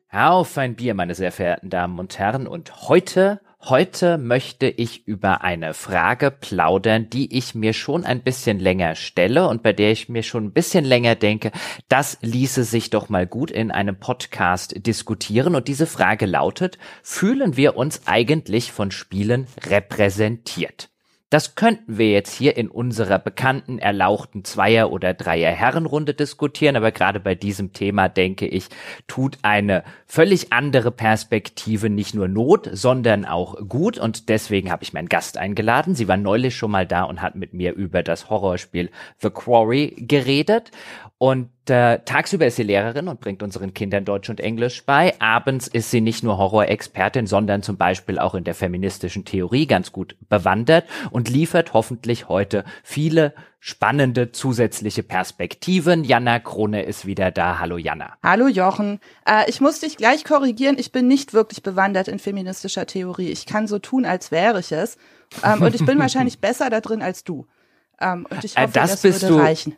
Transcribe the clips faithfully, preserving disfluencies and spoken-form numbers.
Auf ein Bier, meine sehr verehrten Damen und Herren. Und heute, heute möchte ich über eine Frage plaudern, die ich mir schon ein bisschen länger stelle und bei der ich mir schon ein bisschen länger denke, das ließe sich doch mal gut in einem Podcast diskutieren. Und diese Frage lautet: Fühlen wir uns eigentlich von Spielen repräsentiert? Das könnten wir jetzt hier in unserer bekannten, erlauchten Zweier- oder Dreier-Herrenrunde diskutieren, aber gerade bei diesem Thema, denke ich, tut eine völlig andere Perspektive nicht nur Not, sondern auch gut, und deswegen habe ich meinen Gast eingeladen. Sie war neulich schon mal da und hat mit mir über das Horrorspiel The Quarry geredet. Und äh, tagsüber ist sie Lehrerin und bringt unseren Kindern Deutsch und Englisch bei. Abends ist sie nicht nur Horrorexpertin, sondern zum Beispiel auch in der feministischen Theorie ganz gut bewandert und liefert hoffentlich heute viele spannende zusätzliche Perspektiven. Jana Krone ist wieder da. Hallo Jana. Hallo Jochen. Äh, ich muss dich gleich korrigieren. Ich bin nicht wirklich bewandert in feministischer Theorie. Ich kann so tun, als wäre ich es. Ähm, und ich bin wahrscheinlich besser da drin als du. Ähm, und ich hoffe, äh, das, das bist würde du reichen.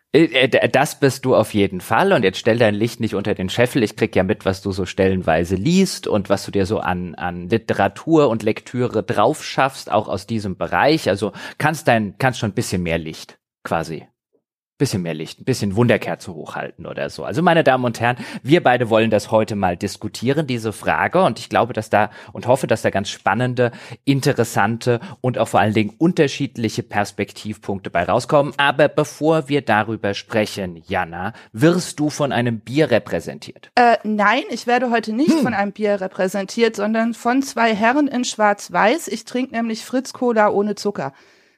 Das bist du auf jeden Fall, und jetzt stell dein Licht nicht unter den Scheffel. Ich krieg ja mit, was du so stellenweise liest und was du dir so an an Literatur und Lektüre drauf schaffst, auch aus diesem Bereich. Also kannst dein kannst schon ein bisschen mehr Licht quasi. Bisschen mehr Licht, ein bisschen Wunderkerze hochhalten oder so. Also meine Damen und Herren, wir beide wollen das heute mal diskutieren, diese Frage, und ich glaube, dass da und hoffe, dass da ganz spannende, interessante und auch vor allen Dingen unterschiedliche Perspektivpunkte bei rauskommen. Aber bevor wir darüber sprechen, Jana, wirst du von einem Bier repräsentiert? Äh, nein, ich werde heute nicht hm. von einem Bier repräsentiert, sondern von zwei Herren in Schwarz-Weiß. Ich trinke nämlich Fritz Cola ohne Zucker.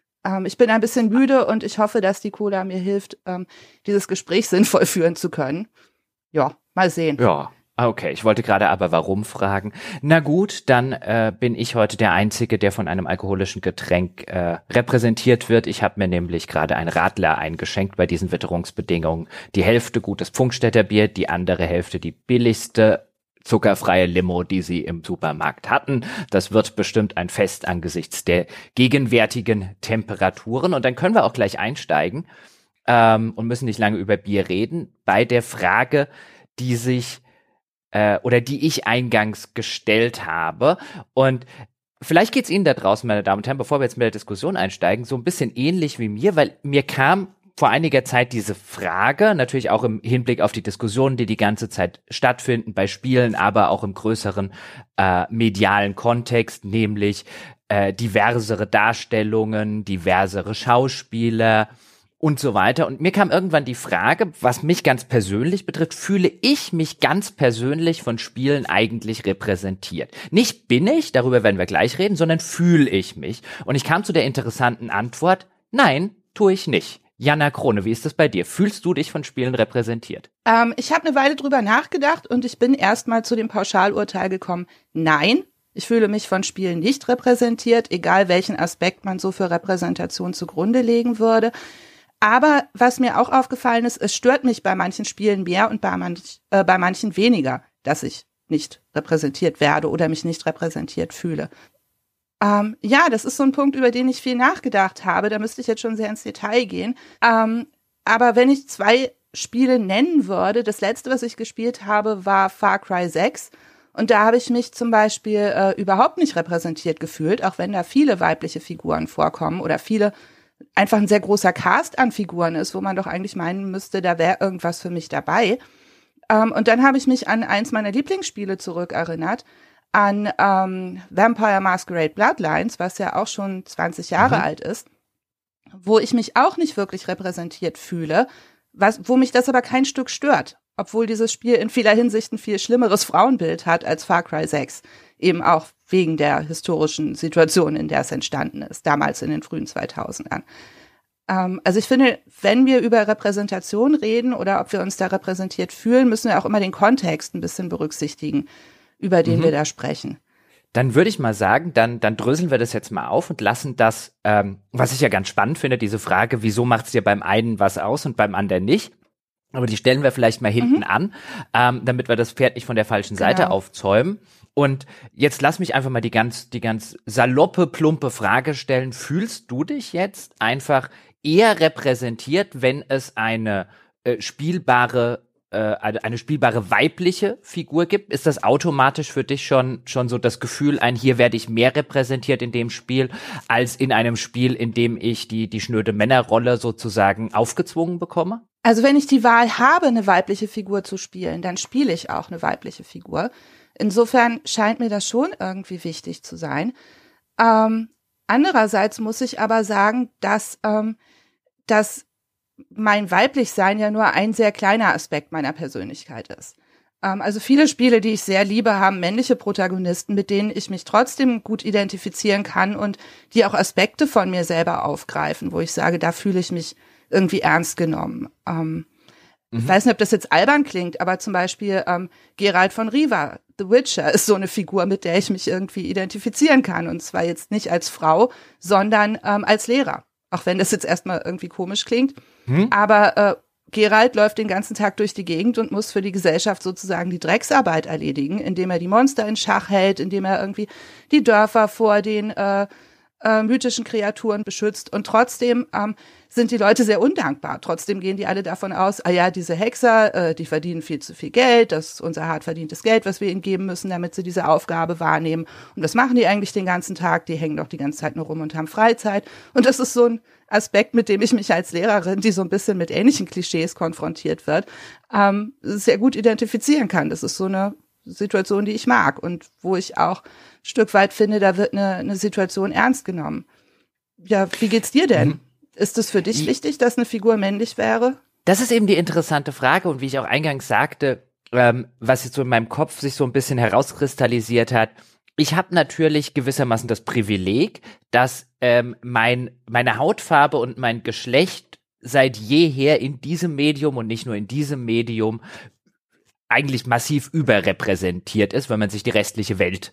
Ich bin ein bisschen müde und ich hoffe, dass die Cola mir hilft, dieses Gespräch sinnvoll führen zu können. Ja, mal sehen. Ja, okay. Ich wollte gerade aber warum fragen. Na gut, dann äh, bin ich heute der Einzige, der von einem alkoholischen Getränk äh, repräsentiert wird. Ich habe mir nämlich gerade ein Radler eingeschenkt bei diesen Witterungsbedingungen. Die Hälfte gutes Funkstätter Bier, die andere Hälfte die billigste zuckerfreie Limo, die sie im Supermarkt hatten. Das wird bestimmt ein Fest angesichts der gegenwärtigen Temperaturen. Und dann können wir auch gleich einsteigen ähm, und müssen nicht lange über Bier reden, bei der Frage, die sich äh, oder die ich eingangs gestellt habe. Und vielleicht geht's Ihnen da draußen, meine Damen und Herren, bevor wir jetzt mit der Diskussion einsteigen, so ein bisschen ähnlich wie mir, weil mir kam vor einiger Zeit diese Frage, natürlich auch im Hinblick auf die Diskussionen, die die ganze Zeit stattfinden bei Spielen, aber auch im größeren äh, medialen Kontext, nämlich äh, diversere Darstellungen, diversere Schauspieler und so weiter. Und mir kam irgendwann die Frage, was mich ganz persönlich betrifft, fühle ich mich ganz persönlich von Spielen eigentlich repräsentiert? Nicht bin ich, darüber werden wir gleich reden, sondern fühle ich mich? Und ich kam zu der interessanten Antwort: Nein, tue ich nicht. Jana Krone, wie ist das bei dir? Fühlst du dich von Spielen repräsentiert? Ähm, ich habe eine Weile drüber nachgedacht und ich bin erstmal zu dem Pauschalurteil gekommen: Nein, ich fühle mich von Spielen nicht repräsentiert, egal welchen Aspekt man so für Repräsentation zugrunde legen würde. Aber was mir auch aufgefallen ist, es stört mich bei manchen Spielen mehr und bei, manch, äh, bei manchen weniger, dass ich nicht repräsentiert werde oder mich nicht repräsentiert fühle. Ähm, ja, das ist so ein Punkt, über den ich viel nachgedacht habe. Da müsste ich jetzt schon sehr ins Detail gehen. Ähm, aber wenn ich zwei Spiele nennen würde, das letzte, was ich gespielt habe, war Far Cry sechs. Und da habe ich mich zum Beispiel äh, überhaupt nicht repräsentiert gefühlt, auch wenn da viele weibliche Figuren vorkommen oder viele, einfach ein sehr großer Cast an Figuren ist, wo man doch eigentlich meinen müsste, da wäre irgendwas für mich dabei. Ähm, und dann habe ich mich an eins meiner Lieblingsspiele zurückerinnert, an ähm, Vampire Masquerade Bloodlines, was ja auch schon zwanzig Jahre mhm. alt ist, wo ich mich auch nicht wirklich repräsentiert fühle, was, wo mich das aber kein Stück stört, obwohl dieses Spiel in vieler Hinsicht ein viel schlimmeres Frauenbild hat als Far Cry sechs, eben auch wegen der historischen Situation, in der es entstanden ist, damals in den frühen zweitausendern. Ähm, also ich finde, wenn wir über Repräsentation reden oder ob wir uns da repräsentiert fühlen, müssen wir auch immer den Kontext ein bisschen berücksichtigen, über den mhm. wir da sprechen. Dann würde ich mal sagen, dann dann dröseln wir das jetzt mal auf und lassen das, ähm, was ich ja ganz spannend finde, diese Frage, wieso macht es dir beim einen was aus und beim anderen nicht? Aber die stellen wir vielleicht mal hinten mhm. an, ähm, damit wir das Pferd nicht von der falschen Seite genau. aufzäumen. Und jetzt lass mich einfach mal die ganz die ganz saloppe, plumpe Frage stellen. Fühlst du dich jetzt einfach eher repräsentiert, wenn es eine äh, spielbare äh, eine, eine spielbare weibliche Figur gibt, ist das automatisch für dich schon schon so das Gefühl ein, hier werde ich mehr repräsentiert in dem Spiel, als in einem Spiel, in dem ich die die schnöde Männerrolle sozusagen aufgezwungen bekomme? Also wenn ich die Wahl habe, eine weibliche Figur zu spielen, dann spiele ich auch eine weibliche Figur. Insofern scheint mir das schon irgendwie wichtig zu sein. Ähm, andererseits muss ich aber sagen, dass, ähm, dass mein Weiblichsein ja nur ein sehr kleiner Aspekt meiner Persönlichkeit ist. Ähm, also viele Spiele, die ich sehr liebe, haben männliche Protagonisten, mit denen ich mich trotzdem gut identifizieren kann und die auch Aspekte von mir selber aufgreifen, wo ich sage, da fühle ich mich irgendwie ernst genommen. Ähm, mhm. Ich weiß nicht, ob das jetzt albern klingt, aber zum Beispiel ähm, Geralt von Riva, The Witcher, ist so eine Figur, mit der ich mich irgendwie identifizieren kann. Und zwar jetzt nicht als Frau, sondern ähm, als Lehrer. Auch wenn das jetzt erstmal irgendwie komisch klingt. Hm? Aber äh, Geralt läuft den ganzen Tag durch die Gegend und muss für die Gesellschaft sozusagen die Drecksarbeit erledigen, indem er die Monster in Schach hält, indem er irgendwie die Dörfer vor den äh, äh, mythischen Kreaturen beschützt. Und trotzdem ähm, sind die Leute sehr undankbar. Trotzdem gehen die alle davon aus, ah ja, diese Hexer, äh, die verdienen viel zu viel Geld, das ist unser hart verdientes Geld, was wir ihnen geben müssen, damit sie diese Aufgabe wahrnehmen. Und was machen die eigentlich den ganzen Tag? Die hängen doch die ganze Zeit nur rum und haben Freizeit. Und das ist so ein Aspekt, mit dem ich mich als Lehrerin, die so ein bisschen mit ähnlichen Klischees konfrontiert wird, ähm, sehr gut identifizieren kann. Das ist so eine Situation, die ich mag und wo ich auch ein Stück weit finde, da wird eine, eine Situation ernst genommen. Ja, wie geht's dir denn? Mhm. Ist es für dich die, wichtig, dass eine Figur männlich wäre? Das ist eben die interessante Frage und wie ich auch eingangs sagte, ähm, was jetzt so in meinem Kopf sich so ein bisschen herauskristallisiert hat, ich habe natürlich gewissermaßen das Privileg, dass ähm, mein meine Hautfarbe und mein Geschlecht seit jeher in diesem Medium und nicht nur in diesem Medium eigentlich massiv überrepräsentiert ist, wenn man sich die restliche Welt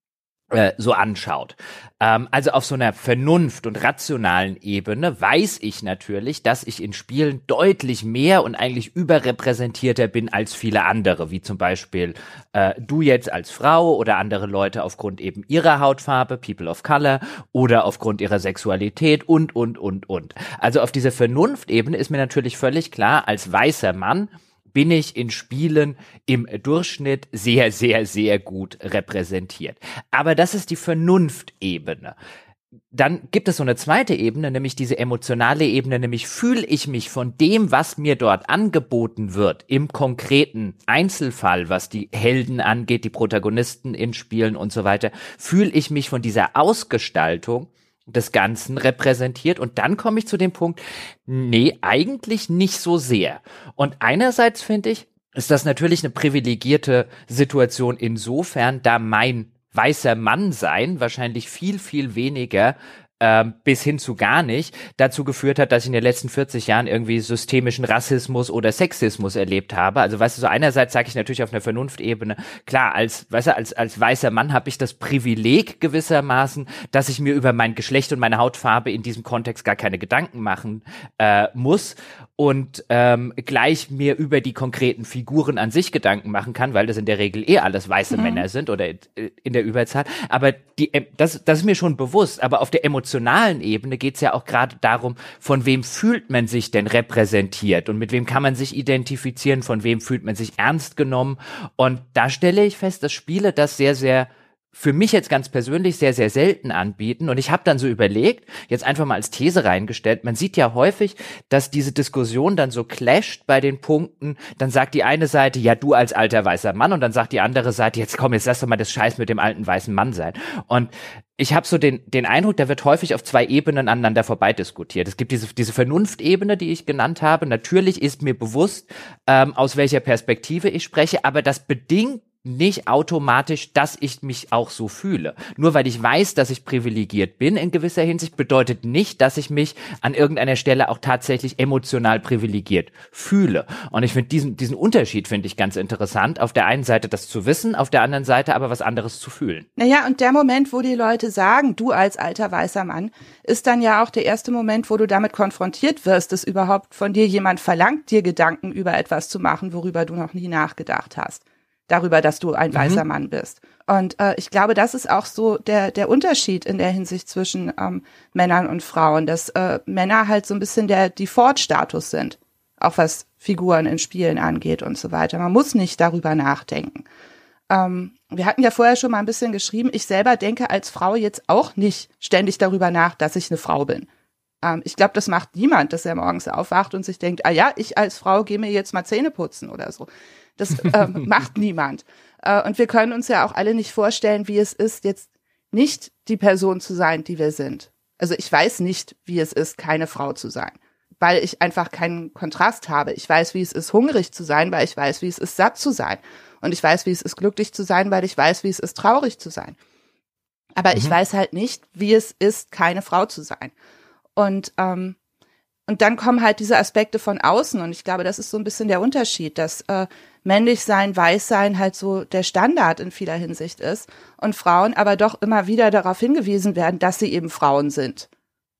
äh, so anschaut. Ähm, also auf so einer Vernunft- und rationalen Ebene weiß ich natürlich, dass ich in Spielen deutlich mehr und eigentlich überrepräsentierter bin als viele andere, wie zum Beispiel äh, du jetzt als Frau oder andere Leute aufgrund eben ihrer Hautfarbe, People of Color, oder aufgrund ihrer Sexualität und, und, und, und. Also auf dieser Vernunftebene ist mir natürlich völlig klar, als weißer Mann bin ich in Spielen im Durchschnitt sehr, sehr, sehr gut repräsentiert. Aber das ist die Vernunftebene. Dann gibt es so eine zweite Ebene, nämlich diese emotionale Ebene, nämlich fühle ich mich von dem, was mir dort angeboten wird, im konkreten Einzelfall, was die Helden angeht, die Protagonisten in Spielen und so weiter, fühle ich mich von dieser Ausgestaltung des Ganzen repräsentiert und dann komme ich zu dem Punkt, nee, eigentlich nicht so sehr. Und einerseits finde ich, ist das natürlich eine privilegierte Situation insofern, da mein weißer Mann sein wahrscheinlich viel, viel weniger ähm, bis hin zu gar nicht dazu geführt hat, dass ich in den letzten vierzig Jahren irgendwie systemischen Rassismus oder Sexismus erlebt habe. Also weißt du, so einerseits sage ich natürlich auf einer Vernunftebene, klar, als weißt du, als als weißer Mann habe ich das Privileg gewissermaßen, dass ich mir über mein Geschlecht und meine Hautfarbe in diesem Kontext gar keine Gedanken machen äh, muss und ähm, gleich mir über die konkreten Figuren an sich Gedanken machen kann, weil das in der Regel eh alles weiße mhm. Männer sind oder in der Überzahl. Aber die das das ist mir schon bewusst, aber auf der emotionalen Ebene geht es ja auch gerade darum, von wem fühlt man sich denn repräsentiert und mit wem kann man sich identifizieren, von wem fühlt man sich ernst genommen. Und da stelle ich fest, dass Spiele das sehr, sehr für mich jetzt ganz persönlich sehr, sehr selten anbieten. Und ich habe dann so überlegt, jetzt einfach mal als These reingestellt, man sieht ja häufig, dass diese Diskussion dann so clasht bei den Punkten, dann sagt die eine Seite, ja, du als alter weißer Mann, und dann sagt die andere Seite, jetzt komm, jetzt lass doch mal das Scheiß mit dem alten weißen Mann sein. Und ich habe so den den Eindruck, da wird häufig auf zwei Ebenen aneinander vorbei diskutiert. Es gibt diese diese Vernunftebene, die ich genannt habe. Natürlich ist mir bewusst, ähm, aus welcher Perspektive ich spreche, aber das bedingt nicht automatisch, dass ich mich auch so fühle. Nur weil ich weiß, dass ich privilegiert bin in gewisser Hinsicht, bedeutet nicht, dass ich mich an irgendeiner Stelle auch tatsächlich emotional privilegiert fühle. Und ich finde diesen diesen Unterschied finde ich ganz interessant. Auf der einen Seite das zu wissen, auf der anderen Seite aber was anderes zu fühlen. Naja, und der Moment, wo die Leute sagen, du als alter weißer Mann, ist dann ja auch der erste Moment, wo du damit konfrontiert wirst, dass überhaupt von dir jemand verlangt, dir Gedanken über etwas zu machen, worüber du noch nie nachgedacht hast. Darüber, dass du ein weißer mhm. Mann bist. Und äh, ich glaube, das ist auch so der der Unterschied in der Hinsicht zwischen ähm, Männern und Frauen, dass äh, Männer halt so ein bisschen der Default-Status sind, auch was Figuren in Spielen angeht und so weiter. Man muss nicht darüber nachdenken. Ähm, wir hatten ja vorher schon mal ein bisschen geschrieben, ich selber denke als Frau jetzt auch nicht ständig darüber nach, dass ich eine Frau bin. Ähm, ich glaube, das macht niemand, dass er morgens aufwacht und sich denkt, ah ja, ich als Frau gehe mir jetzt mal Zähne putzen oder so. Das ähm, macht niemand. Äh, und wir können uns ja auch alle nicht vorstellen, wie es ist, jetzt nicht die Person zu sein, die wir sind. Also ich weiß nicht, wie es ist, keine Frau zu sein, weil ich einfach keinen Kontrast habe. Ich weiß, wie es ist, hungrig zu sein, weil ich weiß, wie es ist, satt zu sein. Und ich weiß, wie es ist, glücklich zu sein, weil ich weiß, wie es ist, traurig zu sein. Aber mhm. ich weiß halt nicht, wie es ist, keine Frau zu sein. Und ähm, und dann kommen halt diese Aspekte von außen. Und ich glaube, das ist so ein bisschen der Unterschied, dass äh, männlich sein, weiß sein halt so der Standard in vieler Hinsicht ist. Und Frauen aber doch immer wieder darauf hingewiesen werden, dass sie eben Frauen sind.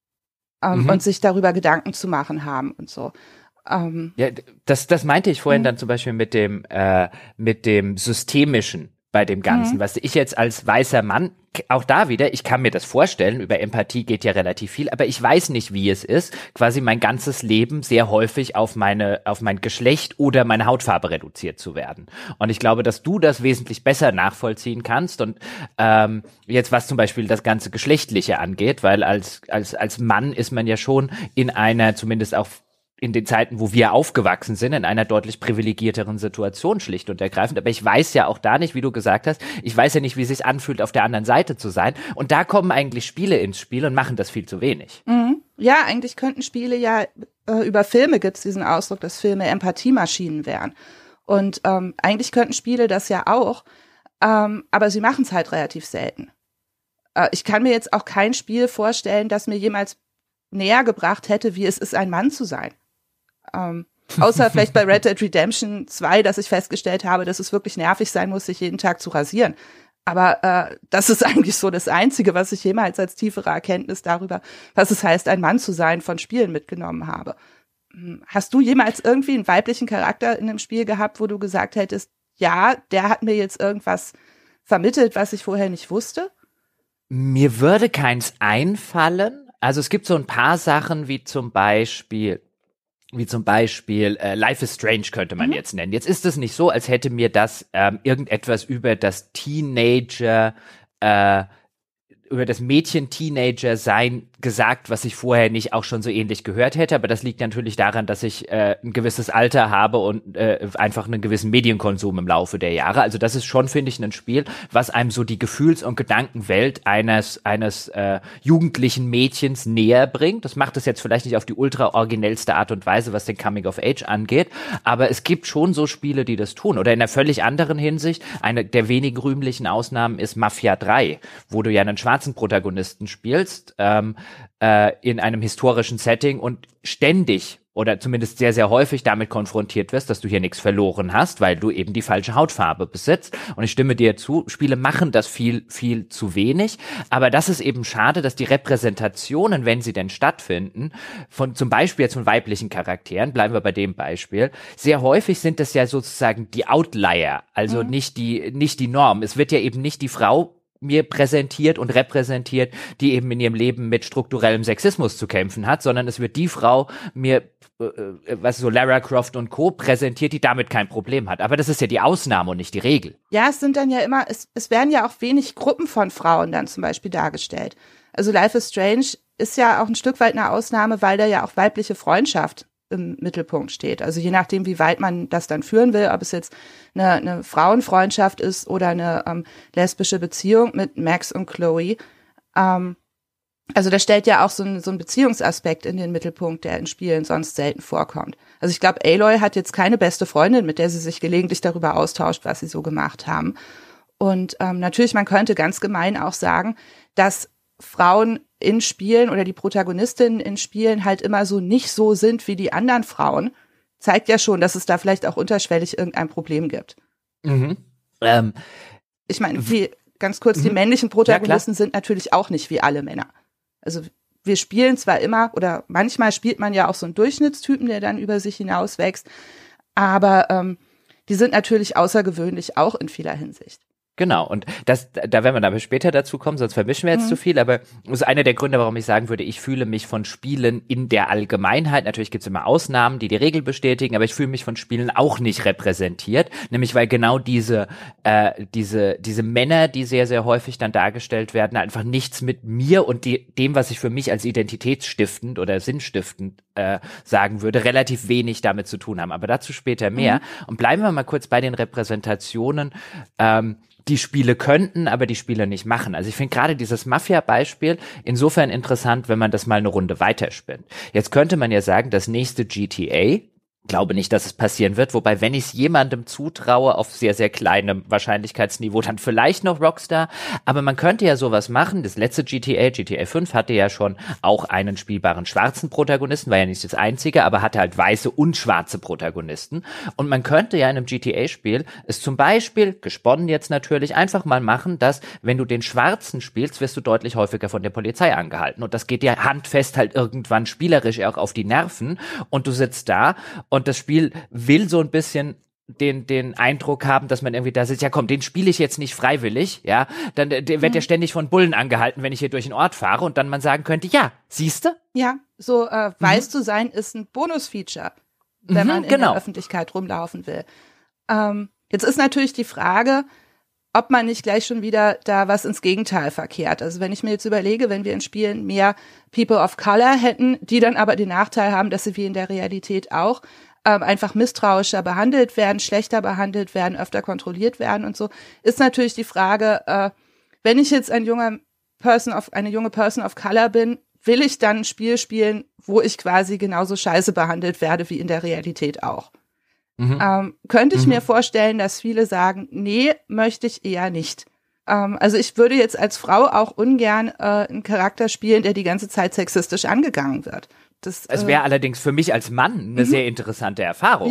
Ähm, mhm. Und sich darüber Gedanken zu machen haben und so. Ähm, ja, das, das meinte ich vorhin mhm. dann zum Beispiel mit dem, äh, mit dem Systemischen bei dem Ganzen. Mhm. Was ich jetzt als weißer Mann, auch da wieder, ich kann mir das vorstellen, über Empathie geht ja relativ viel, aber ich weiß nicht, wie es ist, quasi mein ganzes Leben sehr häufig auf meine, auf mein Geschlecht oder meine Hautfarbe reduziert zu werden. Und ich glaube, dass du das wesentlich besser nachvollziehen kannst und ähm, jetzt was zum Beispiel das ganze Geschlechtliche angeht, weil als, als, als Mann ist man ja schon in einer, zumindest auch in den Zeiten, wo wir aufgewachsen sind, in einer deutlich privilegierteren Situation schlicht und ergreifend. Aber ich weiß ja auch da nicht, wie du gesagt hast, ich weiß ja nicht, wie es sich anfühlt, auf der anderen Seite zu sein. Und da kommen eigentlich Spiele ins Spiel und machen das viel zu wenig. Mhm. Ja, eigentlich könnten Spiele ja, äh, über Filme gibt es diesen Ausdruck, dass Filme Empathiemaschinen wären. Und ähm, eigentlich könnten Spiele das ja auch, ähm, aber sie machen es halt relativ selten. Äh, ich kann mir jetzt auch kein Spiel vorstellen, das mir jemals näher gebracht hätte, wie es ist, ein Mann zu sein. Ähm, außer vielleicht bei Red Dead Redemption zwei, dass ich festgestellt habe, dass es wirklich nervig sein muss, sich jeden Tag zu rasieren. Aber äh, das ist eigentlich so das Einzige, was ich jemals als tiefere Erkenntnis darüber, was es heißt, ein Mann zu sein, von Spielen mitgenommen habe. Hast du jemals irgendwie einen weiblichen Charakter in einem Spiel gehabt, wo du gesagt hättest, ja, der hat mir jetzt irgendwas vermittelt, was ich vorher nicht wusste? Mir würde keins einfallen. Also es gibt so ein paar Sachen, wie zum Beispiel Wie zum Beispiel äh, Life is Strange könnte man mhm. jetzt nennen. Jetzt ist es nicht so, als hätte mir das ähm, irgendetwas über das Teenager, äh, über das Mädchen-Teenager-Sein gesagt, was ich vorher nicht auch schon so ähnlich gehört hätte. Aber das liegt natürlich daran, dass ich äh, ein gewisses Alter habe und äh, einfach einen gewissen Medienkonsum im Laufe der Jahre. Also das ist schon, finde ich, ein Spiel, was einem so die Gefühls- und Gedankenwelt eines eines äh, jugendlichen Mädchens näher bringt. Das macht es jetzt vielleicht nicht auf die ultra originellste Art und Weise, was den Coming of Age angeht. Aber es gibt schon so Spiele, die das tun. Oder in einer völlig anderen Hinsicht, eine der wenigen rühmlichen Ausnahmen ist Mafia drei, wo du ja einen schwarzen Protagonisten spielst, ähm, äh, in einem historischen Setting und ständig oder zumindest sehr, sehr häufig damit konfrontiert wirst, dass du hier nichts verloren hast, weil du eben die falsche Hautfarbe besitzt. Und ich stimme dir zu, Spiele machen das viel, viel zu wenig. Aber das ist eben schade, dass die Repräsentationen, wenn sie denn stattfinden, von zum Beispiel jetzt von weiblichen Charakteren, bleiben wir bei dem Beispiel, sehr häufig sind das ja sozusagen die Outlier, also mhm. nicht die, nicht die Norm. Es wird ja eben nicht die Frau mir präsentiert und repräsentiert, die eben in ihrem Leben mit strukturellem Sexismus zu kämpfen hat, sondern es wird die Frau mir, äh, was so Lara Croft und Co. präsentiert, die damit kein Problem hat. Aber das ist ja die Ausnahme und nicht die Regel. Ja, es sind dann ja immer, es, es werden ja auch wenig Gruppen von Frauen dann zum Beispiel dargestellt. Also Life is Strange ist ja auch ein Stück weit eine Ausnahme, weil da ja auch weibliche Freundschaft im Mittelpunkt steht. Also je nachdem, wie weit man das dann führen will, ob es jetzt eine, eine Frauenfreundschaft ist oder eine ähm, lesbische Beziehung mit Max und Chloe. Ähm, also das stellt ja auch so ein, so ein Beziehungsaspekt in den Mittelpunkt, der in Spielen sonst selten vorkommt. Also ich glaube, Aloy hat jetzt keine beste Freundin, mit der sie sich gelegentlich darüber austauscht, was sie so gemacht haben. Und ähm, natürlich, man könnte ganz gemein auch sagen, dass Frauen in Spielen oder die Protagonistinnen in Spielen halt immer so nicht so sind wie die anderen Frauen, zeigt ja schon, dass es da vielleicht auch unterschwellig irgendein Problem gibt. Mhm. Ähm, ich meine, wie, ganz kurz, mhm. die männlichen Protagonisten ja, sind natürlich auch nicht wie alle Männer. Also wir spielen zwar immer, oder manchmal spielt man ja auch so einen Durchschnittstypen, der dann über sich hinauswächst, aber ähm, die sind natürlich außergewöhnlich auch in vieler Hinsicht. Genau, und das, da werden wir aber später dazu kommen, sonst vermischen wir jetzt mhm. zu viel, aber das ist einer der Gründe, warum ich sagen würde, ich fühle mich von Spielen in der Allgemeinheit, natürlich gibt's immer Ausnahmen, die die Regel bestätigen, aber ich fühle mich von Spielen auch nicht repräsentiert, nämlich weil genau diese, äh, diese, diese Männer, die sehr, sehr häufig dann dargestellt werden, einfach nichts mit mir und die, dem, was ich für mich als identitätsstiftend oder sinnstiftend äh, sagen würde, relativ wenig damit zu tun haben, aber dazu später mehr. Mhm. Und bleiben wir mal kurz bei den Repräsentationen, ähm, die Spiele könnten, aber die Spiele nicht machen. Also ich finde gerade dieses Mafia-Beispiel insofern interessant, wenn man das mal eine Runde weiterspinnt. Jetzt könnte man ja sagen, das nächste G T A, glaube nicht, dass es passieren wird, wobei, wenn ich es jemandem zutraue, auf sehr, sehr kleinem Wahrscheinlichkeitsniveau, dann vielleicht noch Rockstar, aber man könnte ja sowas machen, das letzte G T A, G T A fünf, hatte ja schon auch einen spielbaren schwarzen Protagonisten, war ja nicht das einzige, aber hatte halt weiße und schwarze Protagonisten, und man könnte ja in einem G T A-Spiel es zum Beispiel, gesponnen jetzt natürlich, einfach mal machen, dass, wenn du den Schwarzen spielst, wirst du deutlich häufiger von der Polizei angehalten, und das geht dir handfest halt irgendwann spielerisch auch auf die Nerven, und du sitzt da, und das Spiel will so ein bisschen den den Eindruck haben, dass man irgendwie da sitzt, ja komm, den spiele ich jetzt nicht freiwillig, ja, dann der wird ja mhm. ständig von Bullen angehalten, wenn ich hier durch den Ort fahre, und dann man sagen könnte, ja, siehste? Ja, so äh, weiß mhm. zu sein ist ein Bonusfeature, wenn mhm, man in genau. der Öffentlichkeit rumlaufen will. Ähm, jetzt ist natürlich die Frage, ob man nicht gleich schon wieder da was ins Gegenteil verkehrt. Also wenn ich mir jetzt überlege, wenn wir in Spielen mehr People of Color hätten, die dann aber den Nachteil haben, dass sie wie in der Realität auch ähm, einfach misstrauischer behandelt werden, schlechter behandelt werden, öfter kontrolliert werden und so, ist natürlich die Frage, äh, wenn ich jetzt ein junger Person of, eine junge Person of Color bin, will ich dann ein Spiel spielen, wo ich quasi genauso scheiße behandelt werde wie in der Realität auch? Mhm. Ähm, könnte ich mhm. mir vorstellen, dass viele sagen, nee, möchte ich eher nicht. Ähm, also ich würde jetzt als Frau auch ungern äh, einen Charakter spielen, der die ganze Zeit sexistisch angegangen wird. Das es wäre äh, allerdings für mich als Mann eine mhm. sehr interessante Erfahrung.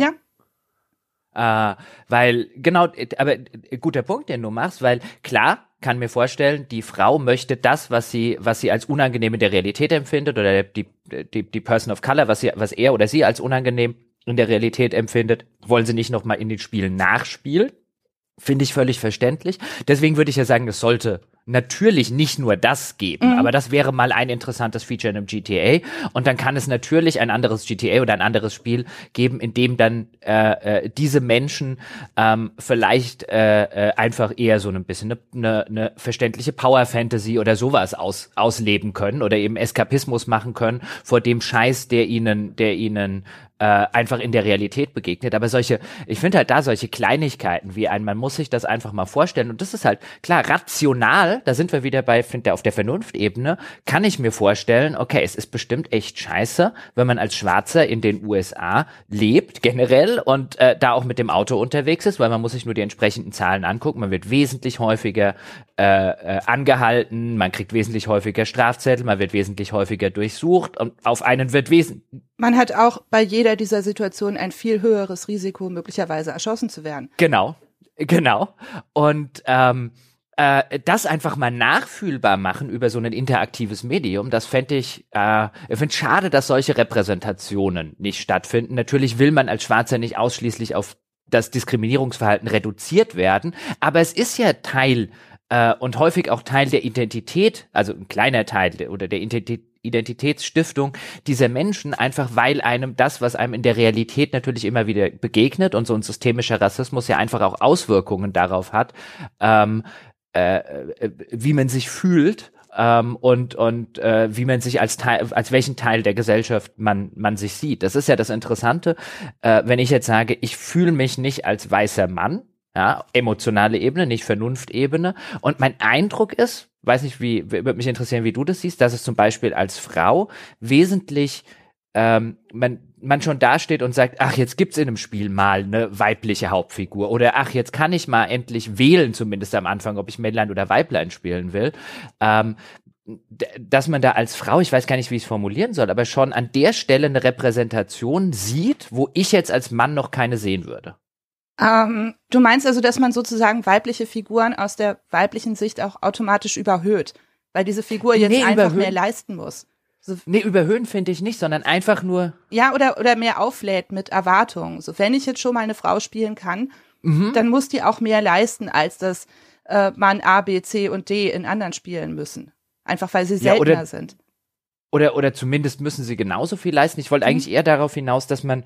Ja. Äh, weil, genau, aber guter Punkt, den du machst, weil klar, kann mir vorstellen, die Frau möchte das, was sie, was sie als unangenehm in der Realität empfindet, oder die, die, die Person of Color, was sie, was er oder sie als unangenehm in der Realität empfindet, wollen sie nicht nochmal in den Spielen nachspielen. Finde ich völlig verständlich. Deswegen würde ich ja sagen, es sollte natürlich nicht nur das geben, mhm. aber das wäre mal ein interessantes Feature in einem G T A. Und dann kann es natürlich ein anderes G T A oder ein anderes Spiel geben, in dem dann äh, äh, diese Menschen ähm, vielleicht äh, äh, einfach eher so ein bisschen eine, eine, eine verständliche Power-Fantasy oder sowas aus, ausleben können oder eben Eskapismus machen können vor dem Scheiß, der ihnen, der ihnen äh, einfach in der Realität begegnet. Aber solche, ich finde halt da solche Kleinigkeiten wie ein, man muss sich das einfach mal vorstellen, und das ist halt, klar, rational, da sind wir wieder bei, finde ich, auf der Vernunftebene, kann ich mir vorstellen, okay, es ist bestimmt echt scheiße, wenn man als Schwarzer in den U S A lebt, generell, und äh, da auch mit dem Auto unterwegs ist, weil man muss sich nur die entsprechenden Zahlen angucken, man wird wesentlich häufiger äh, äh, angehalten, man kriegt wesentlich häufiger Strafzettel, man wird wesentlich häufiger durchsucht, und auf einen wird wesentlich... Man hat auch bei jeder dieser Situationen ein viel höheres Risiko, möglicherweise erschossen zu werden. Genau, genau. Und ähm, äh, das einfach mal nachfühlbar machen über so ein interaktives Medium, das fände ich, äh, ich finde schade, dass solche Repräsentationen nicht stattfinden. Natürlich will man als Schwarzer nicht ausschließlich auf das Diskriminierungsverhalten reduziert werden, aber es ist ja Teil äh, und häufig auch Teil der Identität, also ein kleiner Teil der, oder der Identität, Identitätsstiftung dieser Menschen, einfach weil einem das, was einem in der Realität natürlich immer wieder begegnet, und so ein systemischer Rassismus ja einfach auch Auswirkungen darauf hat, ähm, äh, wie man sich fühlt, ähm, und und äh, wie man sich als Teil, als welchen Teil der Gesellschaft man man sich sieht. Das ist ja das Interessante, äh, wenn ich jetzt sage, ich fühle mich nicht als weißer Mann, ja, emotionale Ebene, nicht Vernunftebene, und mein Eindruck ist, weiß nicht, wie, würde mich interessieren, wie du das siehst, dass es zum Beispiel als Frau wesentlich, ähm, man, man schon dasteht und sagt, ach, jetzt gibt's in einem Spiel mal eine weibliche Hauptfigur, oder ach, jetzt kann ich mal endlich wählen, zumindest am Anfang, ob ich Männlein oder Weiblein spielen will, ähm, dass man da als Frau, ich weiß gar nicht, wie ich es formulieren soll, aber schon an der Stelle eine Repräsentation sieht, wo ich jetzt als Mann noch keine sehen würde. Ähm, du meinst also, dass man sozusagen weibliche Figuren aus der weiblichen Sicht auch automatisch überhöht, weil diese Figur jetzt nee, einfach mehr leisten muss? So, nee, überhöhen finde ich nicht, sondern einfach nur... Ja, oder oder mehr auflädt mit Erwartungen. So, wenn ich jetzt schon mal eine Frau spielen kann, mhm. dann muss die auch mehr leisten als das äh, Mann A, B, C und D in anderen Spielen müssen. Einfach weil sie seltener ja, oder, sind. Oder, oder zumindest müssen sie genauso viel leisten. Ich wollte mhm. eigentlich eher darauf hinaus, dass man,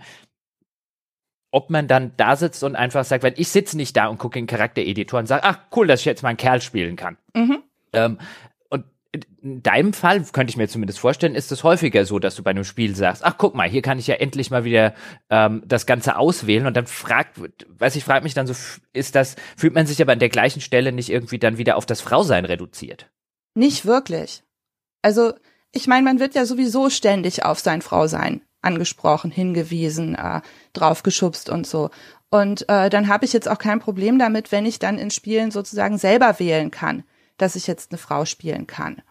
ob man dann da sitzt und einfach sagt, weil ich sitze nicht da und gucke in den Charaktereditor und sage, ach cool, dass ich jetzt mal einen Kerl spielen kann. Mhm. Ähm, und in deinem Fall, könnte ich mir zumindest vorstellen, ist es häufiger so, dass du bei einem Spiel sagst, ach guck mal, hier kann ich ja endlich mal wieder ähm, das Ganze auswählen und dann fragt, weiß ich, frage mich dann so, ist das, fühlt man sich aber an der gleichen Stelle nicht irgendwie dann wieder auf das Frausein reduziert? Nicht wirklich. Also, ich meine, man wird ja sowieso ständig auf sein Frausein angesprochen, hingewiesen, äh, draufgeschubst und so. Und äh, dann habe ich jetzt auch kein Problem damit, wenn ich dann in Spielen sozusagen selber wählen kann, dass ich jetzt eine Frau spielen kann.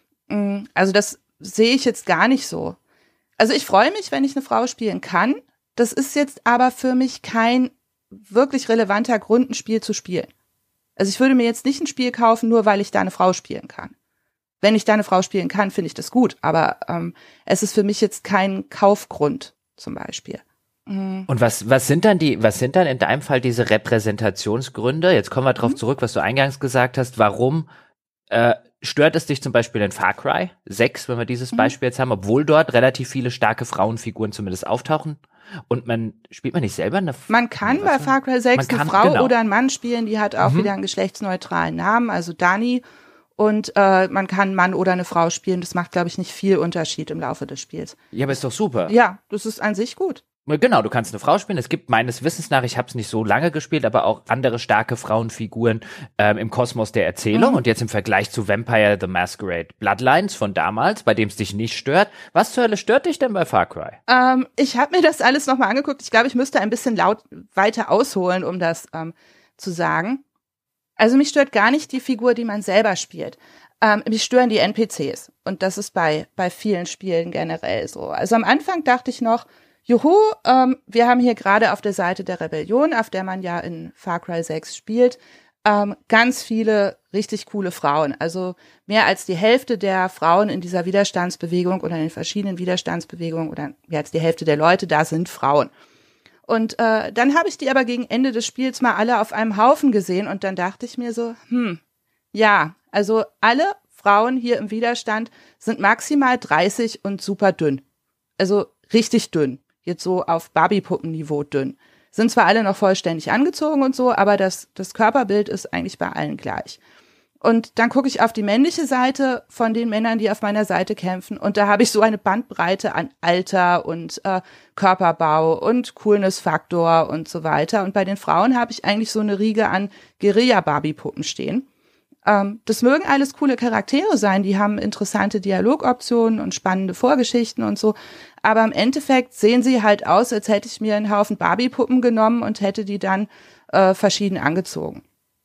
Also das sehe ich jetzt gar nicht so. Also ich freue mich, wenn ich eine Frau spielen kann. Das ist jetzt aber für mich kein wirklich relevanter Grund, ein Spiel zu spielen. Also ich würde mir jetzt nicht ein Spiel kaufen, nur weil ich da eine Frau spielen kann. Wenn ich da eine Frau spielen kann, finde ich das gut. Aber ähm, es ist für mich jetzt kein Kaufgrund zum Beispiel. Mhm. Und was was sind dann die, was sind dann in deinem Fall diese Repräsentationsgründe? Jetzt kommen wir drauf mhm. zurück, was du eingangs gesagt hast. Warum äh, stört es dich zum Beispiel in Far Cry sechs, wenn wir dieses mhm. Beispiel jetzt haben, obwohl dort relativ viele starke Frauenfiguren zumindest auftauchen? Und man, spielt man nicht selber eine Frau? Man kann bei Far Cry sechs kann, eine Frau genau. oder einen Mann spielen, die hat auch mhm. wieder einen geschlechtsneutralen Namen, also Dani. Und äh, man kann einen Mann oder eine Frau spielen. Das macht, glaube ich, nicht viel Unterschied im Laufe des Spiels. Ja, aber ist doch super. Ja, das ist an sich gut. Genau, du kannst eine Frau spielen. Es gibt meines Wissens nach, ich habe es nicht so lange gespielt, aber auch andere starke Frauenfiguren ähm, im Kosmos der Erzählung. Mhm. Und jetzt im Vergleich zu Vampire the Masquerade Bloodlines von damals, bei dem es dich nicht stört. Was zur Hölle stört dich denn bei Far Cry? Ähm, ich habe mir das alles nochmal angeguckt. Ich glaube, ich müsste ein bisschen laut weiter ausholen, um das ähm, zu sagen. Also mich stört gar nicht die Figur, die man selber spielt. Ähm, mich stören die N P Cs. Und das ist bei bei vielen Spielen generell so. Also am Anfang dachte ich noch, juhu, ähm, wir haben hier gerade auf der Seite der Rebellion, auf der man ja in Far Cry sechs spielt, ähm, ganz viele richtig coole Frauen. Also mehr als die Hälfte der Frauen in dieser Widerstandsbewegung oder in den verschiedenen Widerstandsbewegungen oder mehr als die Hälfte der Leute da sind Frauen. Und äh, dann habe ich die aber gegen Ende des Spiels mal alle auf einem Haufen gesehen und dann dachte ich mir so, hm, ja, also alle Frauen hier im Widerstand sind maximal dreißig und super dünn. Also richtig dünn, jetzt so auf Barbie-Puppen-Niveau dünn. Sind zwar alle noch vollständig angezogen und so, aber das, das Körperbild ist eigentlich bei allen gleich. Und dann gucke ich auf die männliche Seite von den Männern, die auf meiner Seite kämpfen. Und da habe ich so eine Bandbreite an Alter und äh, Körperbau und Coolness-Faktor und so weiter. Und bei den Frauen habe ich eigentlich so eine Riege an Guerilla-Barbie-Puppen stehen. Ähm, das mögen alles coole Charaktere sein. Die haben interessante Dialogoptionen und spannende Vorgeschichten und so. Aber im Endeffekt sehen sie halt aus, als hätte ich mir einen Haufen Barbie-Puppen genommen und hätte die dann äh, verschieden angezogen.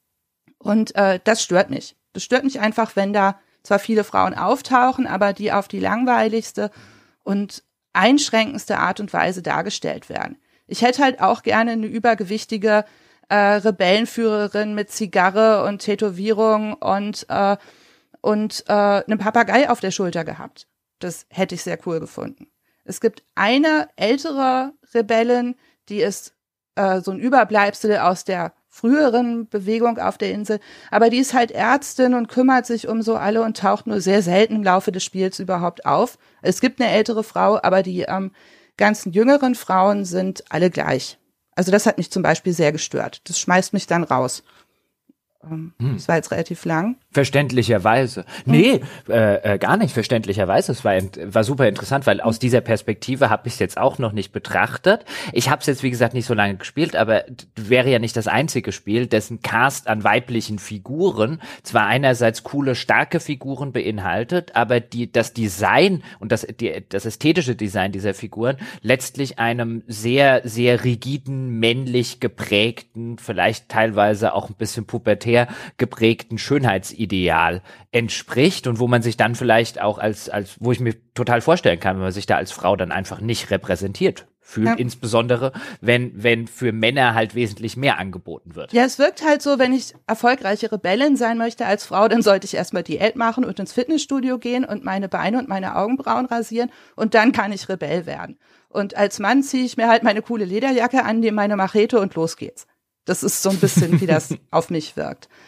Und äh, das stört mich. Das stört mich einfach, wenn da zwar viele Frauen auftauchen, aber die auf die langweiligste und einschränkendste Art und Weise dargestellt werden. Ich hätte halt auch gerne eine übergewichtige äh, Rebellenführerin mit Zigarre und Tätowierung und äh, und äh, einen Papagei auf der Schulter gehabt. Das hätte ich sehr cool gefunden. Es gibt eine ältere Rebellin, die ist äh, so ein Überbleibsel aus der früheren Bewegung auf der Insel, aber die ist halt Ärztin und kümmert sich um so alle und taucht nur sehr selten im Laufe des Spiels überhaupt auf. Es gibt eine ältere Frau, aber die ähm, ganzen jüngeren Frauen sind alle gleich. Also das hat mich zum Beispiel sehr gestört. Das schmeißt mich dann raus. Ähm, hm. Das war jetzt relativ lang. Verständlicherweise. Nee, hm. äh, äh, gar nicht verständlicherweise. Es war, war super interessant, weil aus dieser Perspektive habe ich es jetzt auch noch nicht betrachtet. Ich habe es jetzt, wie gesagt, nicht so lange gespielt, aber wäre ja nicht das einzige Spiel, dessen Cast an weiblichen Figuren zwar einerseits coole, starke Figuren beinhaltet, aber die das Design und das, die, das ästhetische Design dieser Figuren letztlich einem sehr, sehr rigiden, männlich geprägten, vielleicht teilweise auch ein bisschen pubertär geprägten Schönheitsideal entspricht und wo man sich dann vielleicht auch als, als, wo ich mir total vorstellen kann, wenn man sich da als Frau dann einfach nicht repräsentiert fühlt, ja. Insbesondere wenn, wenn für Männer halt wesentlich mehr angeboten wird. Ja, es wirkt halt so, wenn ich erfolgreiche Rebellin sein möchte als Frau, dann sollte ich erstmal Diät machen und ins Fitnessstudio gehen und meine Beine und meine Augenbrauen rasieren und dann kann ich Rebell werden. Und als Mann ziehe ich mir halt meine coole Lederjacke an, nehme meine Machete und los geht's. Das ist so ein bisschen, wie das auf mich wirkt.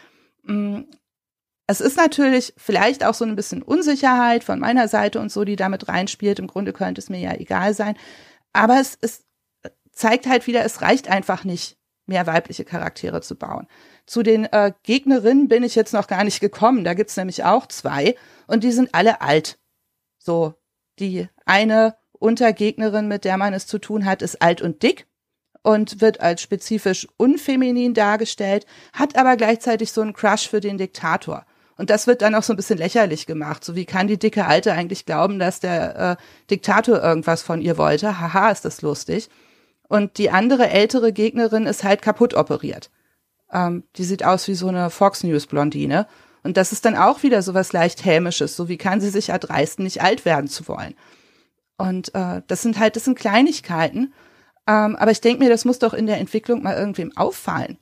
Es ist natürlich vielleicht auch so ein bisschen Unsicherheit von meiner Seite und so, die damit reinspielt. Im Grunde könnte es mir ja egal sein. Aber es, es zeigt halt wieder, es reicht einfach nicht, mehr weibliche Charaktere zu bauen. Zu den äh, Gegnerinnen bin ich jetzt noch gar nicht gekommen. Da gibt's nämlich auch zwei und die sind alle alt. So, die eine Untergegnerin, mit der man es zu tun hat, ist alt und dick und wird als spezifisch unfeminin dargestellt, hat aber gleichzeitig so einen Crush für den Diktator. Und das wird dann auch so ein bisschen lächerlich gemacht. So, wie kann die dicke Alte eigentlich glauben, dass der äh, Diktator irgendwas von ihr wollte? Haha, ist das lustig. Und die andere ältere Gegnerin ist halt kaputt operiert. Ähm, die sieht aus wie so eine Fox News Blondine. Und das ist dann auch wieder so was leicht Hämisches. So, wie kann sie sich erdreisten, nicht alt werden zu wollen? Und äh, das sind halt, das sind Kleinigkeiten. Ähm, aber ich denke mir, das muss doch in der Entwicklung mal irgendwem auffallen.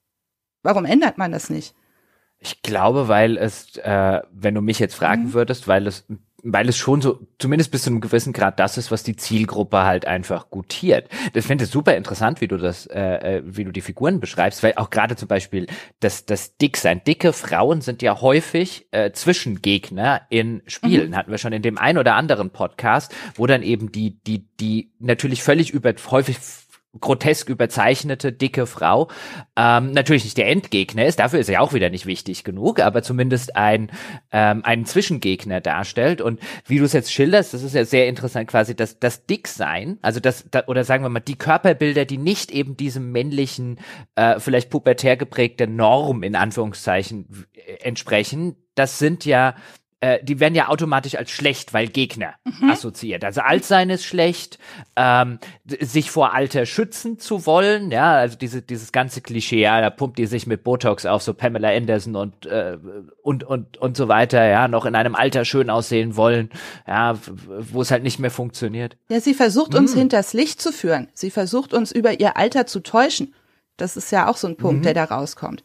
Warum ändert man das nicht? Ich glaube, weil es, äh, wenn du mich jetzt fragen mhm. würdest, weil es, weil es schon so, zumindest bis zu einem gewissen Grad das ist, was die Zielgruppe halt einfach gutiert. Das finde ich super interessant, wie du das, äh, wie du die Figuren beschreibst, weil auch gerade zum Beispiel das, das Dicksein. Dicke Frauen sind ja häufig äh, Zwischengegner in Spielen. Mhm. Hatten wir schon in dem ein oder anderen Podcast, wo dann eben die, die, die natürlich völlig über, häufig grotesk überzeichnete, dicke Frau ähm, natürlich nicht der Endgegner ist, dafür ist er ja auch wieder nicht wichtig genug, aber zumindest ein ähm, einen Zwischengegner darstellt. Und wie du es jetzt schilderst, das ist ja sehr interessant quasi, dass das Dicksein, also das, das oder sagen wir mal, die Körperbilder, die nicht eben diesem männlichen, äh, vielleicht pubertär geprägten Norm in Anführungszeichen entsprechen, das sind ja Äh, die werden ja automatisch als schlecht, weil Gegner mhm. assoziiert. Also Altsein ist schlecht, ähm, sich vor Alter schützen zu wollen, ja, also diese dieses ganze Klischee, ja, da pumpt die sich mit Botox auf, so Pamela Anderson und äh, und und und so weiter, ja, noch in einem Alter schön aussehen wollen, ja, wo es halt nicht mehr funktioniert. Ja, sie versucht uns mhm. hinters Licht zu führen. Sie versucht uns über ihr Alter zu täuschen. Das ist ja auch so ein Punkt, mhm. der da rauskommt.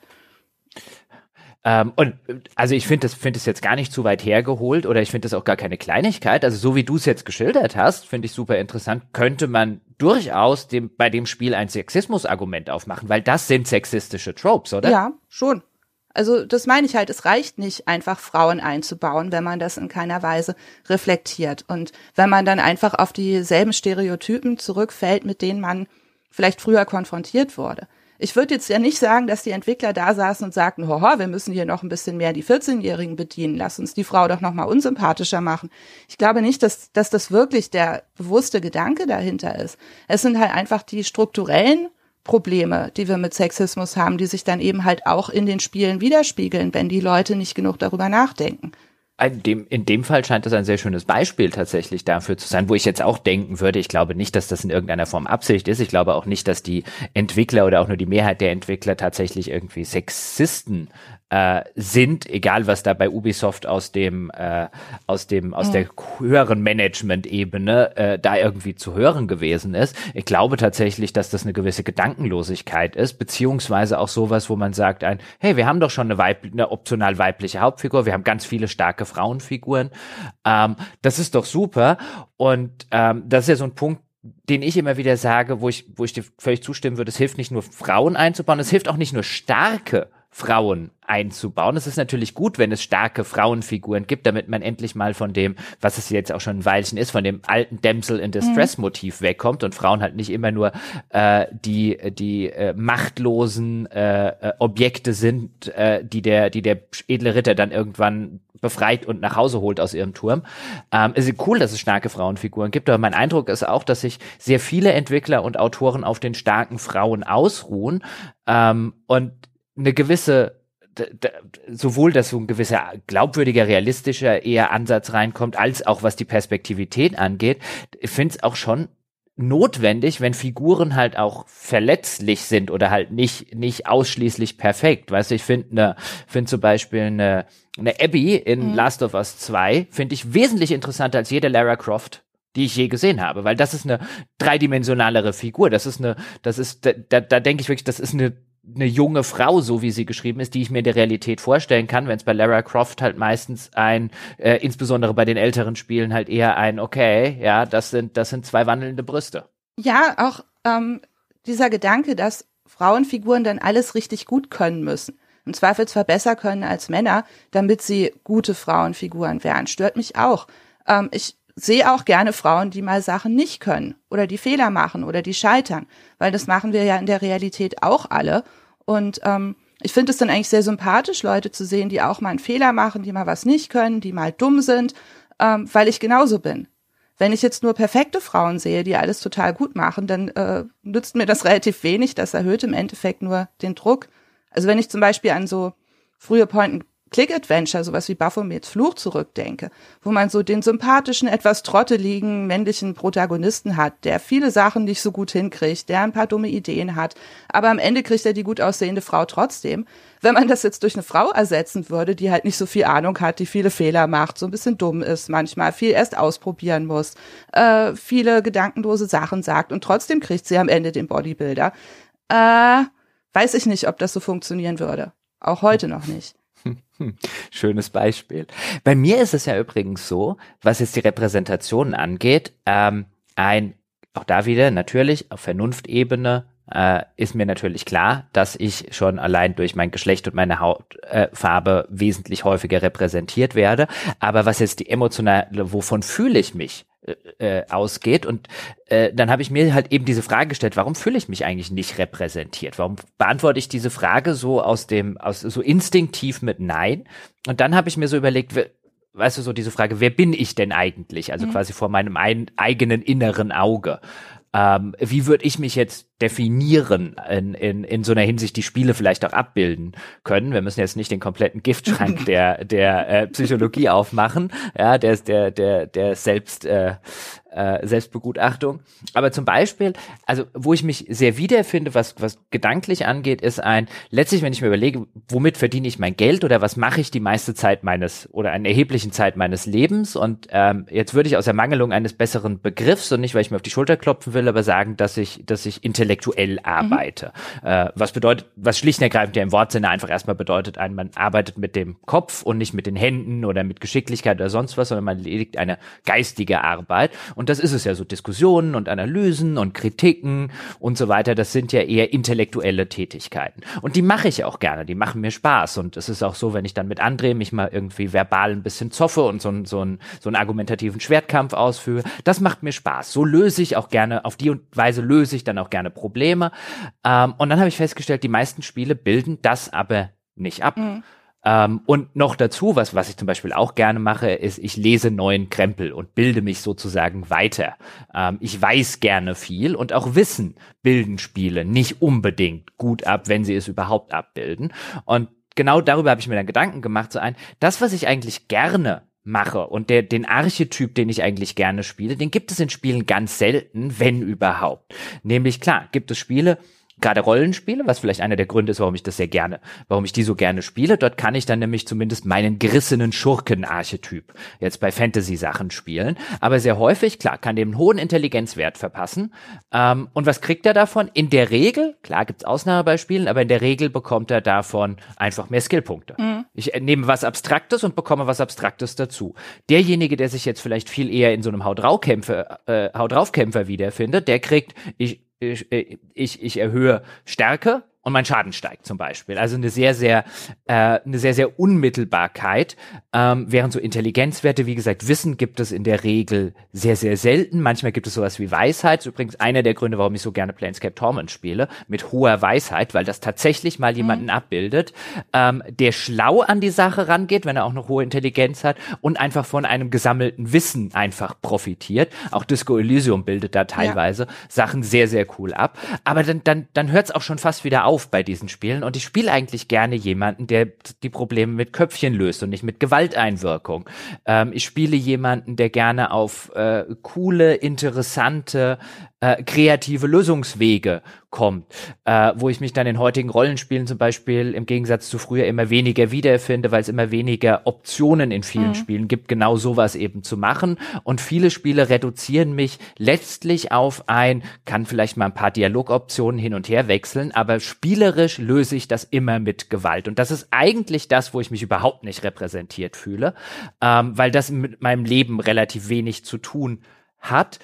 Ähm, und also ich finde das finde es jetzt gar nicht zu weit hergeholt oder ich finde das auch gar keine Kleinigkeit. Also so wie du es jetzt geschildert hast, finde ich super interessant, könnte man durchaus dem bei dem Spiel ein Sexismus-Argument aufmachen, weil das sind sexistische Tropes, oder? Ja, schon. Also das meine ich halt, es reicht nicht, einfach Frauen einzubauen, wenn man das in keiner Weise reflektiert. Und wenn man dann einfach auf dieselben Stereotypen zurückfällt, mit denen man vielleicht früher konfrontiert wurde. Ich würde jetzt ja nicht sagen, dass die Entwickler da saßen und sagten, hoho, wir müssen hier noch ein bisschen mehr die vierzehnjährigen bedienen, lass uns die Frau doch noch mal unsympathischer machen. Ich glaube nicht, dass, dass das wirklich der bewusste Gedanke dahinter ist. Es sind halt einfach die strukturellen Probleme, die wir mit Sexismus haben, die sich dann eben halt auch in den Spielen widerspiegeln, wenn die Leute nicht genug darüber nachdenken. In dem, in dem Fall scheint das ein sehr schönes Beispiel tatsächlich dafür zu sein, wo ich jetzt auch denken würde, ich glaube nicht, dass das in irgendeiner Form Absicht ist. Ich glaube auch nicht, dass die Entwickler oder auch nur die Mehrheit der Entwickler tatsächlich irgendwie Sexisten äh, sind, egal was da bei Ubisoft aus dem äh, aus dem aus mhm. der höheren Management-Ebene äh, da irgendwie zu hören gewesen ist. Ich glaube tatsächlich, dass das eine gewisse Gedankenlosigkeit ist, beziehungsweise auch sowas, wo man sagt, ein, hey, wir haben doch schon eine, Weib- eine optional weibliche Hauptfigur, wir haben ganz viele starke Frauenfiguren, ähm, das ist doch super. Und ähm, das ist ja so ein Punkt, den ich immer wieder sage, wo ich wo ich dir völlig zustimmen würde, es hilft nicht nur Frauen einzubauen, es hilft auch nicht nur starke Frauen einzubauen. Es ist natürlich gut, wenn es starke Frauenfiguren gibt, damit man endlich mal von dem, was es jetzt auch schon ein Weilchen ist, von dem alten Damsel in Distress Motiv mhm. wegkommt und Frauen halt nicht immer nur äh, die die äh, machtlosen äh, äh, Objekte sind, äh, die der die der edle Ritter dann irgendwann befreit und nach Hause holt aus ihrem Turm. Ähm, es ist cool, dass es starke Frauenfiguren gibt, aber mein Eindruck ist auch, dass sich sehr viele Entwickler und Autoren auf den starken Frauen ausruhen ähm, und eine gewisse, d- d- sowohl, dass so ein gewisser glaubwürdiger, realistischer eher Ansatz reinkommt, als auch was die Perspektivität angeht. Ich finde es auch schon notwendig, wenn Figuren halt auch verletzlich sind oder halt nicht nicht ausschließlich perfekt. Weißt du, ich finde ne, finde zum Beispiel eine eine Abby in mhm. Last of Us zwei finde ich wesentlich interessanter als jede Lara Croft, die ich je gesehen habe, weil das ist eine dreidimensionalere Figur. Das ist eine, das ist, da, da, da denke ich wirklich, das ist eine eine junge Frau, so wie sie geschrieben ist, die ich mir in der Realität vorstellen kann, wenn es bei Lara Croft halt meistens ein, äh, insbesondere bei den älteren Spielen halt eher ein, okay, ja, das sind das sind zwei wandelnde Brüste. Ja, auch ähm, dieser Gedanke, dass Frauenfiguren dann alles richtig gut können müssen. im Zweifelsfall besser können als Männer, damit sie gute Frauenfiguren wären. Stört mich auch. Ähm, ich sehe auch gerne Frauen, die mal Sachen nicht können oder die Fehler machen oder die scheitern, weil das machen wir ja in der Realität auch alle. Und ähm, ich finde es dann eigentlich sehr sympathisch, Leute zu sehen, die auch mal einen Fehler machen, die mal was nicht können, die mal dumm sind, ähm, weil ich genauso bin. Wenn ich jetzt nur perfekte Frauen sehe, die alles total gut machen, dann äh, nützt mir das relativ wenig. Das erhöht im Endeffekt nur den Druck. Also wenn ich zum Beispiel an so frühe Point-and-Click-Adventure, sowas wie Baphomets Fluch zurückdenke, wo man so den sympathischen, etwas trotteligen männlichen Protagonisten hat, der viele Sachen nicht so gut hinkriegt, der ein paar dumme Ideen hat, aber am Ende kriegt er die gut aussehende Frau trotzdem. Wenn man das jetzt durch eine Frau ersetzen würde, die halt nicht so viel Ahnung hat, die viele Fehler macht, so ein bisschen dumm ist manchmal, viel erst ausprobieren muss, äh, viele gedankenlose Sachen sagt und trotzdem kriegt sie am Ende den Bodybuilder, äh, weiß ich nicht, ob das so funktionieren würde. Auch heute noch nicht. Schönes Beispiel. Bei mir ist es ja übrigens so, was jetzt die Repräsentation angeht, ähm, ein, auch da wieder natürlich auf Vernunftebene, äh, ist mir natürlich klar, dass ich schon allein durch mein Geschlecht und meine Hautfarbe äh, wesentlich häufiger repräsentiert werde. Aber was jetzt die emotionale, wovon fühle ich mich, äh, ausgeht. Und äh, dann habe ich mir halt eben diese Frage gestellt, warum fühle ich mich eigentlich nicht repräsentiert? Warum beantworte ich diese Frage so aus dem, aus so instinktiv mit Nein? Und dann habe ich mir so überlegt, weißt du, so diese Frage, wer bin ich denn eigentlich? Also mhm. quasi vor meinem ein, eigenen inneren Auge. Ähm, wie würde ich mich jetzt definieren in, in, in so einer Hinsicht, die Spiele vielleicht auch abbilden können? Wir müssen jetzt nicht den kompletten Giftschrank der, der äh, Psychologie aufmachen, ja, der, der, der, der Selbst, äh, äh, Selbstbegutachtung. Aber zum Beispiel, also wo ich mich sehr wiederfinde, was, was gedanklich angeht, ist ein, letztlich, wenn ich mir überlege, womit verdiene ich mein Geld oder was mache ich die meiste Zeit meines oder einen erheblichen Zeit meines Lebens? Und ähm, jetzt würde ich aus Ermangelung eines besseren Begriffs und nicht, weil ich mir auf die Schulter klopfen will, aber sagen, dass ich, dass ich intellektuell arbeite. Mhm. Äh, was bedeutet, was schlicht und ergreifend ja im Wortsinne einfach erstmal bedeutet, ein, man arbeitet mit dem Kopf und nicht mit den Händen oder mit Geschicklichkeit oder sonst was, sondern man erledigt eine geistige Arbeit. Und das ist es ja so, Diskussionen und Analysen und Kritiken und so weiter, das sind ja eher intellektuelle Tätigkeiten. Und die mache ich auch gerne, die machen mir Spaß. Und es ist auch so, wenn ich dann mit André mich mal irgendwie verbal ein bisschen zoffe und so, ein, so, ein, so einen argumentativen Schwertkampf ausführe, das macht mir Spaß. So löse ich auch gerne, auf die Weise löse ich dann auch gerne Probleme. Ähm, und dann habe ich festgestellt, die meisten Spiele bilden das aber nicht ab. Mhm. Ähm, und noch dazu, was, was ich zum Beispiel auch gerne mache, ist, ich lese neuen Krempel und bilde mich sozusagen weiter. Ähm, ich weiß gerne viel und auch Wissen bilden Spiele nicht unbedingt gut ab, wenn sie es überhaupt abbilden. Und genau darüber habe ich mir dann Gedanken gemacht, so ein, das, was ich eigentlich gerne mache und der, den Archetyp, den ich eigentlich gerne spiele, den gibt es in Spielen ganz selten, wenn überhaupt. Nämlich, klar, gibt es Spiele, gerade Rollenspiele, was vielleicht einer der Gründe ist, warum ich das sehr gerne, warum ich die so gerne spiele. Dort kann ich dann nämlich zumindest meinen gerissenen Schurken-Archetyp jetzt bei Fantasy-Sachen spielen. Aber sehr häufig, klar, kann dem einen hohen Intelligenzwert verpassen. Ähm, und was kriegt er davon? In der Regel, klar gibt's Ausnahmebeispielen, aber in der Regel bekommt er davon einfach mehr Skillpunkte. Mhm. Ich nehme was Abstraktes und bekomme was Abstraktes dazu. Derjenige, der sich jetzt vielleicht viel eher in so einem Haut-drauf-Kämpfer, äh, Haut-drauf-Kämpfer wiederfindet, der kriegt, ich Ich, ich, ich erhöhe Stärke und mein Schaden steigt zum Beispiel. Also eine sehr, sehr, äh, eine sehr, sehr Unmittelbarkeit. Ähm, während so Intelligenzwerte, wie gesagt, Wissen gibt es in der Regel sehr, sehr selten. Manchmal gibt es sowas wie Weisheit. Das ist übrigens einer der Gründe, warum ich so gerne Planescape Torment spiele, mit hoher Weisheit, weil das tatsächlich mal jemanden mhm. abbildet, ähm, der schlau an die Sache rangeht, wenn er auch noch hohe Intelligenz hat und einfach von einem gesammelten Wissen einfach profitiert. Auch Disco Elysium bildet da teilweise ja. Sachen sehr, sehr cool ab. Aber dann, dann, dann hört es auch schon fast wieder auf bei diesen Spielen und ich spiele eigentlich gerne jemanden, der die Probleme mit Köpfchen löst und nicht mit Gewalteinwirkung. Ähm, ich spiele jemanden, der gerne auf äh, coole, interessante, äh, kreative Lösungswege kommt, äh, wo ich mich dann in heutigen Rollenspielen zum Beispiel im Gegensatz zu früher immer weniger wiederfinde, weil es immer weniger Optionen in vielen mhm. Spielen gibt, genau sowas eben zu machen. Und viele Spiele reduzieren mich letztlich auf ein, kann vielleicht mal ein paar Dialogoptionen hin und her wechseln, aber spielerisch löse ich das immer mit Gewalt. Und das ist eigentlich das, wo ich mich überhaupt nicht repräsentiert fühle, ähm, weil das mit meinem Leben relativ wenig zu tun hat.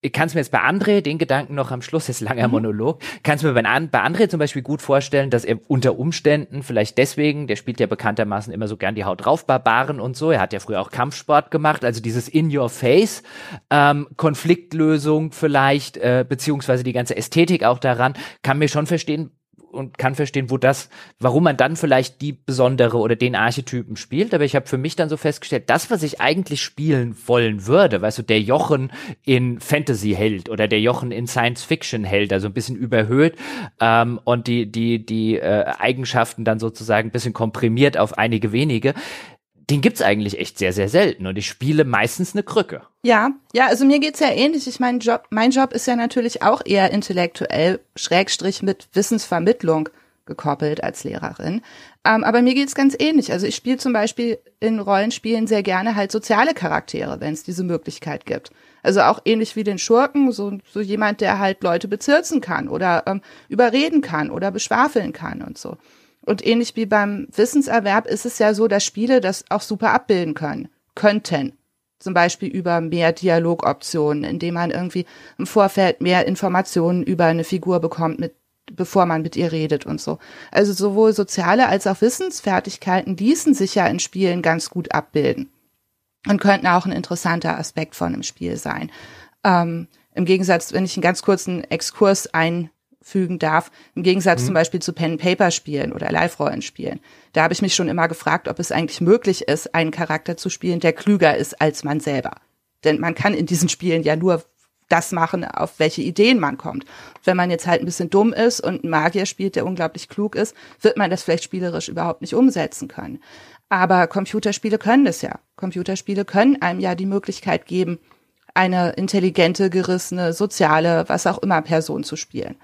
ich kann es mir jetzt bei André, den Gedanken noch am Schluss, ist langer Monolog, kann es mir bei, bei André zum Beispiel gut vorstellen, dass er unter Umständen, vielleicht deswegen, der spielt ja bekanntermaßen immer so gern die Haut drauf Barbaren und so, er hat ja früher auch Kampfsport gemacht, also dieses In-Your-Face, ähm, Konfliktlösung vielleicht, äh, beziehungsweise die ganze Ästhetik auch daran, kann mir schon verstehen, und kann verstehen, wo das, warum man dann vielleicht die besondere oder den Archetypen spielt, aber ich habe für mich dann so festgestellt, das, was ich eigentlich spielen wollen würde, weißt du, der Jochen in Fantasy-Held oder der Jochen in Science-Fiction-Held, also ein bisschen überhöht ähm, und die die die äh, Eigenschaften dann sozusagen ein bisschen komprimiert auf einige wenige, den gibt's eigentlich echt sehr, sehr selten und ich spiele meistens eine Krücke. Ja, ja, also mir geht's ja ähnlich. Ich mein Job, mein Job ist ja natürlich auch eher intellektuell, Schrägstrich mit Wissensvermittlung gekoppelt als Lehrerin. Ähm, aber mir geht's ganz ähnlich. Also ich spiele zum Beispiel in Rollenspielen sehr gerne halt soziale Charaktere, wenn es diese Möglichkeit gibt. Also auch ähnlich wie den Schurken, so, so jemand, der halt Leute bezirzen kann oder ähm, überreden kann oder beschwafeln kann und so. Und ähnlich wie beim Wissenserwerb ist es ja so, dass Spiele das auch super abbilden können, könnten. Zum Beispiel über mehr Dialogoptionen, indem man irgendwie im Vorfeld mehr Informationen über eine Figur bekommt, mit, bevor man mit ihr redet und so. Also sowohl soziale als auch Wissensfertigkeiten ließen sich ja in Spielen ganz gut abbilden und könnten auch ein interessanter Aspekt von einem Spiel sein. Ähm, im Gegensatz, wenn ich einen ganz kurzen Exkurs ein fügen darf, im Gegensatz mhm. zum Beispiel zu Pen-and-Paper-Spielen oder Live-Rollenspielen. Da habe ich mich schon immer gefragt, ob es eigentlich möglich ist, einen Charakter zu spielen, der klüger ist als man selber. Denn man kann in diesen Spielen ja nur das machen, auf welche Ideen man kommt. Wenn man jetzt halt ein bisschen dumm ist und einen Magier spielt, der unglaublich klug ist, wird man das vielleicht spielerisch überhaupt nicht umsetzen können. Aber Computerspiele können das ja. Computerspiele können einem ja die Möglichkeit geben, eine intelligente, gerissene, soziale, was auch immer Person zu spielen.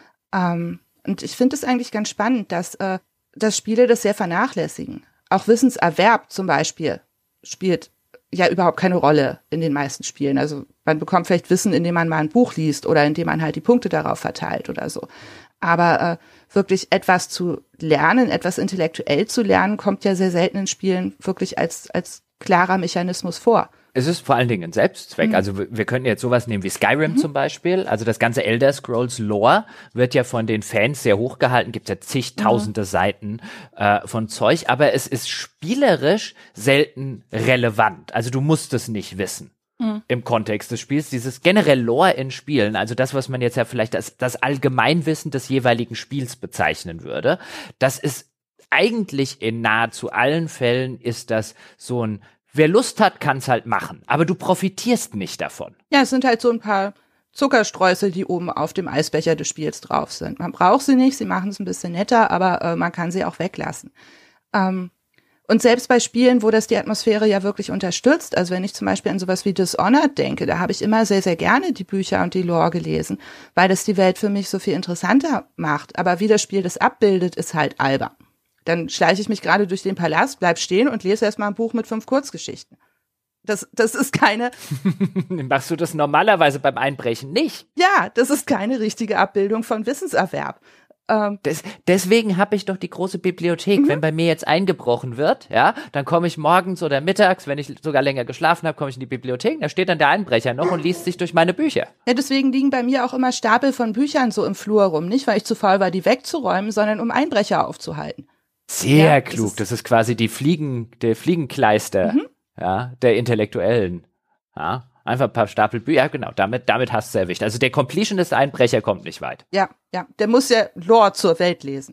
Um, und ich finde es eigentlich ganz spannend, dass, äh, dass Spiele das sehr vernachlässigen. Auch Wissenserwerb zum Beispiel spielt ja überhaupt keine Rolle in den meisten Spielen. Also man bekommt vielleicht Wissen, indem man mal ein Buch liest oder indem man halt die Punkte darauf verteilt oder so. Aber äh, wirklich etwas zu lernen, etwas intellektuell zu lernen, kommt ja sehr selten in Spielen wirklich als, als klarer Mechanismus vor. Es ist vor allen Dingen ein Selbstzweck. Mhm. Also wir, wir könnten jetzt sowas nehmen wie Skyrim mhm. zum Beispiel. Also das ganze Elder Scrolls Lore wird ja von den Fans sehr hochgehalten. Gibt ja zigtausende mhm. Seiten äh, von Zeug. Aber es ist spielerisch selten relevant. Also du musst es nicht wissen. Mhm. Im Kontext des Spiels. Dieses generell Lore in Spielen, also das, was man jetzt ja vielleicht als das Allgemeinwissen des jeweiligen Spiels bezeichnen würde, das ist eigentlich in nahezu allen Fällen ist das so ein wer Lust hat, kann's halt machen. Aber du profitierst nicht davon. Ja, es sind halt so ein paar Zuckerstreusel, die oben auf dem Eisbecher des Spiels drauf sind. Man braucht sie nicht, sie machen es ein bisschen netter, aber äh, man kann sie auch weglassen. Ähm, und selbst bei Spielen, wo das die Atmosphäre ja wirklich unterstützt, also wenn ich zum Beispiel an sowas wie Dishonored denke, da habe ich immer sehr, sehr gerne die Bücher und die Lore gelesen, weil das die Welt für mich so viel interessanter macht. Aber wie das Spiel das abbildet, ist halt albern. Dann schleiche ich mich gerade durch den Palast, bleib stehen und lese erstmal ein Buch mit fünf Kurzgeschichten. Das, das ist keine... Machst du das normalerweise beim Einbrechen nicht? Ja, das ist keine richtige Abbildung von Wissenserwerb. Ähm, Des, deswegen habe ich doch die große Bibliothek. Mhm. Wenn bei mir jetzt eingebrochen wird, ja, dann komme ich morgens oder mittags, wenn ich sogar länger geschlafen habe, komme ich in die Bibliothek, da steht dann der Einbrecher noch und liest sich durch meine Bücher. Ja, deswegen liegen bei mir auch immer Stapel von Büchern so im Flur rum. Nicht, weil ich zu faul war, die wegzuräumen, sondern um Einbrecher aufzuhalten. Sehr ja, klug. Das ist, das ist quasi die Fliegen, der Fliegenkleister, mhm. ja, der Intellektuellen. Ja, einfach ein paar Stapel Bücher. Ja, genau. Damit, damit hast du es erwischt. Also der Completionist-Einbrecher kommt nicht weit. Ja, ja. Der muss ja Lore zur Welt lesen.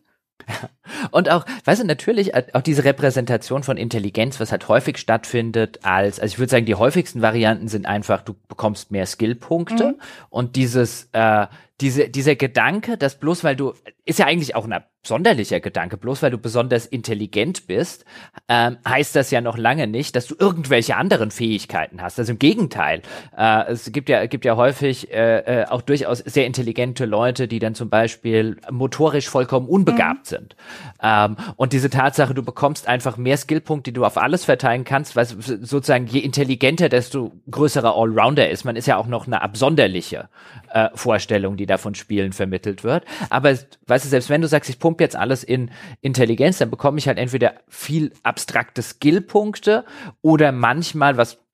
Und auch, weißt du, natürlich auch diese Repräsentation von Intelligenz, was halt häufig stattfindet als, also ich würde sagen, die häufigsten Varianten sind einfach, du bekommst mehr Skillpunkte mhm. und dieses, äh, diese, dieser Gedanke, dass bloß weil du, ist ja eigentlich auch ein absonderlicher Gedanke, bloß weil du besonders intelligent bist, ähm, heißt das ja noch lange nicht, dass du irgendwelche anderen Fähigkeiten hast. Also im Gegenteil. Äh, es gibt ja, gibt ja häufig äh, auch durchaus sehr intelligente Leute, die dann zum Beispiel motorisch vollkommen unbegabt mhm. sind. Ähm, und diese Tatsache, du bekommst einfach mehr Skillpunkte, die du auf alles verteilen kannst, weil sozusagen je intelligenter, desto größerer Allrounder ist. Man ist ja auch noch eine absonderliche äh, Vorstellung, die da von Spielen vermittelt wird. Aber weißt du, selbst wenn du sagst, ich pumpe jetzt alles in Intelligenz, dann bekomme ich halt entweder viel abstrakte Skillpunkte oder manchmal, was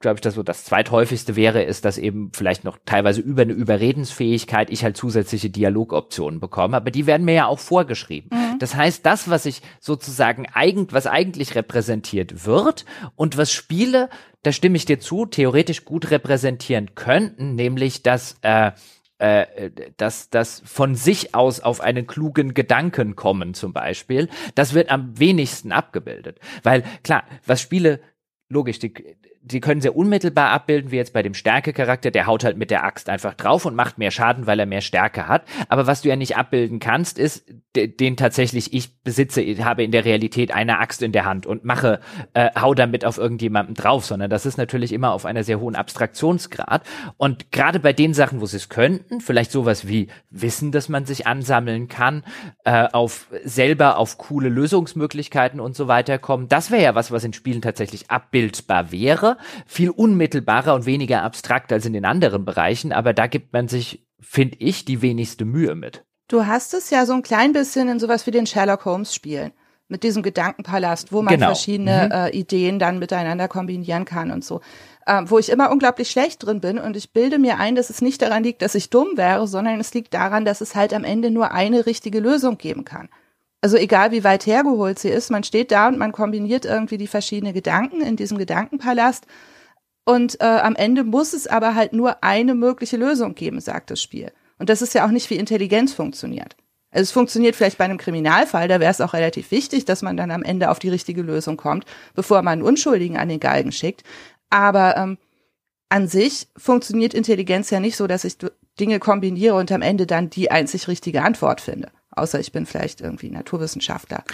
glaube ich, das so das zweithäufigste wäre, ist, dass eben vielleicht noch teilweise über eine Überredensfähigkeit ich halt zusätzliche Dialogoptionen bekomme, aber die werden mir ja auch vorgeschrieben. Mhm. Das heißt, das, was ich sozusagen eigentlich, was eigentlich repräsentiert wird und was Spiele, da stimme ich dir zu, theoretisch gut repräsentieren könnten, nämlich, dass äh, äh, dass das von sich aus auf einen klugen Gedanken kommen zum Beispiel, das wird am wenigsten abgebildet. Weil klar, was Spiele, logisch, die die können sehr unmittelbar abbilden, wie jetzt bei dem Stärke-Charakter, der haut halt mit der Axt einfach drauf und macht mehr Schaden, weil er mehr Stärke hat. Aber was du ja nicht abbilden kannst, ist, den tatsächlich ich besitze, ich habe in der Realität eine Axt in der Hand und mache, äh, hau damit auf irgendjemanden drauf, sondern das ist natürlich immer auf einer sehr hohen Abstraktionsgrad. Und gerade bei den Sachen, wo sie es könnten, vielleicht sowas wie Wissen, das man sich ansammeln kann, äh, auf selber auf coole Lösungsmöglichkeiten und so weiter kommen, das wäre ja was, was in Spielen tatsächlich abbildbar wäre. Viel unmittelbarer und weniger abstrakt als in den anderen Bereichen, aber da gibt man sich, finde ich, die wenigste Mühe mit. Du hast es ja so ein klein bisschen in sowas wie den Sherlock Holmes Spielen, mit diesem Gedankenpalast, wo man genau. verschiedene mhm. äh, Ideen dann miteinander kombinieren kann und so. Ähm, wo ich immer unglaublich schlecht drin bin und ich bilde mir ein, dass es nicht daran liegt, dass ich dumm wäre, sondern es liegt daran, dass es halt am Ende nur eine richtige Lösung geben kann. Also egal wie weit hergeholt sie ist, man steht da und man kombiniert irgendwie die verschiedenen Gedanken in diesem Gedankenpalast und äh, am Ende muss es aber halt nur eine mögliche Lösung geben, sagt das Spiel. Und das ist ja auch nicht, wie Intelligenz funktioniert. Also es funktioniert vielleicht bei einem Kriminalfall, da wäre es auch relativ wichtig, dass man dann am Ende auf die richtige Lösung kommt, bevor man einen Unschuldigen an den Galgen schickt. Aber ähm, an sich funktioniert Intelligenz ja nicht so, dass ich Dinge kombiniere und am Ende dann die einzig richtige Antwort finde. Außer ich bin vielleicht irgendwie Naturwissenschaftler.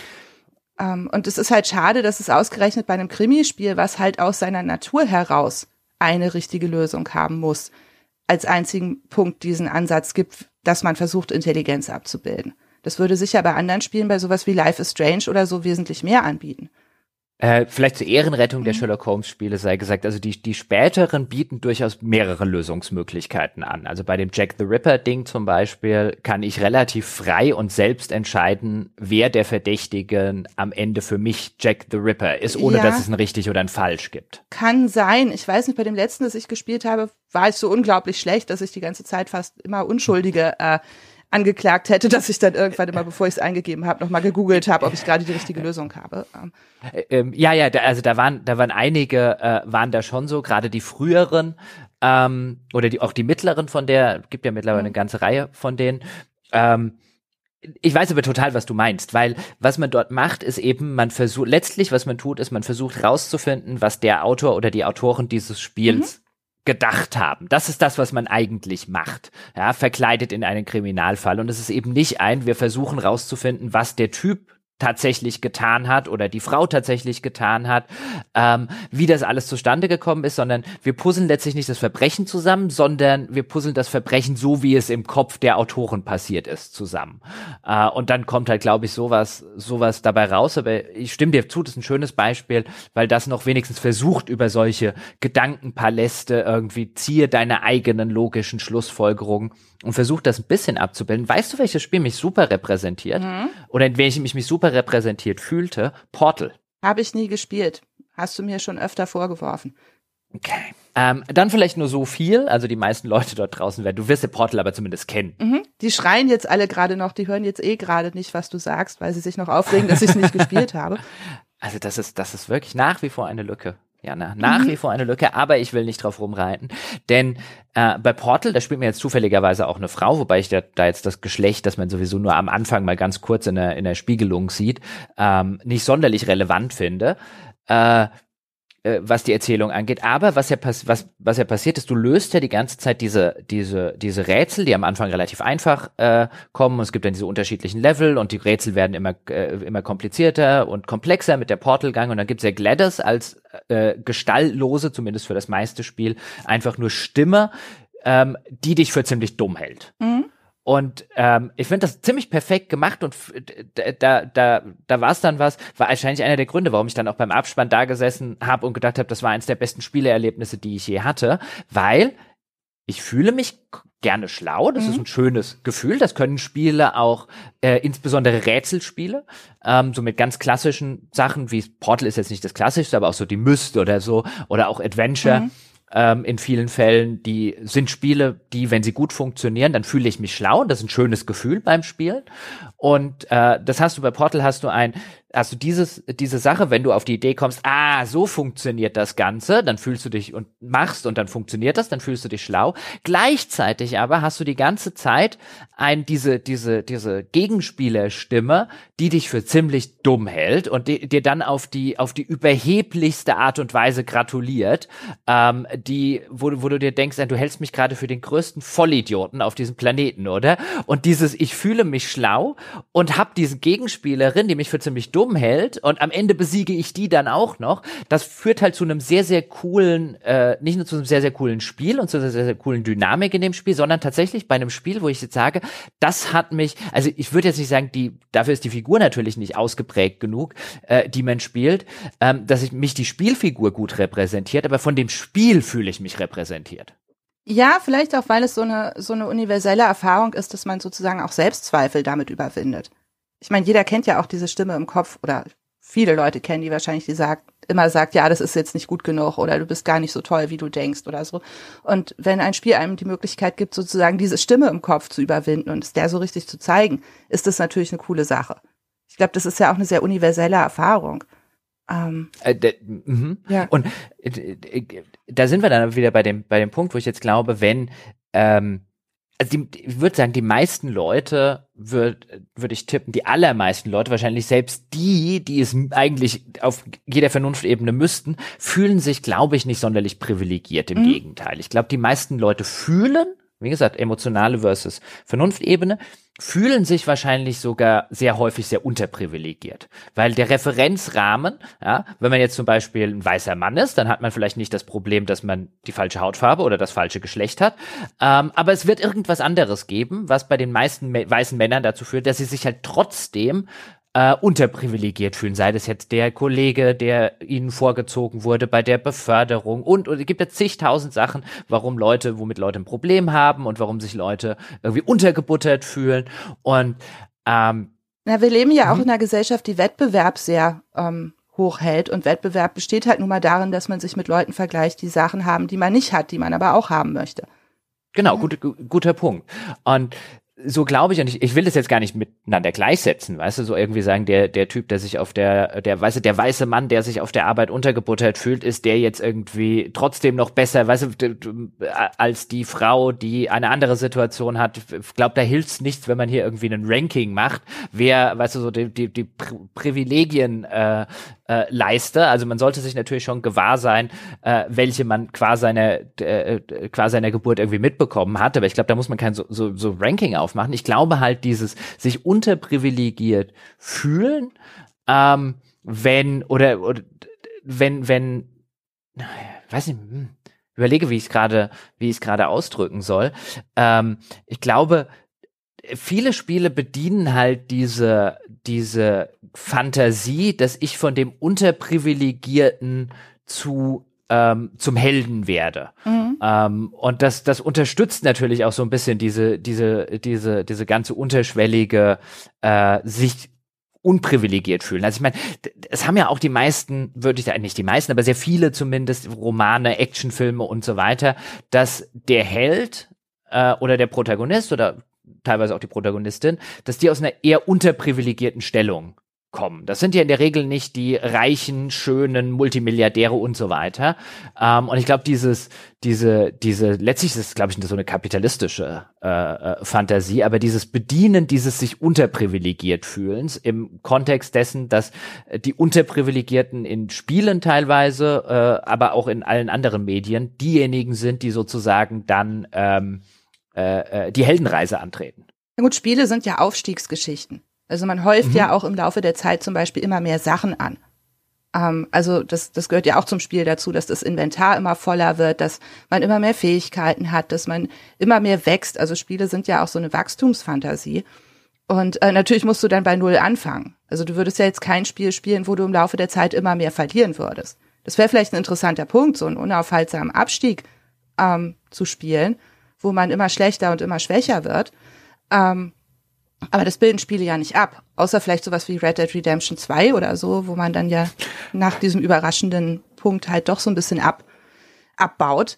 Um, und es ist halt schade, dass es ausgerechnet bei einem Krimispiel, was halt aus seiner Natur heraus eine richtige Lösung haben muss, als einzigen Punkt diesen Ansatz gibt, dass man versucht, Intelligenz abzubilden. Das würde sicher bei anderen Spielen, bei sowas wie Life is Strange oder so, wesentlich mehr anbieten. Äh, vielleicht zur Ehrenrettung der Sherlock Holmes Spiele sei gesagt, also die die späteren bieten durchaus mehrere Lösungsmöglichkeiten an. Also bei dem Jack the Ripper Ding zum Beispiel kann ich relativ frei und selbst entscheiden, wer der Verdächtige am Ende für mich Jack the Ripper ist, ohne ja, dass es ein richtig oder ein falsch gibt. Kann sein. Ich weiß nicht, bei dem letzten, das ich gespielt habe, war es so unglaublich schlecht, dass ich die ganze Zeit fast immer Unschuldige äh, angeklagt hätte, dass ich dann irgendwann immer, bevor ich es eingegeben habe, nochmal gegoogelt habe, ob ich gerade die richtige Lösung habe. Ähm, ja, ja, da, also da waren, da waren einige, äh, waren da schon so, gerade die früheren ähm, oder die auch die mittleren von der, gibt ja mittlerweile mhm. eine ganze Reihe von denen. Ähm, ich weiß aber total, was du meinst, weil was man dort macht, ist eben, man versucht, letztlich, was man tut, ist, man versucht rauszufinden, was der Autor oder die Autoren dieses Spiels mhm. gedacht haben. Das ist das, was man eigentlich macht, ja, verkleidet in einen Kriminalfall. Und es ist eben nicht ein, wir versuchen rauszufinden, was der Typ tatsächlich getan hat oder die Frau tatsächlich getan hat, ähm, wie das alles zustande gekommen ist, sondern wir puzzeln letztlich nicht das Verbrechen zusammen, sondern wir puzzeln das Verbrechen so, wie es im Kopf der Autoren passiert ist, zusammen. Äh, und dann kommt halt, glaube ich, sowas, sowas dabei raus. Aber ich stimme dir zu, das ist ein schönes Beispiel, weil das noch wenigstens versucht, über solche Gedankenpaläste irgendwie, ziehe deine eigenen logischen Schlussfolgerungen und versucht das ein bisschen abzubilden. Weißt du, welches Spiel mich super repräsentiert? Mhm. Oder in welchem ich mich super repräsentiert fühlte? Portal. Habe ich nie gespielt. Hast du mir schon öfter vorgeworfen. Okay. Ähm, dann vielleicht nur so viel, also die meisten Leute dort draußen werden, du wirst den Portal aber zumindest kennen. Mhm. Die schreien jetzt alle gerade noch, die hören jetzt eh gerade nicht, was du sagst, weil sie sich noch aufregen, dass ich es nicht gespielt habe. Also das ist, das ist wirklich nach wie vor eine Lücke. Ja, na, nach mhm. wie vor eine Lücke, aber ich will nicht drauf rumreiten, denn äh, bei Portal, da spielt mir jetzt zufälligerweise auch eine Frau, wobei ich da, da jetzt das Geschlecht, das man sowieso nur am Anfang mal ganz kurz in der, in der Spiegelung sieht, ähm, nicht sonderlich relevant finde, äh, äh, was die Erzählung angeht. Aber was ja, pass- was, was ja passiert ist, du löst ja die ganze Zeit diese, diese, diese Rätsel, die am Anfang relativ einfach äh, kommen. Und es gibt dann diese unterschiedlichen Level und die Rätsel werden immer, äh, immer komplizierter und komplexer mit der Portalgang. Und dann gibt's ja GLaDOS als äh, gestaltlose, zumindest für das meiste Spiel, einfach nur Stimme, ähm, die dich für ziemlich dumm hält. Mhm. Und ähm, ich finde das ziemlich perfekt gemacht und f- da da da war es dann was, war wahrscheinlich einer der Gründe, warum ich dann auch beim Abspann da gesessen habe und gedacht habe, das war eins der besten Spieleerlebnisse, die ich je hatte, weil ich fühle mich gerne schlau, das mhm. ist ein schönes Gefühl, das können Spiele auch, äh, insbesondere Rätselspiele, ähm, so mit ganz klassischen Sachen, wie Portal ist jetzt nicht das Klassischste, aber auch so die Myst oder so, oder auch Adventure, mhm. ähm, in vielen Fällen, die sind Spiele, die, wenn sie gut funktionieren, dann fühle ich mich schlau, das ist ein schönes Gefühl beim Spielen und äh, das hast du bei Portal, hast du ein Also dieses, diese Sache, wenn du auf die Idee kommst, ah, so funktioniert das Ganze, dann fühlst du dich und machst und dann funktioniert das, dann fühlst du dich schlau. Gleichzeitig aber hast du die ganze Zeit ein, diese, diese, diese Gegenspielerstimme, die dich für ziemlich dumm hält und die, dir dann auf die, auf die überheblichste Art und Weise gratuliert, ähm, die, wo, wo du dir denkst, du hältst mich gerade für den größten Vollidioten auf diesem Planeten, oder? Und dieses, ich fühle mich schlau und hab diese Gegenspielerin, die mich für ziemlich dumm hält und am Ende besiege ich die dann auch noch. Das führt halt zu einem sehr, sehr coolen, äh, nicht nur zu einem sehr, sehr coolen Spiel und zu einer sehr, sehr coolen Dynamik in dem Spiel, sondern tatsächlich bei einem Spiel, wo ich jetzt sage, das hat mich, also ich würde jetzt nicht sagen, die, dafür ist die Figur natürlich nicht ausgeprägt genug, äh, die man spielt, ähm, dass ich mich die Spielfigur gut repräsentiert, aber von dem Spiel fühle ich mich repräsentiert. Ja, vielleicht auch, weil es so eine, so eine universelle Erfahrung ist, dass man sozusagen auch Selbstzweifel damit überwindet. Ich meine, jeder kennt ja auch diese Stimme im Kopf oder viele Leute kennen die wahrscheinlich, die sagt, immer sagt, ja, das ist jetzt nicht gut genug oder du bist gar nicht so toll, wie du denkst oder so. Und wenn ein Spiel einem die Möglichkeit gibt, sozusagen diese Stimme im Kopf zu überwinden und es der so richtig zu zeigen, ist das natürlich eine coole Sache. Ich glaube, das ist ja auch eine sehr universelle Erfahrung. Ähm, äh, de, mhm. ja. Und äh, da sind wir dann wieder bei dem, bei dem Punkt, wo ich jetzt glaube, wenn ähm, Also die, ich würde sagen, die meisten Leute, würde würd ich tippen, die allermeisten Leute, wahrscheinlich selbst die, die es eigentlich auf jeder Vernunftebene müssten, fühlen sich, glaube ich, nicht sonderlich privilegiert. Im mhm. Gegenteil. Ich glaube, die meisten Leute fühlen, wie gesagt, emotionale versus Vernunftebene, fühlen sich wahrscheinlich sogar sehr häufig sehr unterprivilegiert. Weil der Referenzrahmen, ja, wenn man jetzt zum Beispiel ein weißer Mann ist, dann hat man vielleicht nicht das Problem, dass man die falsche Hautfarbe oder das falsche Geschlecht hat. Ähm, aber es wird irgendwas anderes geben, was bei den meisten me- weißen Männern dazu führt, dass sie sich halt trotzdem äh, unterprivilegiert fühlen, sei das jetzt der Kollege, der ihnen vorgezogen wurde bei der Beförderung und, und es gibt ja zigtausend Sachen, warum Leute, womit Leute ein Problem haben und warum sich Leute irgendwie untergebuttert fühlen und ähm, Na, wir leben ja auch in einer Gesellschaft, die Wettbewerb sehr ähm, hoch hält und Wettbewerb besteht halt nun mal darin, dass man sich mit Leuten vergleicht, die Sachen haben, die man nicht hat, die man aber auch haben möchte. Genau, ja. gut, gut, guter Punkt. Und so glaube ich, und ich, ich will das jetzt gar nicht miteinander gleichsetzen, weißt du, so irgendwie sagen, der der Typ, der sich auf der, der, weißt du, der weiße Mann, der sich auf der Arbeit untergebuttert fühlt, ist der jetzt irgendwie trotzdem noch besser, weißt du, als die Frau, die eine andere Situation hat. Ich glaube, da hilft's nichts, wenn man hier irgendwie ein Ranking macht, wer, weißt du, so die, die, die Privilegien äh, äh, leiste. Also man sollte sich natürlich schon gewahr sein, äh, welche man qua seiner, äh, qua seiner Geburt irgendwie mitbekommen hat, aber ich glaube, da muss man kein so, so, so Ranking auf machen. Ich glaube halt, dieses sich unterprivilegiert fühlen, ähm, wenn, oder, oder wenn, wenn, weiß nicht, hm, überlege, wie ich es gerade, wie ich es gerade ausdrücken soll. Ähm, ich glaube, viele Spiele bedienen halt diese, diese Fantasie, dass ich von dem Unterprivilegierten zu Ähm, zum Helden werde. Mhm. Ähm, und das, das unterstützt natürlich auch so ein bisschen diese, diese, diese, diese ganze unterschwellige, äh, sich unprivilegiert fühlen. Also ich meine, es haben ja auch die meisten, würde ich sagen, nicht die meisten, aber sehr viele zumindest, Romane, Actionfilme und so weiter, dass der Held äh, oder der Protagonist oder teilweise auch die Protagonistin, dass die aus einer eher unterprivilegierten Stellung kommen. Das sind ja in der Regel nicht die reichen, schönen Multimilliardäre und so weiter. Ähm, und ich glaube, dieses, diese, diese, letztlich ist es, glaube ich, so eine kapitalistische äh, äh, Fantasie, aber dieses Bedienen dieses sich unterprivilegiert fühlens im Kontext dessen, dass die Unterprivilegierten in Spielen teilweise, äh, aber auch in allen anderen Medien diejenigen sind, die sozusagen dann ähm, äh, äh, die Heldenreise antreten. Na gut, Spiele sind ja Aufstiegsgeschichten. Also man häuft mhm. ja auch im Laufe der Zeit zum Beispiel immer mehr Sachen an. Ähm, also das, das gehört ja auch zum Spiel dazu, dass das Inventar immer voller wird, dass man immer mehr Fähigkeiten hat, dass man immer mehr wächst. Also Spiele sind ja auch so eine Wachstumsfantasie. Und äh, natürlich musst du dann bei Null anfangen. Also du würdest ja jetzt kein Spiel spielen, wo du im Laufe der Zeit immer mehr verlieren würdest. Das wäre vielleicht ein interessanter Punkt, so einen unaufhaltsamen Abstieg ähm, zu spielen, wo man immer schlechter und immer schwächer wird. Ähm, aber das bilden Spiele ja nicht ab. Außer vielleicht sowas wie Red Dead Redemption zwei oder so, wo man dann ja nach diesem überraschenden Punkt halt doch so ein bisschen ab, abbaut.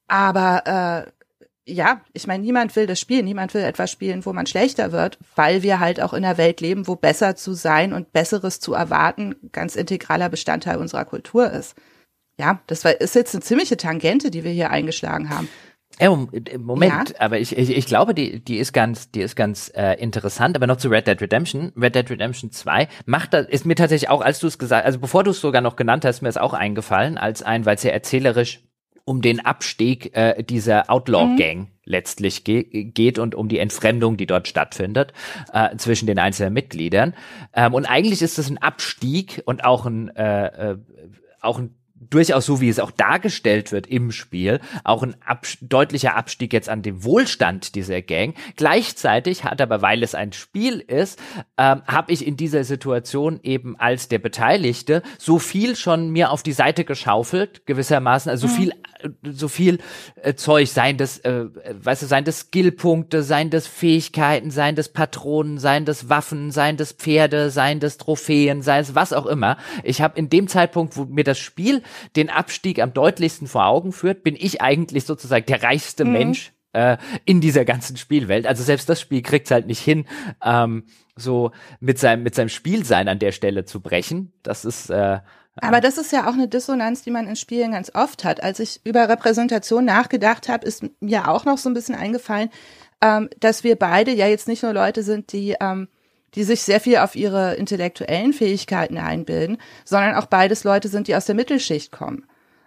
Aber äh, ja, ich meine, niemand will das spielen, niemand will etwas spielen, wo man schlechter wird, weil wir halt auch in einer Welt leben, wo besser zu sein und Besseres zu erwarten ganz integraler Bestandteil unserer Kultur ist. Ja, das war, ist jetzt eine ziemliche Tangente, die wir hier eingeschlagen haben. Äh, Moment, ja? aber ich, ich, ich glaube, die, die ist ganz, die ist ganz äh, interessant. Aber noch zu Red Dead Redemption. Red Dead Redemption zwei macht das, ist mir tatsächlich auch, als du es gesagt, also bevor du es sogar noch genannt hast, mir ist auch eingefallen, als ein, weil es ja erzählerisch um den Abstieg äh, dieser Outlaw-Gang mhm. letztlich ge- geht und um die Entfremdung, die dort stattfindet, äh, zwischen den einzelnen Mitgliedern. Ähm, und eigentlich ist es ein Abstieg und auch ein, äh, äh, auch ein durchaus so, wie es auch dargestellt wird im Spiel, auch ein Abs- deutlicher Abstieg jetzt an dem Wohlstand dieser Gang. Gleichzeitig hat aber, weil es ein Spiel ist, ähm, habe ich in dieser Situation eben als der Beteiligte so viel schon mir auf die Seite geschaufelt, gewissermaßen, also so viel, so viel äh, Zeug, seien das, äh, weißt du, seien das Skillpunkte, seien das Fähigkeiten, seien das Patronen, seien das Waffen, seien das Pferde, seien das Trophäen, sei es was auch immer. Ich habe in dem Zeitpunkt, wo mir das Spiel den Abstieg am deutlichsten vor Augen führt, bin ich eigentlich sozusagen der reichste mhm. Mensch äh, in dieser ganzen Spielwelt. Also selbst das Spiel kriegt's halt nicht hin, ähm, so mit seinem mit seinem Spielsein an der Stelle zu brechen. Das ist äh, Aber das ist ja auch eine Dissonanz, die man in Spielen ganz oft hat. Als ich über Repräsentation nachgedacht habe, ist mir auch noch so ein bisschen eingefallen, ähm, dass wir beide ja jetzt nicht nur Leute sind, die ähm, die sich sehr viel auf ihre intellektuellen Fähigkeiten einbilden, sondern auch beides Leute sind, die aus der Mittelschicht kommen.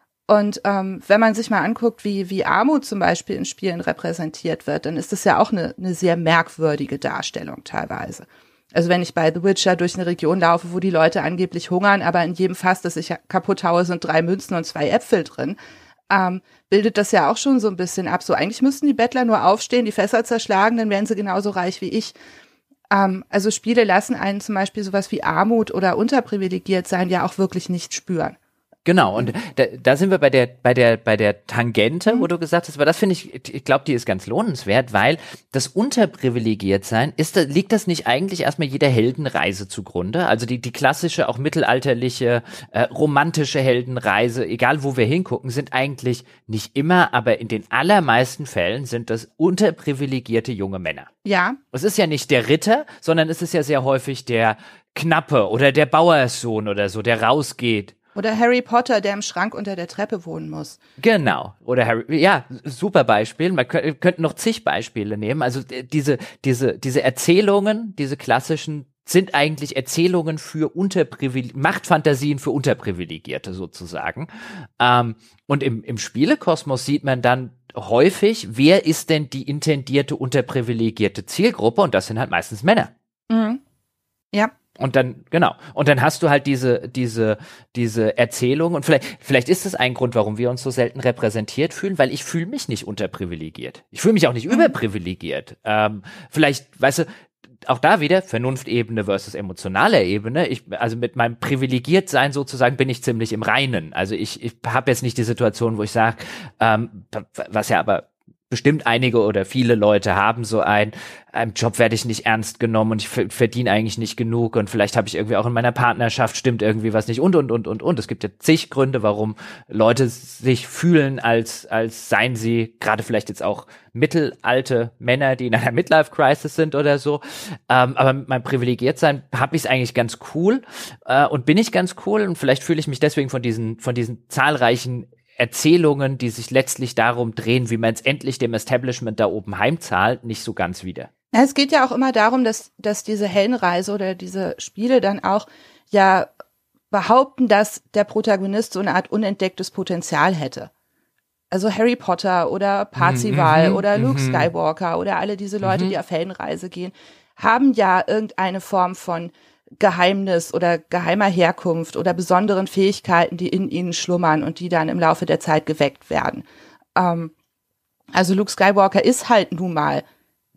Und ähm, wenn man sich mal anguckt, wie wie Armut zum Beispiel in Spielen repräsentiert wird, dann ist das ja auch eine, eine sehr merkwürdige Darstellung teilweise. Also wenn ich bei The Witcher durch eine Region laufe, wo die Leute angeblich hungern, aber in jedem Fass, das ich kaputt haue, sind drei Münzen und zwei Äpfel drin, ähm, bildet das ja auch schon so ein bisschen ab. So eigentlich müssten die Bettler nur aufstehen, die Fässer zerschlagen, dann wären sie genauso reich wie ich. Um, also Spiele lassen einen zum Beispiel sowas wie Armut oder unterprivilegiert sein ja auch wirklich nicht spüren. Genau, und da, da sind wir bei der bei der bei der Tangente, wo du gesagt hast, aber das finde ich, ich glaube, die ist ganz lohnenswert, weil das Unterprivilegiert-Sein, ist da, liegt das nicht eigentlich erstmal jeder Heldenreise zugrunde? Also die die klassische, auch mittelalterliche, äh, romantische Heldenreise, egal wo wir hingucken, sind eigentlich nicht immer, aber in den allermeisten Fällen sind das unterprivilegierte junge Männer. Ja. Es ist ja nicht der Ritter, sondern es ist ja sehr häufig der Knappe oder der Bauerssohn oder so, der rausgeht. Oder Harry Potter, der im Schrank unter der Treppe wohnen muss. Genau. Oder Harry, ja, super Beispiel. Man könnte, könnte noch zig Beispiele nehmen. Also diese, diese, diese Erzählungen, diese klassischen, sind eigentlich Erzählungen für Unterprivilegierte, Machtfantasien für Unterprivilegierte sozusagen. Ähm, und im, im Spielekosmos sieht man dann häufig, wer ist denn die intendierte unterprivilegierte Zielgruppe? Und das sind halt meistens Männer. Mhm. Ja. Und dann, genau. Und dann hast du halt diese, diese, diese Erzählung. Und vielleicht, vielleicht ist das ein Grund, warum wir uns so selten repräsentiert fühlen, weil ich fühle mich nicht unterprivilegiert. Ich fühle mich auch nicht mhm. überprivilegiert. Ähm, vielleicht, weißt du, auch da wieder Vernunftebene versus emotionaler Ebene. Ich, also mit meinem Privilegiertsein sozusagen bin ich ziemlich im Reinen. Also ich, ich habe jetzt nicht die Situation, wo ich sage, ähm, was ja aber bestimmt einige oder viele Leute haben so ein, im Job werde ich nicht ernst genommen und ich verdiene eigentlich nicht genug und vielleicht habe ich irgendwie auch in meiner Partnerschaft stimmt irgendwie was nicht und, und, und, und, und. Es gibt ja zig Gründe, warum Leute sich fühlen, als, als seien sie gerade vielleicht jetzt auch mittelalte Männer, die in einer Midlife-Crisis sind oder so. Ähm, aber mit meinem Privilegiertsein habe ich es eigentlich ganz cool äh, und bin ich ganz cool und vielleicht fühle ich mich deswegen von diesen, von diesen zahlreichen Erzählungen, die sich letztlich darum drehen, wie man es endlich dem Establishment da oben heimzahlt, nicht so ganz wieder. Ja, es geht ja auch immer darum, dass, dass diese Heldenreise oder diese Spiele dann auch ja behaupten, dass der Protagonist so eine Art unentdecktes Potenzial hätte. Also Harry Potter oder Parzival mhm, oder Luke mhm. Skywalker oder alle diese Leute, mhm. die auf Heldenreise gehen, haben ja irgendeine Form von Geheimnis oder geheimer Herkunft oder besonderen Fähigkeiten, die in ihnen schlummern und die dann im Laufe der Zeit geweckt werden. Ähm, also Luke Skywalker ist halt nun mal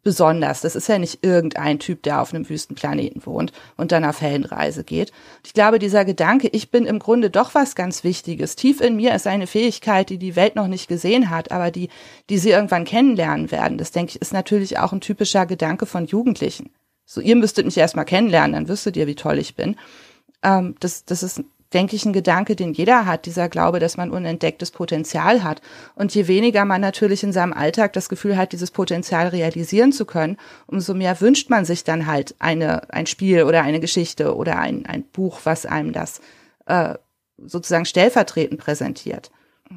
besonders. Das ist ja nicht irgendein Typ, der auf einem Wüstenplaneten wohnt und dann auf Heldenreise geht. Ich glaube, dieser Gedanke, ich bin im Grunde doch was ganz Wichtiges. Tief in mir ist eine Fähigkeit, die die Welt noch nicht gesehen hat, aber die, die sie irgendwann kennenlernen werden. Das, denke ich, ist natürlich auch ein typischer Gedanke von Jugendlichen. So, ihr müsstet mich erstmal kennenlernen, dann wüsstet ihr, wie toll ich bin. Ähm, das, das ist, denke ich, ein Gedanke, den jeder hat, dieser Glaube, dass man unentdecktes Potenzial hat. Und je weniger man natürlich in seinem Alltag das Gefühl hat, dieses Potenzial realisieren zu können, umso mehr wünscht man sich dann halt eine, ein Spiel oder eine Geschichte oder ein, ein Buch, was einem das äh, sozusagen stellvertretend präsentiert.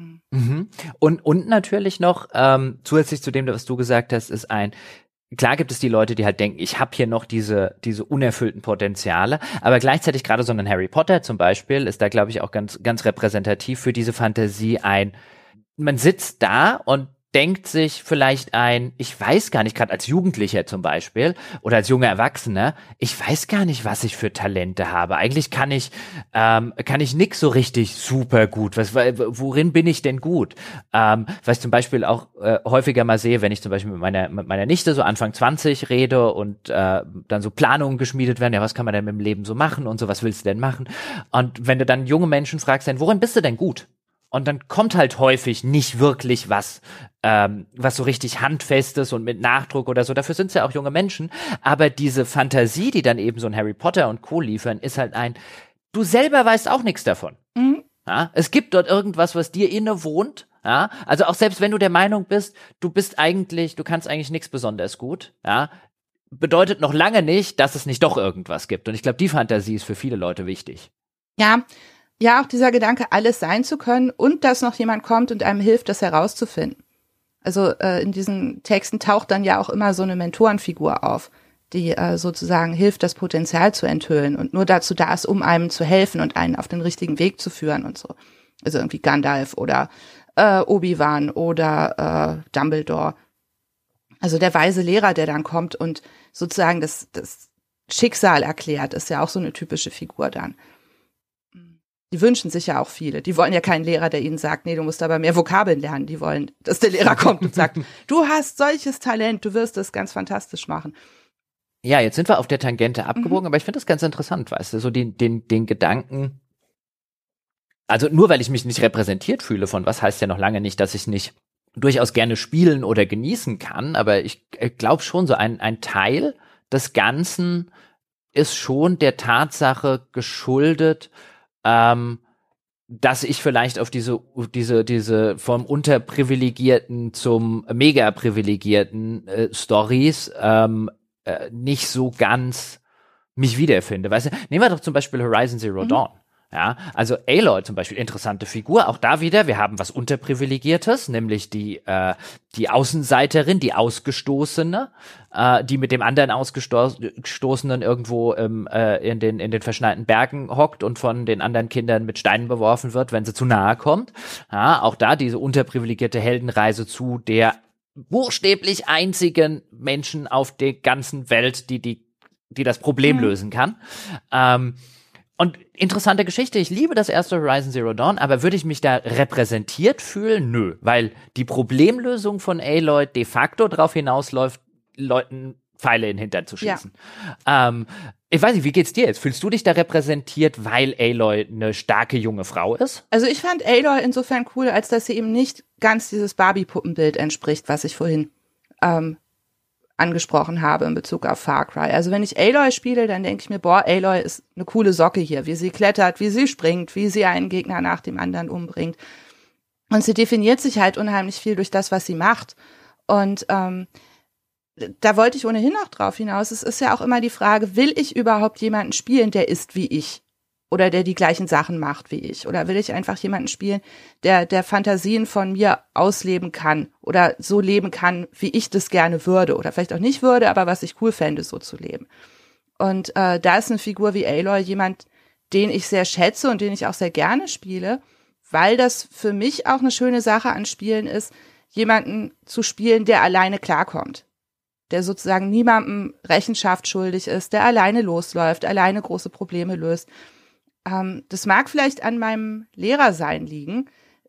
Mhm. Und, und natürlich noch, ähm, zusätzlich zu dem, was du gesagt hast, ist ein klar gibt es die Leute, die halt denken, ich habe hier noch diese diese unerfüllten Potenziale, aber gleichzeitig gerade so ein Harry Potter zum Beispiel ist da, glaube ich, auch ganz ganz repräsentativ für diese Fantasie ein, man sitzt da und denkt sich vielleicht ein, ich weiß gar nicht, gerade als Jugendlicher zum Beispiel oder als junger Erwachsener, ich weiß gar nicht, was ich für Talente habe. Eigentlich kann ich ähm, kann ich nix so richtig super gut. Was, worin bin ich denn gut? Ähm, was ich zum Beispiel auch äh, häufiger mal sehe, wenn ich zum Beispiel mit meiner mit meiner Nichte so Anfang zwanzig rede und äh, dann so Planungen geschmiedet werden, ja, was kann man denn mit dem Leben so machen und so, was willst du denn machen? Und wenn du dann junge Menschen fragst, dann, worin bist du denn gut? Und dann kommt halt häufig nicht wirklich was, ähm, was so richtig Handfestes und mit Nachdruck oder so. Dafür sind es ja auch junge Menschen. Aber diese Fantasie, die dann eben so ein Harry Potter und Co. liefern, ist halt ein, du selber weißt auch nichts davon. Mhm. Ja? Es gibt dort irgendwas, was dir inne wohnt. Ja? Also auch selbst wenn du der Meinung bist, du bist eigentlich, du kannst eigentlich nichts besonders gut, ja, bedeutet noch lange nicht, dass es nicht doch irgendwas gibt. Und ich glaube, die Fantasie ist für viele Leute wichtig. Ja, Ja, auch dieser Gedanke, alles sein zu können und dass noch jemand kommt und einem hilft, das herauszufinden. Also äh, in diesen Texten taucht dann ja auch immer so eine Mentorenfigur auf, die äh, sozusagen hilft, das Potenzial zu enthüllen und nur dazu da ist, um einem zu helfen und einen auf den richtigen Weg zu führen und so. Also irgendwie Gandalf oder äh, Obi-Wan oder äh, Dumbledore. Also der weise Lehrer, der dann kommt und sozusagen das, das Schicksal erklärt, ist ja auch so eine typische Figur dann. Die wünschen sich ja auch viele. Die wollen ja keinen Lehrer, der ihnen sagt, nee, du musst aber mehr Vokabeln lernen. Die wollen, dass der Lehrer kommt und sagt, du hast solches Talent, du wirst es ganz fantastisch machen. Ja, jetzt sind wir auf der Tangente abgebogen, mhm. aber ich finde das ganz interessant, weißt du, so den, den, den Gedanken, also nur weil ich mich nicht repräsentiert fühle von was, heißt ja noch lange nicht, dass ich nicht durchaus gerne spielen oder genießen kann, aber ich glaube schon, so ein, ein Teil des Ganzen ist schon der Tatsache geschuldet, Ähm, dass ich vielleicht auf diese, diese, diese vom Unterprivilegierten zum Mega-Privilegierten äh, Stories ähm, äh, nicht so ganz mich wiederfinde. Weißt du, nehmen wir doch zum Beispiel Horizon Zero mhm. Dawn. Ja, also Aloy zum Beispiel, interessante Figur, auch da wieder, wir haben was Unterprivilegiertes, nämlich die äh, die Außenseiterin, die Ausgestoßene, äh, die mit dem anderen Ausgestoßenen irgendwo ähm, äh, in den in den verschneiten Bergen hockt und von den anderen Kindern mit Steinen beworfen wird, wenn sie zu nahe kommt. Ja, auch da diese unterprivilegierte Heldenreise zu der buchstäblich einzigen Menschen auf der ganzen Welt, die die die das Problem mhm. lösen kann. Ähm, Und interessante Geschichte, ich liebe das erste Horizon Zero Dawn, aber würde ich mich da repräsentiert fühlen? Nö, weil die Problemlösung von Aloy de facto darauf hinausläuft, Leuten Pfeile in den Hintern zu schießen. Ja. Ähm, ich weiß nicht, wie geht's dir jetzt? Fühlst du dich da repräsentiert, weil Aloy eine starke junge Frau ist? Also ich fand Aloy insofern cool, als dass sie eben nicht ganz dieses Barbie-Puppenbild entspricht, was ich vorhin ähm, angesprochen habe in Bezug auf Far Cry. Also wenn ich Aloy spiele, dann denke ich mir, boah, Aloy ist eine coole Socke hier, wie sie klettert, wie sie springt, wie sie einen Gegner nach dem anderen umbringt. Und sie definiert sich halt unheimlich viel durch das, was sie macht. Und ähm, da wollte ich ohnehin noch drauf hinaus. Es ist ja auch immer die Frage, will ich überhaupt jemanden spielen, der ist wie ich? Oder der die gleichen Sachen macht wie ich? Oder will ich einfach jemanden spielen, der der Fantasien von mir ausleben kann oder so leben kann, wie ich das gerne würde oder vielleicht auch nicht würde, aber was ich cool fände, so zu leben. Und äh, da ist eine Figur wie Aloy jemand, den ich sehr schätze und den ich auch sehr gerne spiele, weil das für mich auch eine schöne Sache an Spielen ist, jemanden zu spielen, der alleine klarkommt. Der sozusagen niemandem Rechenschaft schuldig ist, der alleine losläuft, alleine große Probleme löst. Das mag vielleicht an meinem Lehrersein liegen.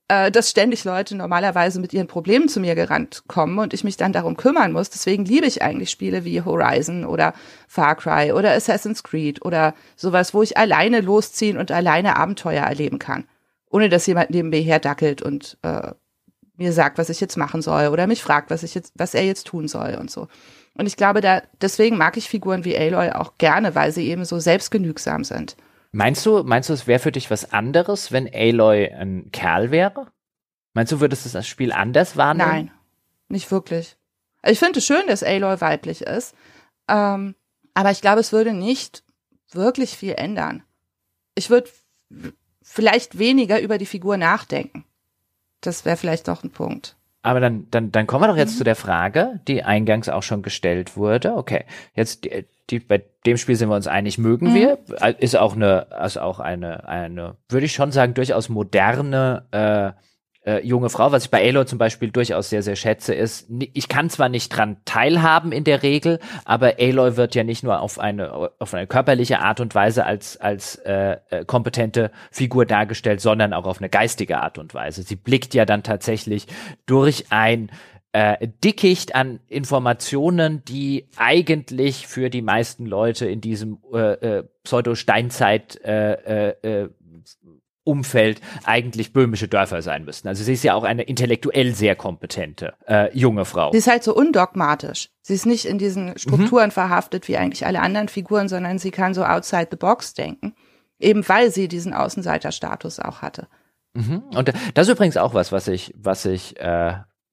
äh, dass ständig Leute normalerweise mit ihren Problemen zu mir gerannt kommen und ich mich dann darum kümmern muss. Deswegen liebe ich eigentlich Spiele wie Horizon oder Far Cry oder Assassin's Creed oder sowas, wo ich alleine losziehen und alleine Abenteuer erleben kann, ohne dass jemand neben mir herdackelt und äh, mir sagt, was ich jetzt machen soll oder mich fragt, was ich jetzt, was er jetzt tun soll und so. Und ich glaube, da deswegen mag ich Figuren wie Aloy auch gerne, weil sie eben so selbstgenügsam sind. Meinst du, meinst du, es wäre für dich was anderes, wenn Aloy ein Kerl wäre? Meinst du, würdest du das Spiel anders wahrnehmen? Nein, nicht wirklich. Also ich finde es schön, dass Aloy weiblich ist, ähm, aber ich glaube, es würde nicht wirklich viel ändern. Ich würde vielleicht weniger über die Figur nachdenken. Das wäre vielleicht doch ein Punkt. Aber dann, dann, dann kommen wir doch jetzt Mhm. zu der Frage, die eingangs auch schon gestellt wurde. Okay, jetzt die, die, bei dem Spiel sind wir uns einig, mögen Mhm. wir. Ist auch eine, ist auch eine, eine, würde ich schon sagen, durchaus moderne äh, äh, junge Frau. Was ich bei Aloy zum Beispiel durchaus sehr, sehr schätze, ist, ich kann zwar nicht dran teilhaben in der Regel, aber Aloy wird ja nicht nur auf eine, auf eine körperliche Art und Weise als, als äh, äh, kompetente Figur dargestellt, sondern auch auf eine geistige Art und Weise. Sie blickt ja dann tatsächlich durch ein äh, Dickicht an Informationen, die eigentlich für die meisten Leute in diesem äh, äh, Pseudo-Steinzeit äh, äh, Umfeld eigentlich böhmische Dörfer sein müssten. Also sie ist ja auch eine intellektuell sehr kompetente äh, junge Frau. Sie ist halt so undogmatisch. Sie ist nicht in diesen Strukturen mhm. verhaftet wie eigentlich alle anderen Figuren, sondern sie kann so outside the box denken. Eben weil sie diesen Außenseiterstatus auch hatte. Mhm. Und das ist übrigens auch was, was ich, was ich, äh,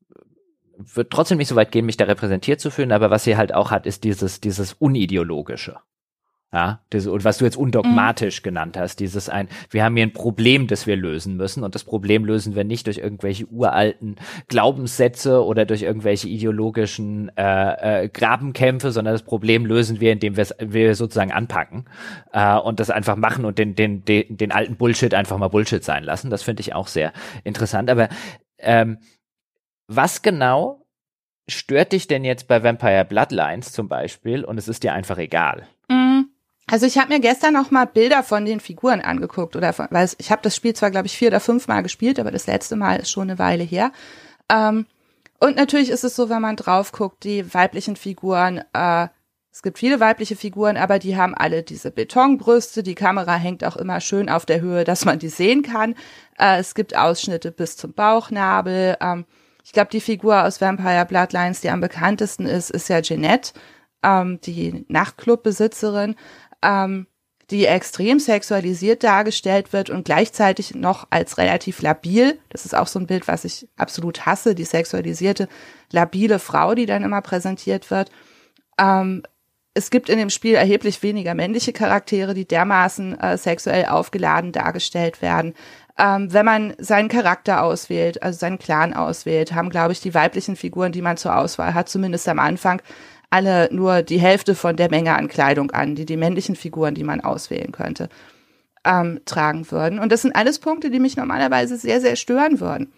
wird trotzdem nicht so weit gehen, mich da repräsentiert zu fühlen, aber was sie halt auch hat, ist dieses, dieses Unideologische. Ja, das, und was du jetzt undogmatisch mhm. genannt hast, dieses ein, wir haben hier ein Problem, das wir lösen müssen und das Problem lösen wir nicht durch irgendwelche uralten Glaubenssätze oder durch irgendwelche ideologischen äh, äh, Grabenkämpfe, sondern das Problem lösen wir, indem wir wir sozusagen anpacken äh, und das einfach machen und den, den, den, den alten Bullshit einfach mal Bullshit sein lassen. Das finde ich auch sehr interessant. Aber ähm, was genau stört dich denn jetzt bei Vampire Bloodlines zum Beispiel und es ist dir einfach egal? Mhm. Also ich habe mir gestern noch mal Bilder von den Figuren angeguckt, oder von, weil ich habe das Spiel zwar, glaube ich, vier oder fünf Mal gespielt, aber das letzte Mal ist schon eine Weile her. Ähm, und natürlich ist es so, wenn man drauf guckt, die weiblichen Figuren, äh, es gibt viele weibliche Figuren, aber die haben alle diese Betonbrüste, die Kamera hängt auch immer schön auf der Höhe, dass man die sehen kann. Äh, es gibt Ausschnitte bis zum Bauchnabel. Ähm, ich glaube, die Figur aus Vampire Bloodlines, die am bekanntesten ist, ist ja Jeanette, ähm, die Nachtclubbesitzerin, ähm, die extrem sexualisiert dargestellt wird und gleichzeitig noch als relativ labil. Das ist auch so ein Bild, was ich absolut hasse, die sexualisierte, labile Frau, die dann immer präsentiert wird. Ähm, es gibt in dem Spiel erheblich weniger männliche Charaktere, die dermaßen äh, sexuell aufgeladen dargestellt werden. Ähm, wenn man seinen Charakter auswählt, also seinen Clan auswählt, haben, glaube ich, die weiblichen Figuren, die man zur Auswahl hat, zumindest am Anfang, alle nur die Hälfte von der Menge an Kleidung an, die die männlichen Figuren, die man auswählen könnte, ähm, tragen würden. Und das sind alles Punkte, die mich normalerweise sehr, sehr stören würden.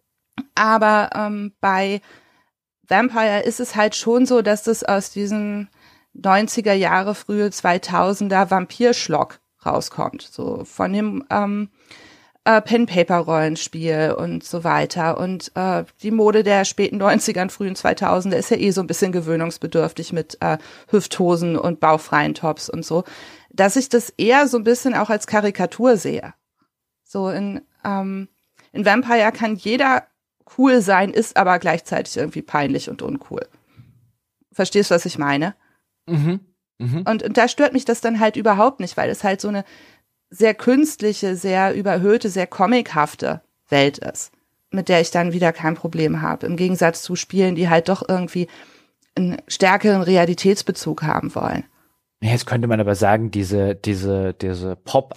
Aber ähm, bei Vampire ist es halt schon so, dass das aus diesem neunziger Jahre, frühe zweitausender Vampirschlock rauskommt. So von dem ähm, äh, Pen-Paper-Rollenspiel und so weiter. Und äh, die Mode der späten neunzigern, frühen zweitausender ist ja eh so ein bisschen gewöhnungsbedürftig mit äh, Hüfthosen und bauchfreien Tops und so, dass ich das eher so ein bisschen auch als Karikatur sehe. So in, ähm, in Vampire kann jeder cool sein, ist aber gleichzeitig irgendwie peinlich und uncool. Verstehst du, was ich meine? Mhm. Mhm. Und, und da stört mich das dann halt überhaupt nicht, weil es halt so eine sehr künstliche, sehr überhöhte, sehr comichafte Welt ist, mit der ich dann wieder kein Problem habe. Im Gegensatz zu Spielen, die halt doch irgendwie einen stärkeren Realitätsbezug haben wollen. Jetzt könnte man aber sagen, diese diese diese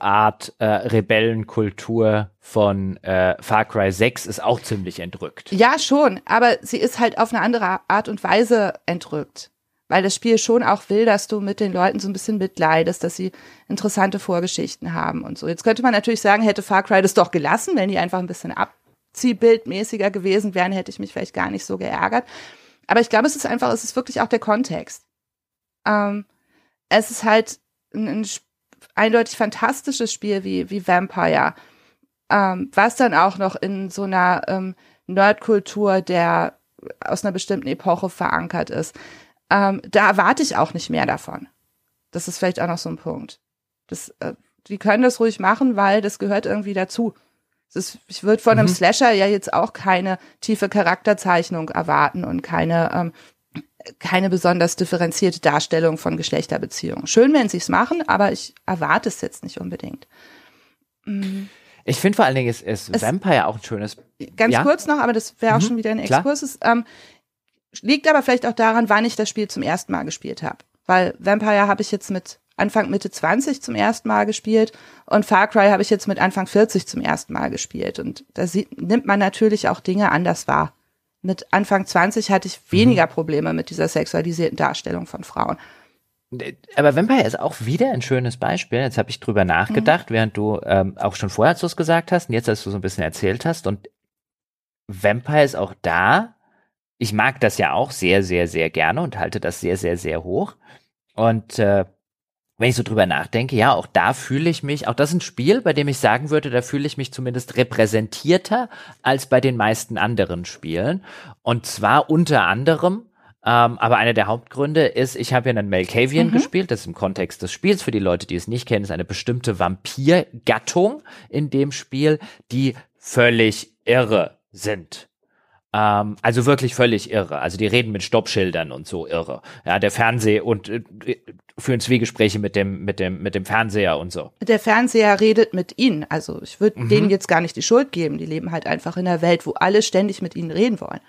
Pop-Art-Rebellenkultur äh, von äh, Far Cry sechs ist auch ziemlich entrückt. Ja, schon, aber sie ist halt auf eine andere Art und Weise entrückt. Weil das Spiel schon auch will, dass du mit den Leuten so ein bisschen mitleidest, dass sie interessante Vorgeschichten haben und so. Jetzt könnte man natürlich sagen, hätte Far Cry das doch gelassen, wenn die einfach ein bisschen abziehbildmäßiger gewesen wären, hätte ich mich vielleicht gar nicht so geärgert. Aber ich glaube, es ist einfach, es ist wirklich auch der Kontext. Ähm, es ist halt ein, ein eindeutig fantastisches Spiel wie, wie Vampire. ähm, was dann auch noch in so einer ähm, Nerdkultur, der aus einer bestimmten Epoche verankert ist. Ähm, da erwarte ich auch nicht mehr davon. Das ist vielleicht auch noch so ein Punkt. Das, äh, die können das ruhig machen, weil das gehört irgendwie dazu. Das ist, ich würde von einem mhm. Slasher ja jetzt auch keine tiefe Charakterzeichnung erwarten und keine ähm, keine besonders differenzierte Darstellung von Geschlechterbeziehungen. Schön, wenn sie es machen, aber ich erwarte es jetzt nicht unbedingt. Mhm. Ich finde vor allen Dingen ist, ist es, Vampire auch ein schönes... Ganz ja? kurz noch, aber das wäre auch mhm, schon wieder ein Exkurs. Es, ähm, liegt aber vielleicht auch daran, wann ich das Spiel zum ersten Mal gespielt habe. Weil Vampire habe ich jetzt mit Anfang, Mitte zwanzig zum ersten Mal gespielt und Far Cry habe ich jetzt mit Anfang vierzig zum ersten Mal gespielt. Und da sieht, nimmt man natürlich auch Dinge anders wahr. Mit Anfang zwanzig hatte ich weniger Probleme mit dieser sexualisierten Darstellung von Frauen. Aber Vampire ist auch wieder ein schönes Beispiel. Jetzt habe ich drüber nachgedacht, mhm. während du ähm, auch schon vorher so es gesagt hast und jetzt, als du so ein bisschen erzählt hast. Und Vampire ist auch da. Ich mag das ja auch sehr, sehr, sehr gerne und halte das sehr, sehr, sehr hoch. Und äh, wenn ich so drüber nachdenke, ja, auch da fühle ich mich, auch das ist ein Spiel, bei dem ich sagen würde, da fühle ich mich zumindest repräsentierter als bei den meisten anderen Spielen. Und zwar unter anderem, ähm, aber einer der Hauptgründe ist, ich habe ja einen Malkavian mhm. gespielt, das ist im Kontext des Spiels, für die Leute, die es nicht kennen, ist eine bestimmte Vampir-Gattung in dem Spiel, die völlig irre sind. Ähm, also wirklich völlig irre. Also die reden mit Stoppschildern und so irre. Ja, der Fernseh und äh, führen Zwiegespräche mit dem mit dem mit dem Fernseher und so. Der Fernseher redet mit ihnen. Also ich würde mhm. denen jetzt gar nicht die Schuld geben. Die leben halt einfach in einer Welt, wo alle ständig mit ihnen reden wollen.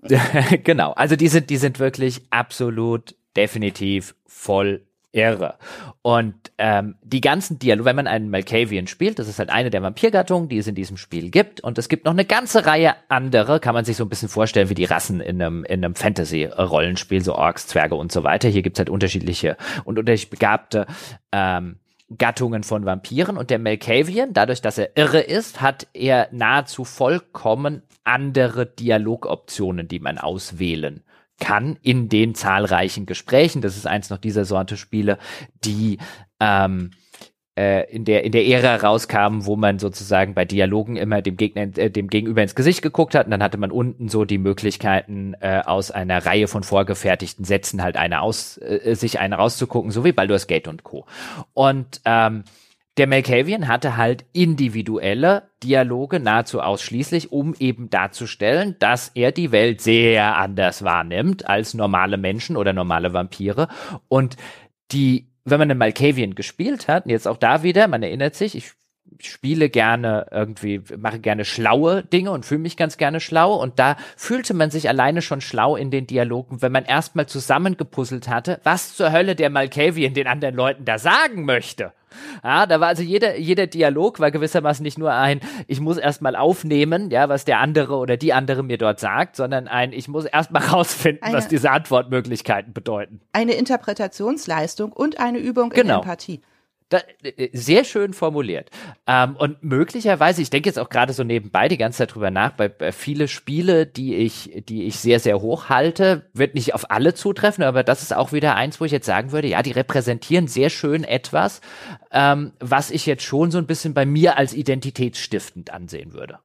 Genau. Also die sind die sind wirklich absolut definitiv voll irre. Und ähm, die ganzen Dialoge, wenn man einen Malkavian spielt, das ist halt eine der Vampirgattungen, die es in diesem Spiel gibt. Und es gibt noch eine ganze Reihe andere, kann man sich so ein bisschen vorstellen wie die Rassen in einem, in einem Fantasy-Rollenspiel, so Orks, Zwerge und so weiter. Hier gibt's halt unterschiedliche und unterschiedlich begabte ähm, Gattungen von Vampiren. Und der Malkavian, dadurch, dass er irre ist, hat er nahezu vollkommen andere Dialogoptionen, die man auswählen kann in den zahlreichen Gesprächen. Das ist eins noch dieser Sorte Spiele, die ähm, äh, in der in der Ära rauskamen, wo man sozusagen bei Dialogen immer dem Gegner, äh, dem Gegenüber ins Gesicht geguckt hat und dann hatte man unten so die Möglichkeiten, äh, aus einer Reihe von vorgefertigten Sätzen halt eine aus, äh, sich eine rauszugucken, so wie Baldur's Gate und Co. Und ähm, der Malkavian hatte halt individuelle Dialoge nahezu ausschließlich, um eben darzustellen, dass er die Welt sehr anders wahrnimmt als normale Menschen oder normale Vampire. Und die, wenn man einen Malkavian gespielt hat, und jetzt auch da wieder, man erinnert sich, ich spiele gerne irgendwie, mache gerne schlaue Dinge und fühle mich ganz gerne schlau. Und da fühlte man sich alleine schon schlau in den Dialogen, wenn man erstmal zusammengepuzzelt hatte, was zur Hölle der Malkavian den anderen Leuten da sagen möchte. Ja, da war also jeder, jeder Dialog war gewissermaßen nicht nur ein, ich muss erstmal aufnehmen, ja, was der andere oder die andere mir dort sagt, sondern ein, ich muss erstmal rausfinden, eine, was diese Antwortmöglichkeiten bedeuten. Eine Interpretationsleistung und eine Übung in genau. Empathie. Da, sehr schön formuliert. Ähm, und möglicherweise, ich denke jetzt auch gerade so nebenbei die ganze Zeit drüber nach, bei, bei viele Spiele, die ich, die ich sehr, sehr hoch halte, wird nicht auf alle zutreffen, aber das ist auch wieder eins, wo ich jetzt sagen würde, ja, die repräsentieren sehr schön etwas, ähm, was ich jetzt schon so ein bisschen bei mir als identitätsstiftend ansehen würde.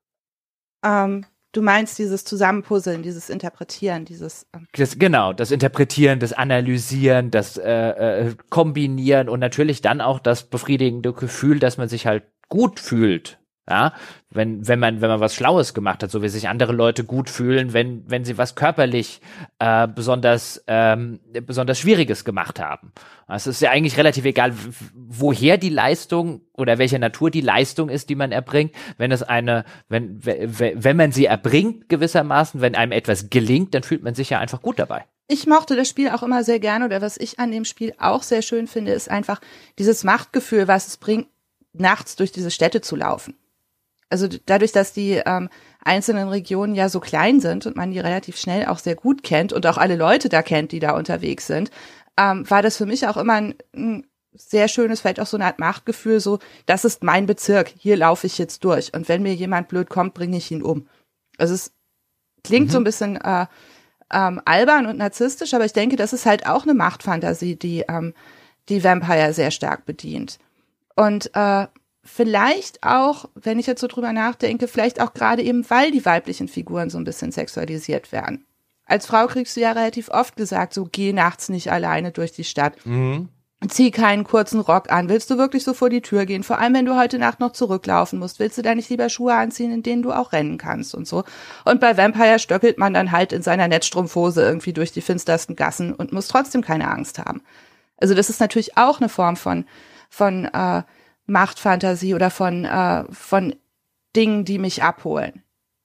Ähm. Du meinst dieses Zusammenpuzzeln, dieses Interpretieren, dieses... Ähm das, genau, das Interpretieren, das Analysieren, das äh, äh, Kombinieren und natürlich dann auch das befriedigende Gefühl, dass man sich halt gut fühlt. Ja, wenn wenn man wenn man was Schlaues gemacht hat, so wie sich andere Leute gut fühlen, wenn wenn sie was körperlich äh, besonders ähm, besonders Schwieriges gemacht haben. Es ist ja eigentlich relativ egal, woher die Leistung oder welcher Natur die Leistung ist, die man erbringt. Wenn es eine wenn wenn man sie erbringt gewissermaßen, wenn einem etwas gelingt, dann fühlt man sich ja einfach gut dabei. Ich mochte das Spiel auch immer sehr gerne oder was ich an dem Spiel auch sehr schön finde, ist einfach dieses Machtgefühl, was es bringt, nachts durch diese Städte zu laufen. Also dadurch, dass die ähm, einzelnen Regionen ja so klein sind und man die relativ schnell auch sehr gut kennt und auch alle Leute da kennt, die da unterwegs sind, ähm, war das für mich auch immer ein, ein sehr schönes, vielleicht auch so eine Art Machtgefühl, so, das ist mein Bezirk, hier laufe ich jetzt durch und wenn mir jemand blöd kommt, bringe ich ihn um. Also es klingt mhm. so ein bisschen äh, ähm, albern und narzisstisch, aber ich denke, das ist halt auch eine Machtfantasie, die ähm, die Vampire sehr stark bedient. Und äh, vielleicht auch, wenn ich jetzt so drüber nachdenke, vielleicht auch gerade eben, weil die weiblichen Figuren so ein bisschen sexualisiert werden. Als Frau kriegst du ja relativ oft gesagt, so geh nachts nicht alleine durch die Stadt. Mhm. Zieh keinen kurzen Rock an. Willst du wirklich so vor die Tür gehen? Vor allem, wenn du heute Nacht noch zurücklaufen musst. Willst du da nicht lieber Schuhe anziehen, in denen du auch rennen kannst und so? Und bei Vampire stöckelt man dann halt in seiner Netzstrumpfhose irgendwie durch die finstersten Gassen und muss trotzdem keine Angst haben. Also das ist natürlich auch eine Form von, von äh, Machtfantasie oder von, äh, von Dingen, die mich abholen.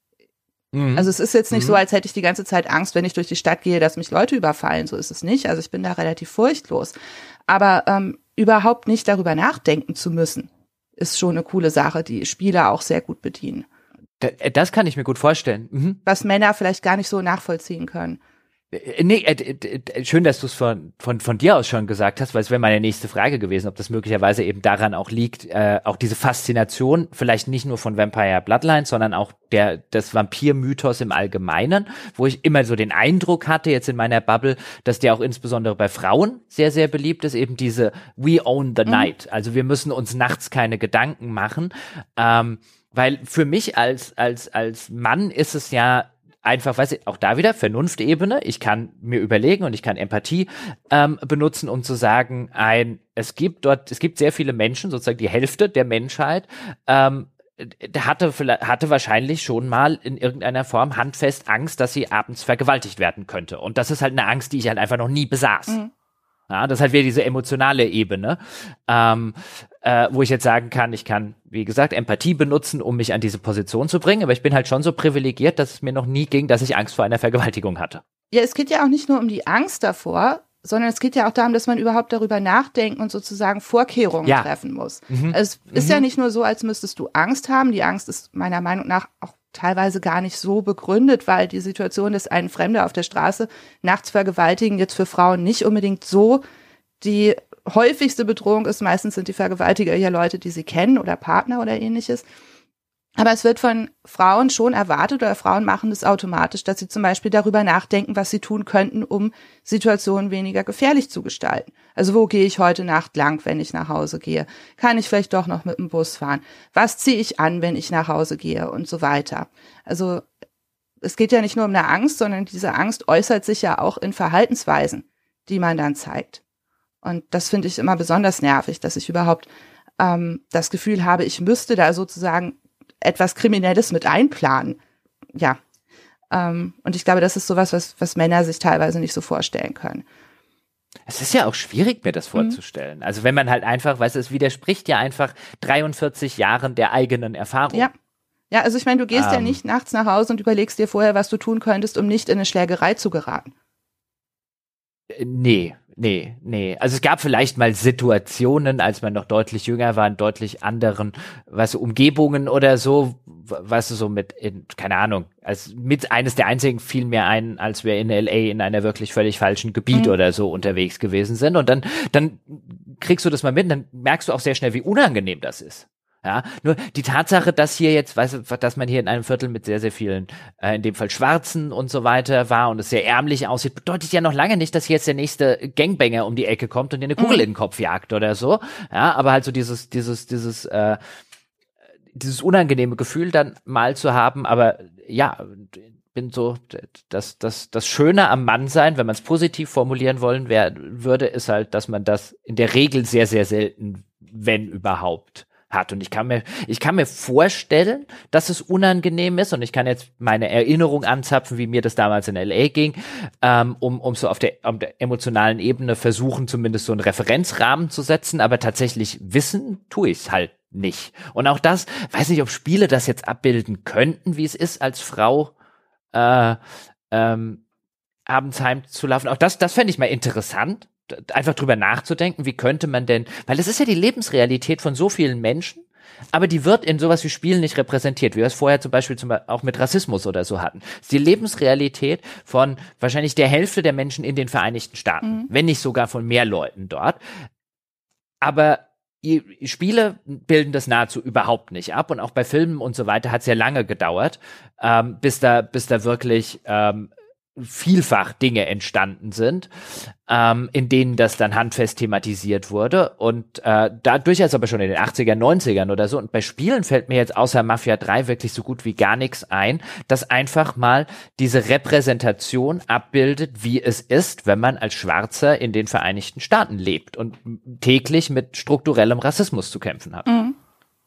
Mhm. Also es ist jetzt nicht mhm. so, als hätte ich die ganze Zeit Angst, wenn ich durch die Stadt gehe, dass mich Leute überfallen. So ist es nicht. Also ich bin da relativ furchtlos. Aber ähm, überhaupt nicht darüber nachdenken zu müssen, ist schon eine coole Sache, die Spieler auch sehr gut bedienen. Das kann ich mir gut vorstellen. Mhm. Was Männer vielleicht gar nicht so nachvollziehen können. Nee, äh, äh, schön, dass du es von, von, von dir aus schon gesagt hast, weil es wäre meine nächste Frage gewesen, ob das möglicherweise eben daran auch liegt, äh, auch diese Faszination, vielleicht nicht nur von Vampire Bloodlines, sondern auch der, des Vampir-Mythos im Allgemeinen, wo ich immer so den Eindruck hatte, jetzt in meiner Bubble, dass der auch insbesondere bei Frauen sehr, sehr beliebt ist, eben diese We own the night. Mhm. Also wir müssen uns nachts keine Gedanken machen, ähm, weil für mich als, als, als Mann ist es ja einfach, weiß ich, auch da wieder Vernunftebene. Ich kann mir überlegen und ich kann Empathie ähm, benutzen, um zu sagen, ein, es gibt dort, es gibt sehr viele Menschen, sozusagen die Hälfte der Menschheit, ähm, hatte, hatte wahrscheinlich schon mal in irgendeiner Form handfest Angst, dass sie abends vergewaltigt werden könnte. Und das ist halt eine Angst, die ich halt einfach noch nie besaß. Mhm. Ja, das ist halt wieder diese emotionale Ebene, ähm, äh, wo ich jetzt sagen kann, ich kann, wie gesagt, Empathie benutzen, um mich an diese Position zu bringen, aber ich bin halt schon so privilegiert, dass es mir noch nie ging, dass ich Angst vor einer Vergewaltigung hatte. Ja, es geht ja auch nicht nur um die Angst davor, sondern es geht ja auch darum, dass man überhaupt darüber nachdenken und sozusagen Vorkehrungen ja. treffen muss. Mhm. Also es ist mhm. ja nicht nur so, als müsstest du Angst haben. Die Angst ist meiner Meinung nach auch teilweise gar nicht so begründet, weil die Situation, dass ein Fremder auf der Straße nachts vergewaltigen, jetzt für Frauen nicht unbedingt so die häufigste Bedrohung ist. Meistens sind die Vergewaltiger ja Leute, die sie kennen oder Partner oder ähnliches. Aber es wird von Frauen schon erwartet oder Frauen machen es automatisch, dass sie zum Beispiel darüber nachdenken, was sie tun könnten, um Situationen weniger gefährlich zu gestalten. Also wo gehe ich heute Nacht lang, wenn ich nach Hause gehe? Kann ich vielleicht doch noch mit dem Bus fahren? Was ziehe ich an, wenn ich nach Hause gehe und so weiter? Also es geht ja nicht nur um eine Angst, sondern diese Angst äußert sich ja auch in Verhaltensweisen, die man dann zeigt. Und das finde ich immer besonders nervig, dass ich überhaupt ähm, das Gefühl habe, ich müsste da sozusagen etwas Kriminelles mit einplanen. Ja. Ähm, und ich glaube, das ist sowas, was, was Männer sich teilweise nicht so vorstellen können. Es ist ja auch schwierig, mir das vorzustellen. Mhm. Also wenn man halt einfach, weißt du, es widerspricht ja einfach dreiundvierzig Jahren der eigenen Erfahrung. Ja. Ja, also ich meine, du gehst um. ja nicht nachts nach Hause und überlegst dir vorher, was du tun könntest, um nicht in eine Schlägerei zu geraten. Nee, nee, nee. Also es gab vielleicht mal Situationen, als man noch deutlich jünger war, in deutlich anderen, weißt du, Umgebungen oder so, weißt du, so mit, in, keine Ahnung, als mit eines der einzigen fiel mir ein, als wir in L A in einer wirklich völlig falschen Gebiet mhm. oder so unterwegs gewesen sind. Und dann, dann kriegst du das mal mit und dann merkst du auch sehr schnell, wie unangenehm das ist. Ja, nur die Tatsache, dass hier jetzt, weißt du, dass man hier in einem Viertel mit sehr, sehr vielen, äh, in dem Fall Schwarzen und so weiter war und es sehr ärmlich aussieht, bedeutet ja noch lange nicht, dass jetzt der nächste Gangbanger um die Ecke kommt und dir eine Kugel mhm. in den Kopf jagt oder so. Ja, aber halt so dieses, dieses, dieses, äh, dieses unangenehme Gefühl dann mal zu haben, aber ja, bin so, das, das, das Schöne am Mannsein, wenn man es positiv formulieren wollen wär, würde, ist halt, dass man das in der Regel sehr, sehr selten, wenn überhaupt, hat. Und ich kann mir, ich kann mir vorstellen, dass es unangenehm ist und ich kann jetzt meine Erinnerung anzapfen, wie mir das damals in L A ging, ähm, um, um so auf der, auf der emotionalen Ebene versuchen, zumindest so einen Referenzrahmen zu setzen, aber tatsächlich wissen tue ich es halt nicht. Und auch das, weiß nicht, ob Spiele das jetzt abbilden könnten, wie es ist, als Frau äh, ähm, abends heimzulaufen. Auch das, das fände ich mal interessant, einfach drüber nachzudenken, wie könnte man denn, weil das ist ja die Lebensrealität von so vielen Menschen, aber die wird in sowas wie Spielen nicht repräsentiert, wie wir es vorher zum Beispiel zum Beispiel auch mit Rassismus oder so hatten. Das ist die Lebensrealität von wahrscheinlich der Hälfte der Menschen in den Vereinigten Staaten, mhm. wenn nicht sogar von mehr Leuten dort. Aber Spiele bilden das nahezu überhaupt nicht ab und auch bei Filmen und so weiter hat es ja lange gedauert, ähm, bis da bis da wirklich ähm, vielfach Dinge entstanden sind, ähm, in denen das dann handfest thematisiert wurde und äh, da durchaus aber schon in den achtziger, neunzigern oder so. Und bei Spielen fällt mir jetzt außer Mafia drei wirklich so gut wie gar nichts ein, das einfach mal diese Repräsentation abbildet, wie es ist, wenn man als Schwarzer in den Vereinigten Staaten lebt und täglich mit strukturellem Rassismus zu kämpfen hat. Mhm.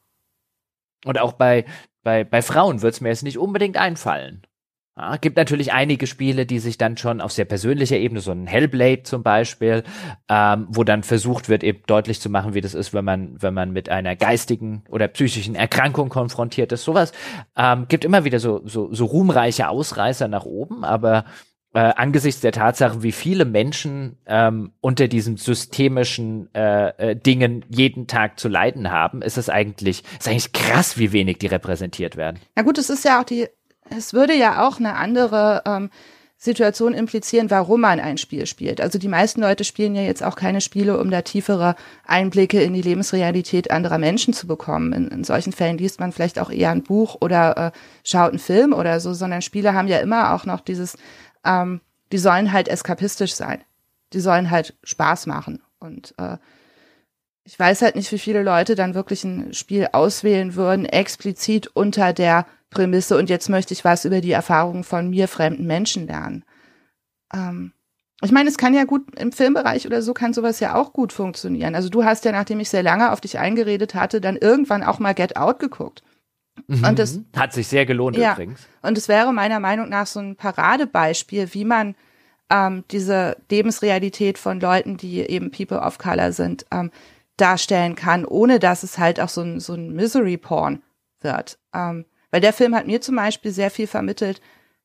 Und auch bei, bei, bei Frauen wird es mir jetzt nicht unbedingt einfallen. Ja, gibt natürlich einige Spiele, die sich dann schon auf sehr persönlicher Ebene, so ein Hellblade zum Beispiel, ähm, wo dann versucht wird, eben deutlich zu machen, wie das ist, wenn man, wenn man mit einer geistigen oder psychischen Erkrankung konfrontiert ist. Sowas ähm, gibt immer wieder so, so, so ruhmreiche Ausreißer nach oben, aber äh, angesichts der Tatsache, wie viele Menschen ähm, unter diesen systemischen äh, äh, Dingen jeden Tag zu leiden haben, ist es eigentlich, ist eigentlich krass, wie wenig die repräsentiert werden. Na gut, es ist ja auch die Es würde ja auch eine andere ähm, Situation implizieren, warum man ein Spiel spielt. Also die meisten Leute spielen ja jetzt auch keine Spiele, um da tiefere Einblicke in die Lebensrealität anderer Menschen zu bekommen. In, in solchen Fällen liest man vielleicht auch eher ein Buch oder äh, schaut einen Film oder so, sondern Spiele haben ja immer auch noch dieses, ähm, die sollen halt eskapistisch sein. Die sollen halt Spaß machen. Und äh, ich weiß halt nicht, wie viele Leute dann wirklich ein Spiel auswählen würden, explizit unter der Prämisse und jetzt möchte ich was über die Erfahrungen von mir fremden Menschen lernen. Ähm, ich meine, es kann ja gut, im Filmbereich oder so kann sowas ja auch gut funktionieren. Also du hast ja, nachdem ich sehr lange auf dich eingeredet hatte, dann irgendwann auch mal Get Out geguckt. Mhm. Und das hat sich sehr gelohnt ja, übrigens. Und es wäre meiner Meinung nach so ein Paradebeispiel, wie man ähm, diese Lebensrealität von Leuten, die eben People of Color sind, ähm, darstellen kann, ohne dass es halt auch so ein, so ein Misery-Porn wird. Ähm, Weil der Film hat mir zum Beispiel sehr viel vermittelt,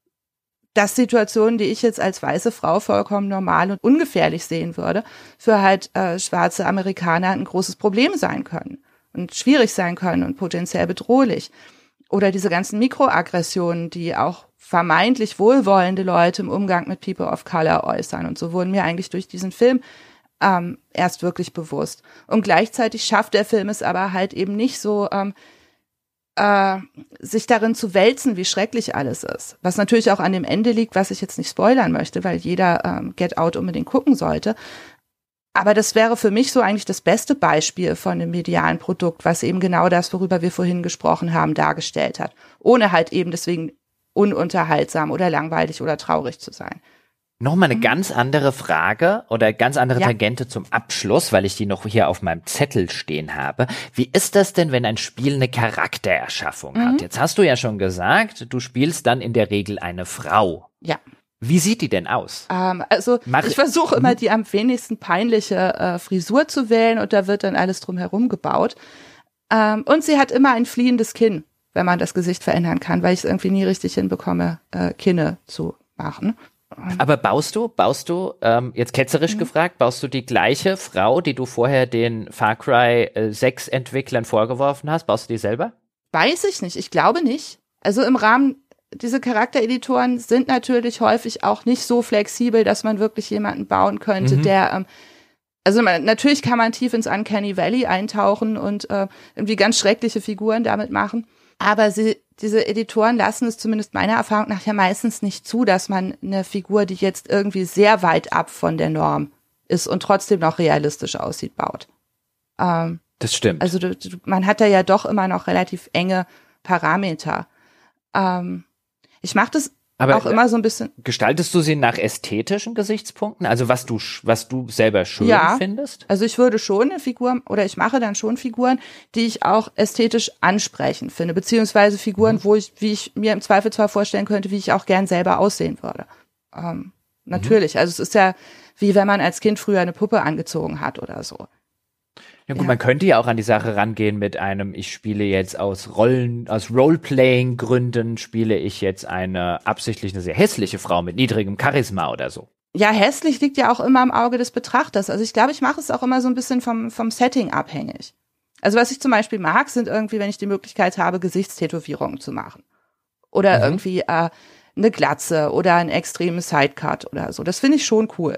dass Situationen, die ich jetzt als weiße Frau vollkommen normal und ungefährlich sehen würde, für halt äh, schwarze Amerikaner ein großes Problem sein können und schwierig sein können und potenziell bedrohlich. Oder diese ganzen Mikroaggressionen, die auch vermeintlich wohlwollende Leute im Umgang mit People of Color äußern. Und so wurden mir eigentlich durch diesen Film ähm, erst wirklich bewusst. Und gleichzeitig schafft der Film es aber halt eben nicht so, ähm, Äh, sich darin zu wälzen, wie schrecklich alles ist. Was natürlich auch an dem Ende liegt, was ich jetzt nicht spoilern möchte, weil jeder ähm, Get Out unbedingt gucken sollte. Aber das wäre für mich so eigentlich das beste Beispiel von einem medialen Produkt, was eben genau das, worüber wir vorhin gesprochen haben, dargestellt hat. Ohne halt eben deswegen ununterhaltsam oder langweilig oder traurig zu sein. Nochmal eine mhm. ganz andere Frage oder ganz andere ja. Tangente zum Abschluss, weil ich die noch hier auf meinem Zettel stehen habe. Wie ist das denn, wenn ein Spiel eine Charaktererschaffung mhm. hat? Jetzt hast du ja schon gesagt, du spielst dann in der Regel eine Frau. Ja. Wie sieht die denn aus? Ähm, also Mach ich versuche immer die am wenigsten peinliche äh, Frisur zu wählen und da wird dann alles drumherum gebaut. Ähm, und sie hat immer ein fliehendes Kinn, wenn man das Gesicht verändern kann, weil ich es irgendwie nie richtig hinbekomme, äh, Kinne zu machen. Aber baust du, baust du, ähm, jetzt ketzerisch mhm. gefragt, baust du die gleiche Frau, die du vorher den Far Cry sechs Entwicklern vorgeworfen hast, baust du die selber? Weiß ich nicht, ich glaube nicht. Also im Rahmen, diese Charaktereditoren sind natürlich häufig auch nicht so flexibel, dass man wirklich jemanden bauen könnte, mhm. der, ähm, also man, natürlich kann man tief ins Uncanny Valley eintauchen und äh, irgendwie ganz schreckliche Figuren damit machen, aber sie diese Editoren lassen es zumindest meiner Erfahrung nach ja meistens nicht zu, dass man eine Figur, die jetzt irgendwie sehr weit ab von der Norm ist und trotzdem noch realistisch aussieht, baut. Ähm, das stimmt. Also du, du, man hat da ja doch immer noch relativ enge Parameter. Ähm, ich mache das aber auch immer so ein bisschen. Gestaltest du sie nach ästhetischen Gesichtspunkten? Also was du was du selber schön ja, findest? Also ich würde schon eine Figur oder ich mache dann schon Figuren, die ich auch ästhetisch ansprechend finde, beziehungsweise Figuren, mhm. wo ich, wie ich mir im Zweifelsfall vorstellen könnte, wie ich auch gern selber aussehen würde. Ähm, natürlich. Mhm. Also es ist ja wie wenn man als Kind früher eine Puppe angezogen hat oder so. Ja gut, ja. Man könnte ja auch an die Sache rangehen mit einem, ich spiele jetzt aus Rollen, aus Roleplaying-Gründen spiele ich jetzt eine absichtlich eine sehr hässliche Frau mit niedrigem Charisma oder so. Ja, hässlich liegt ja auch immer im Auge des Betrachters. Also ich glaube, ich mache es auch immer so ein bisschen vom, vom Setting abhängig. Also was ich zum Beispiel mag, sind irgendwie, wenn ich die Möglichkeit habe, Gesichtstätowierungen zu machen. Oder mhm. irgendwie äh, eine Glatze oder ein extremes Sidecut oder so. Das finde ich schon cool.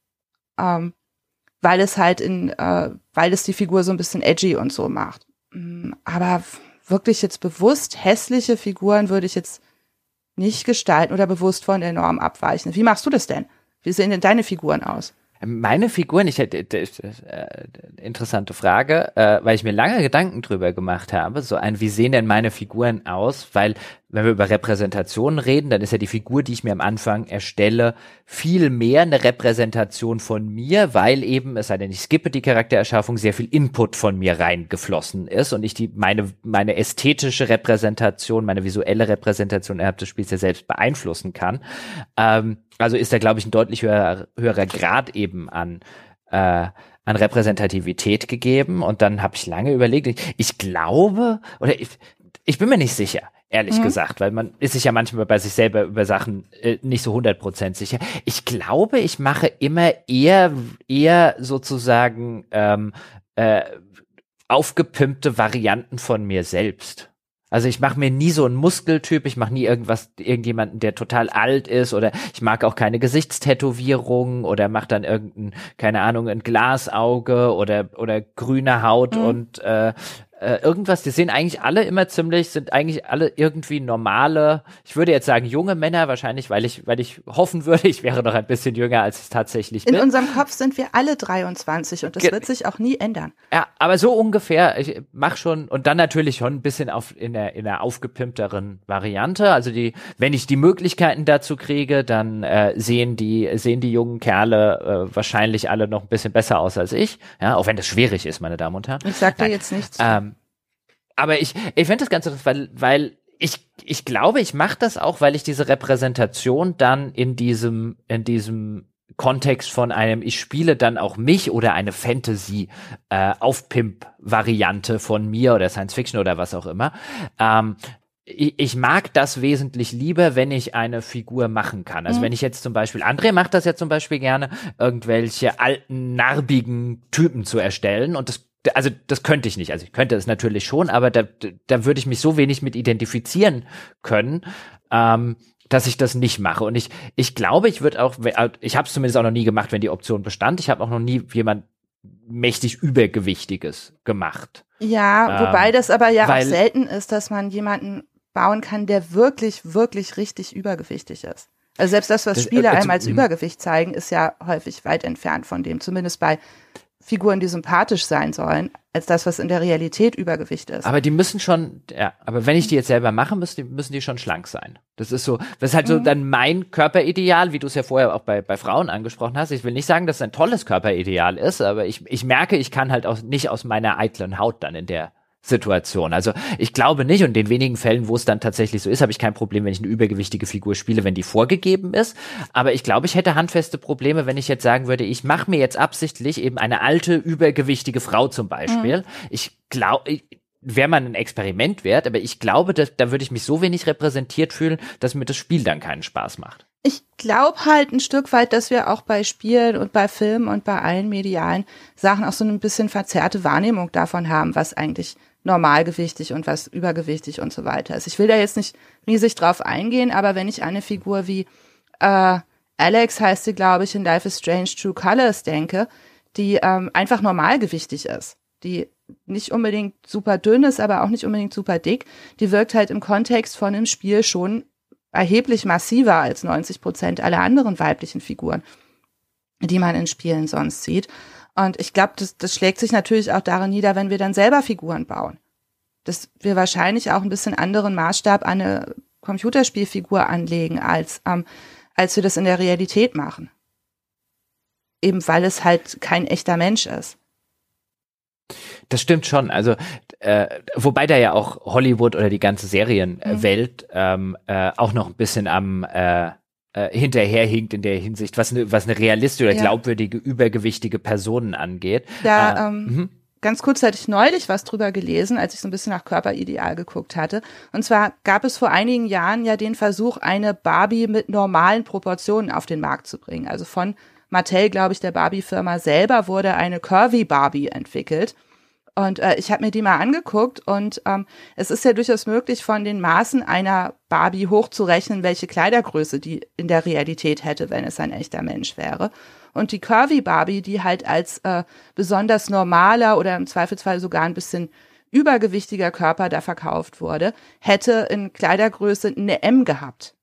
Ähm, weil es halt in, äh, weil es die Figur so ein bisschen edgy und so macht. Aber wirklich jetzt bewusst hässliche Figuren würde ich jetzt nicht gestalten oder bewusst von der Norm abweichen. Wie machst du das denn? Wie sehen denn deine Figuren aus? Meine Figuren, ich hätte äh, interessante Frage, äh, weil ich mir lange Gedanken drüber gemacht habe, so ein, wie sehen denn meine Figuren aus, weil wenn wir über Repräsentationen reden, dann ist ja die Figur, die ich mir am Anfang erstelle, viel mehr eine Repräsentation von mir, weil eben, es sei denn, ich skippe die Charaktererschaffung, sehr viel Input von mir reingeflossen ist und ich die meine meine ästhetische Repräsentation, meine visuelle Repräsentation innerhalb des Spiels ja selbst beeinflussen kann. Ähm, also ist da, glaube ich, ein deutlich höherer, höherer Grad eben an äh, an Repräsentativität gegeben. Und dann habe ich lange überlegt, ich, ich glaube, oder ich, ich bin mir nicht sicher, ehrlich mhm. gesagt, weil man ist sich ja manchmal bei sich selber über Sachen äh, nicht so hundert Prozent sicher. Ich glaube, ich mache immer eher, eher sozusagen ähm, äh, aufgepimpte Varianten von mir selbst. Also ich mache mir nie so einen Muskeltyp, ich mache nie irgendwas, irgendjemanden, der total alt ist, oder ich mag auch keine Gesichtstätowierungen oder mache dann irgendein, keine Ahnung, ein Glasauge oder oder grüne Haut mhm. und äh, äh, irgendwas. Die sehen eigentlich alle immer ziemlich, sind eigentlich alle irgendwie normale, ich würde jetzt sagen junge Männer, wahrscheinlich, weil ich weil ich hoffen würde, ich wäre noch ein bisschen jünger, als ich tatsächlich bin. In unserem Kopf sind wir alle dreiundzwanzig und das Ge- wird sich auch nie ändern. Ja, aber so ungefähr, ich mach schon, und dann natürlich schon ein bisschen auf in der in der aufgepimpteren Variante. Also die, wenn ich die Möglichkeiten dazu kriege, dann äh, sehen die sehen die jungen Kerle äh, wahrscheinlich alle noch ein bisschen besser aus als ich. Ja, auch wenn das schwierig ist, meine Damen und Herren. Ich sag dir jetzt nichts. Ähm, aber ich ich fände das Ganze, weil weil ich ich glaube, ich mache das auch, weil ich diese Repräsentation dann in diesem in diesem Kontext von einem, ich spiele dann auch mich oder eine Fantasy äh, Aufpimp-Variante von mir oder Science Fiction oder was auch immer. Ähm, ich, ich mag das wesentlich lieber, wenn ich eine Figur machen kann. Also mhm. wenn ich jetzt zum Beispiel, André macht das ja zum Beispiel gerne, irgendwelche alten, narbigen Typen zu erstellen, und das also das könnte ich nicht. Also ich könnte es natürlich schon, aber da, da würde ich mich so wenig mit identifizieren können, ähm, dass ich das nicht mache. Und ich ich glaube, ich würde auch, ich habe es zumindest auch noch nie gemacht, wenn die Option bestand. Ich habe auch noch nie jemand mächtig Übergewichtiges gemacht. Ja, ähm, wobei das aber ja weil, auch selten ist, dass man jemanden bauen kann, der wirklich, wirklich richtig übergewichtig ist. Also selbst das, was das, Spieler äh, einem als Übergewicht zeigen, ist ja häufig weit entfernt von dem, zumindest bei Figuren, die sympathisch sein sollen, als das, was in der Realität Übergewicht ist. Aber die müssen schon, ja, aber wenn ich die jetzt selber mache, müssen die, müssen die schon schlank sein. Das ist so, das ist halt so mhm. dann mein Körperideal, wie du es ja vorher auch bei, bei Frauen angesprochen hast. Ich will nicht sagen, dass es ein tolles Körperideal ist, aber ich, ich merke, ich kann halt auch nicht aus meiner eitlen Haut dann in der Situation. Also ich glaube nicht, und in den wenigen Fällen, wo es dann tatsächlich so ist, habe ich kein Problem, wenn ich eine übergewichtige Figur spiele, wenn die vorgegeben ist. Aber ich glaube, ich hätte handfeste Probleme, wenn ich jetzt sagen würde, ich mache mir jetzt absichtlich eben eine alte, übergewichtige Frau zum Beispiel. Mhm. Ich glaube, wäre mal ein Experiment wert, aber ich glaube, dass, da würde ich mich so wenig repräsentiert fühlen, dass mir das Spiel dann keinen Spaß macht. Ich glaube halt ein Stück weit, dass wir auch bei Spielen und bei Filmen und bei allen medialen Sachen auch so ein bisschen verzerrte Wahrnehmung davon haben, was eigentlich normalgewichtig und was übergewichtig und so weiter ist. Ich will da jetzt nicht riesig drauf eingehen, aber wenn ich an eine Figur wie äh, Alex, heißt sie, glaube ich, in Life is Strange True Colors denke, die ähm, einfach normalgewichtig ist, die nicht unbedingt super dünn ist, aber auch nicht unbedingt super dick, die wirkt halt im Kontext von einem Spiel schon erheblich massiver als neunzig Prozent aller anderen weiblichen Figuren, die man in Spielen sonst sieht. Und ich glaube, das, das schlägt sich natürlich auch darin nieder, wenn wir dann selber Figuren bauen. Dass wir wahrscheinlich auch ein bisschen anderen Maßstab an eine Computerspielfigur anlegen, als, ähm, als wir das in der Realität machen. Eben weil es halt kein echter Mensch ist. Das stimmt schon. Also äh, wobei da ja auch Hollywood oder die ganze Serienwelt mhm. ähm, äh, auch noch ein bisschen am äh, hinterherhinkt in der Hinsicht, was eine was eine realistische oder ja. glaubwürdige, übergewichtige Personen angeht. Da, äh, ähm, m- ganz kurz hatte ich neulich was drüber gelesen, als ich so ein bisschen nach Körperideal geguckt hatte. Und zwar gab es vor einigen Jahren ja den Versuch, eine Barbie mit normalen Proportionen auf den Markt zu bringen. Also von Mattel, glaube ich, der Barbie-Firma selber, wurde eine Curvy Barbie entwickelt. Und äh, ich habe mir die mal angeguckt und ähm, es ist ja durchaus möglich, von den Maßen einer Barbie hochzurechnen, welche Kleidergröße die in der Realität hätte, wenn es ein echter Mensch wäre. Und die Curvy Barbie, die halt als äh, besonders normaler oder im Zweifelsfall sogar ein bisschen übergewichtiger Körper da verkauft wurde, hätte in Kleidergröße eine M gehabt.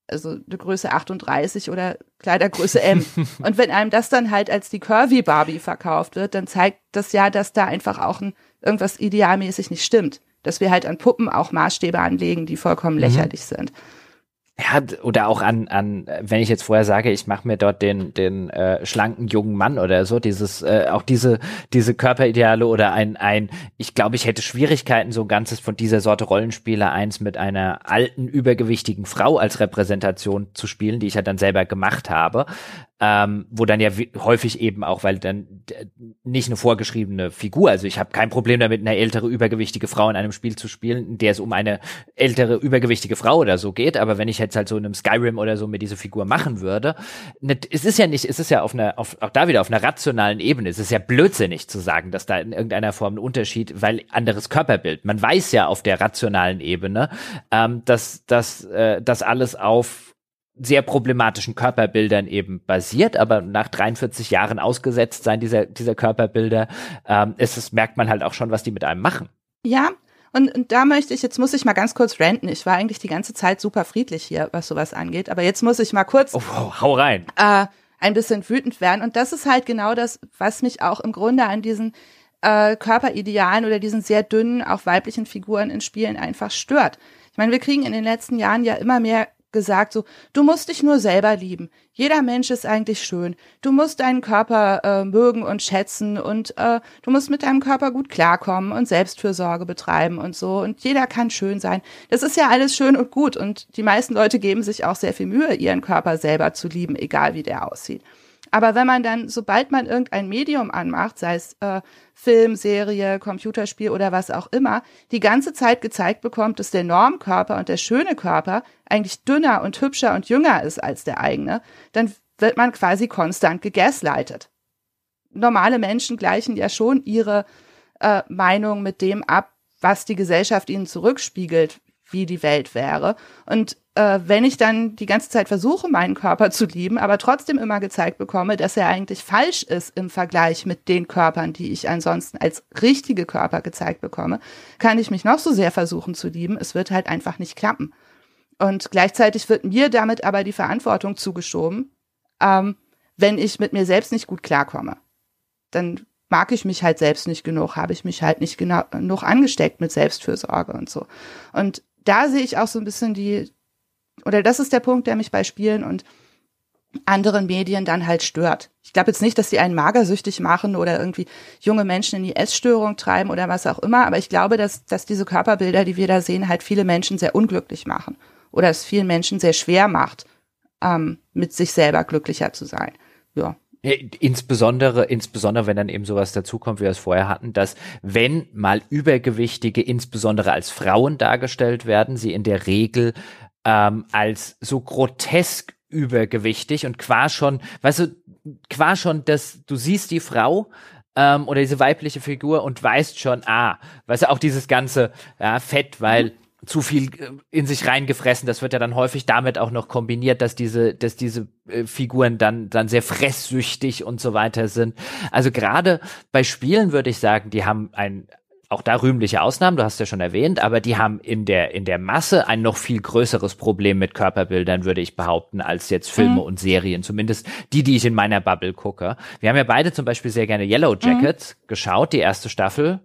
also eine Größe achtunddreißig oder Kleidergröße M. Und wenn einem das dann halt als die Curvy Barbie verkauft wird, dann zeigt das ja, dass da einfach auch ein, irgendwas idealmäßig nicht stimmt. Dass wir halt an Puppen auch Maßstäbe anlegen, die vollkommen lächerlich mhm. sind. Ja, oder auch an, an, wenn ich jetzt vorher sage, ich mache mir dort den, den äh, schlanken jungen Mann oder so, dieses, äh, auch diese, diese Körperideale oder ein, ein, ich glaube, ich hätte Schwierigkeiten, so ein ganzes von dieser Sorte Rollenspiele eins mit einer alten, übergewichtigen Frau als Repräsentation zu spielen, die ich ja dann selber gemacht habe. Ähm, wo dann ja häufig eben auch, weil dann d- nicht eine vorgeschriebene Figur, also ich habe kein Problem damit, eine ältere, übergewichtige Frau in einem Spiel zu spielen, in der es um eine ältere, übergewichtige Frau oder so geht, aber wenn ich jetzt halt so in einem Skyrim oder so mir diese Figur machen würde, ne, es ist ja nicht, es ist ja auf einer, auf, auch da wieder auf einer rationalen Ebene, es ist ja blödsinnig zu sagen, dass da in irgendeiner Form ein Unterschied, weil anderes Körperbild, man weiß ja auf der rationalen Ebene, ähm, dass, dass äh, das alles auf sehr problematischen Körperbildern eben basiert, aber nach dreiundvierzig Jahren ausgesetzt sein dieser dieser Körperbilder, ähm, ist es, merkt man halt auch schon, was die mit einem machen. Ja, und, und da möchte ich, jetzt muss ich mal ganz kurz ranten. Ich war eigentlich die ganze Zeit super friedlich hier, was sowas angeht, aber jetzt muss ich mal kurz oh, wow, hau rein. Äh, ein bisschen wütend werden. Und das ist halt genau das, was mich auch im Grunde an diesen äh, Körperidealen oder diesen sehr dünnen, auch weiblichen Figuren in Spielen einfach stört. Ich meine, wir kriegen in den letzten Jahren ja immer mehr gesagt, so, du musst dich nur selber lieben. Jeder Mensch ist eigentlich schön. Du musst deinen Körper äh, mögen und schätzen und äh, du musst mit deinem Körper gut klarkommen und Selbstfürsorge betreiben und so. Und jeder kann schön sein. Das ist ja alles schön und gut. Und die meisten Leute geben sich auch sehr viel Mühe, ihren Körper selber zu lieben, egal wie der aussieht. Aber wenn man dann, sobald man irgendein Medium anmacht, sei es äh, Film, Serie, Computerspiel oder was auch immer, die ganze Zeit gezeigt bekommt, dass der Normkörper und der schöne Körper eigentlich dünner und hübscher und jünger ist als der eigene, dann wird man quasi konstant gegaslightet. Normale Menschen gleichen ja schon ihre äh, Meinung mit dem ab, was die Gesellschaft ihnen zurückspiegelt, wie die Welt wäre. Und äh, wenn ich dann die ganze Zeit versuche, meinen Körper zu lieben, aber trotzdem immer gezeigt bekomme, dass er eigentlich falsch ist im Vergleich mit den Körpern, die ich ansonsten als richtige Körper gezeigt bekomme, kann ich mich noch so sehr versuchen zu lieben. Es wird halt einfach nicht klappen. Und gleichzeitig wird mir damit aber die Verantwortung zugeschoben, ähm, wenn ich mit mir selbst nicht gut klarkomme. Dann mag ich mich halt selbst nicht genug, habe ich mich halt nicht genau, genug angesteckt mit Selbstfürsorge und so. Und da sehe ich auch so ein bisschen die, oder das ist der Punkt, der mich bei Spielen und anderen Medien dann halt stört. Ich glaube jetzt nicht, dass die einen magersüchtig machen oder irgendwie junge Menschen in die Essstörung treiben oder was auch immer, aber ich glaube, dass, dass diese Körperbilder, die wir da sehen, halt viele Menschen sehr unglücklich machen oder es vielen Menschen sehr schwer macht, ähm, mit sich selber glücklicher zu sein. Ja. Insbesondere, insbesondere wenn dann eben sowas dazukommt, wie wir es vorher hatten, dass wenn mal Übergewichtige insbesondere als Frauen dargestellt werden, sie in der Regel ähm, als so grotesk übergewichtig und qua schon, weißt du, qua schon, dass du siehst die Frau ähm, oder diese weibliche Figur und weißt schon, ah, weißt du, auch dieses ganze ja, Fett, weil zu viel in sich reingefressen, das wird ja dann häufig damit auch noch kombiniert, dass diese, dass diese äh, Figuren dann, dann sehr fresssüchtig und so weiter sind. Also gerade bei Spielen würde ich sagen, die haben ein, auch da rühmliche Ausnahmen, du hast ja schon erwähnt, aber die haben in der, in der Masse ein noch viel größeres Problem mit Körperbildern, würde ich behaupten, als jetzt Filme mhm. und Serien, zumindest die, die ich in meiner Bubble gucke. Wir haben ja beide zum Beispiel sehr gerne Yellow Jackets mhm. geschaut, die erste Staffel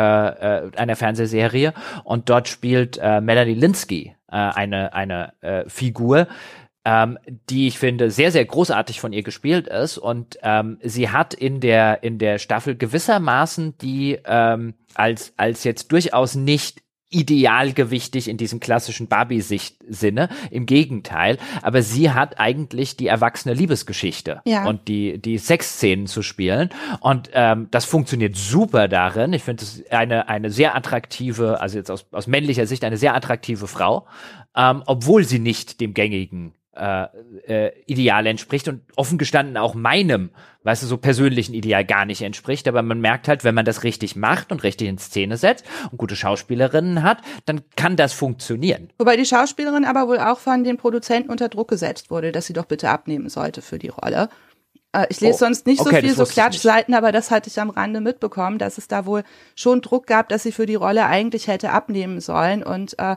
Äh, einer Fernsehserie und dort spielt äh, Melanie Lynskey äh, eine eine äh, Figur, ähm, die ich finde sehr sehr großartig von ihr gespielt ist und ähm, sie hat in der in der Staffel gewissermaßen die ähm, als als jetzt durchaus nicht idealgewichtig in diesem klassischen Barbie-Sicht-Sinne, im Gegenteil, aber sie hat eigentlich die erwachsene Liebesgeschichte ja. und die die Sexszenen zu spielen und ähm, das funktioniert super darin. Ich finde es eine eine sehr attraktive, also jetzt aus aus männlicher Sicht eine sehr attraktive Frau, ähm, obwohl sie nicht dem gängigen äh, äh, Ideal entspricht und offen gestanden auch meinem, weißt du, so persönlichen Ideal gar nicht entspricht, aber man merkt halt, wenn man das richtig macht und richtig in Szene setzt und gute Schauspielerinnen hat, dann kann das funktionieren. Wobei die Schauspielerin aber wohl auch von den Produzenten unter Druck gesetzt wurde, dass sie doch bitte abnehmen sollte für die Rolle. Äh, ich lese oh, sonst nicht okay, so viel so Klatschseiten, aber das hatte ich am Rande mitbekommen, dass es da wohl schon Druck gab, dass sie für die Rolle eigentlich hätte abnehmen sollen und äh,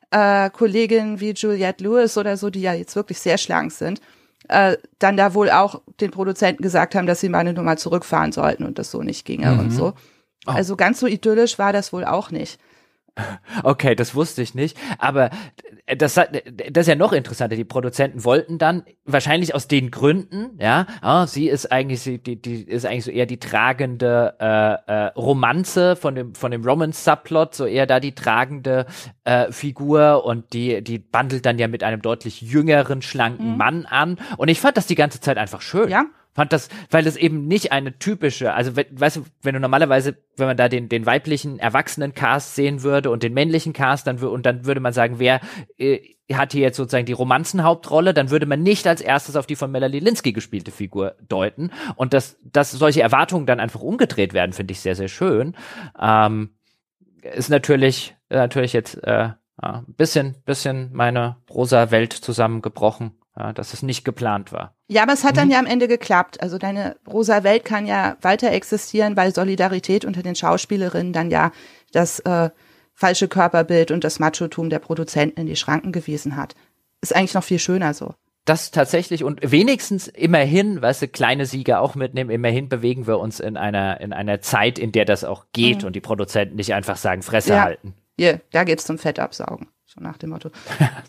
äh, Kolleginnen wie Juliette Lewis oder so, die ja jetzt wirklich sehr schlank sind, äh, dann da wohl auch den Produzenten gesagt haben, dass sie mal eine Nummer zurückfahren sollten und das so nicht ginge mhm. und so. Oh. Also ganz so idyllisch war das wohl auch nicht. Okay, das wusste ich nicht, aber das, das ist ja noch interessanter. Die Produzenten wollten dann wahrscheinlich aus den Gründen, ja, oh, sie ist eigentlich sie, die, die ist eigentlich so eher die tragende äh, äh, Romanze von dem von dem Romance-Subplot, so eher da die tragende äh, Figur und die die bandelt dann ja mit einem deutlich jüngeren, schlanken mhm. Mann an und ich fand das die ganze Zeit einfach schön. Ja. Fand das, weil es eben nicht eine typische, also we, weißt du, wenn du normalerweise, wenn man da den den weiblichen erwachsenen Cast sehen würde und den männlichen Cast, dann und dann würde man sagen, wer äh, hat hier jetzt sozusagen die Romanzenhauptrolle, dann würde man nicht als erstes auf die von Melanie Lynskey gespielte Figur deuten und dass dass solche Erwartungen dann einfach umgedreht werden, finde ich sehr sehr schön. Ähm, ist natürlich natürlich jetzt äh, ein bisschen bisschen meine rosa Welt zusammengebrochen. Ja, dass es nicht geplant war. Ja, aber es hat dann mhm. ja am Ende geklappt. Also deine rosa Welt kann ja weiter existieren, weil Solidarität unter den Schauspielerinnen dann ja das äh, falsche Körperbild und das Machotum der Produzenten in die Schranken gewiesen hat. Ist eigentlich noch viel schöner so. Das tatsächlich und wenigstens immerhin, weißt du, kleine Siege auch mitnehmen, immerhin bewegen wir uns in einer in einer Zeit, in der das auch geht mhm. und die Produzenten nicht einfach sagen, Fresse ja. halten. Ja, da geht's zum Fettabsaugen, so nach dem Motto.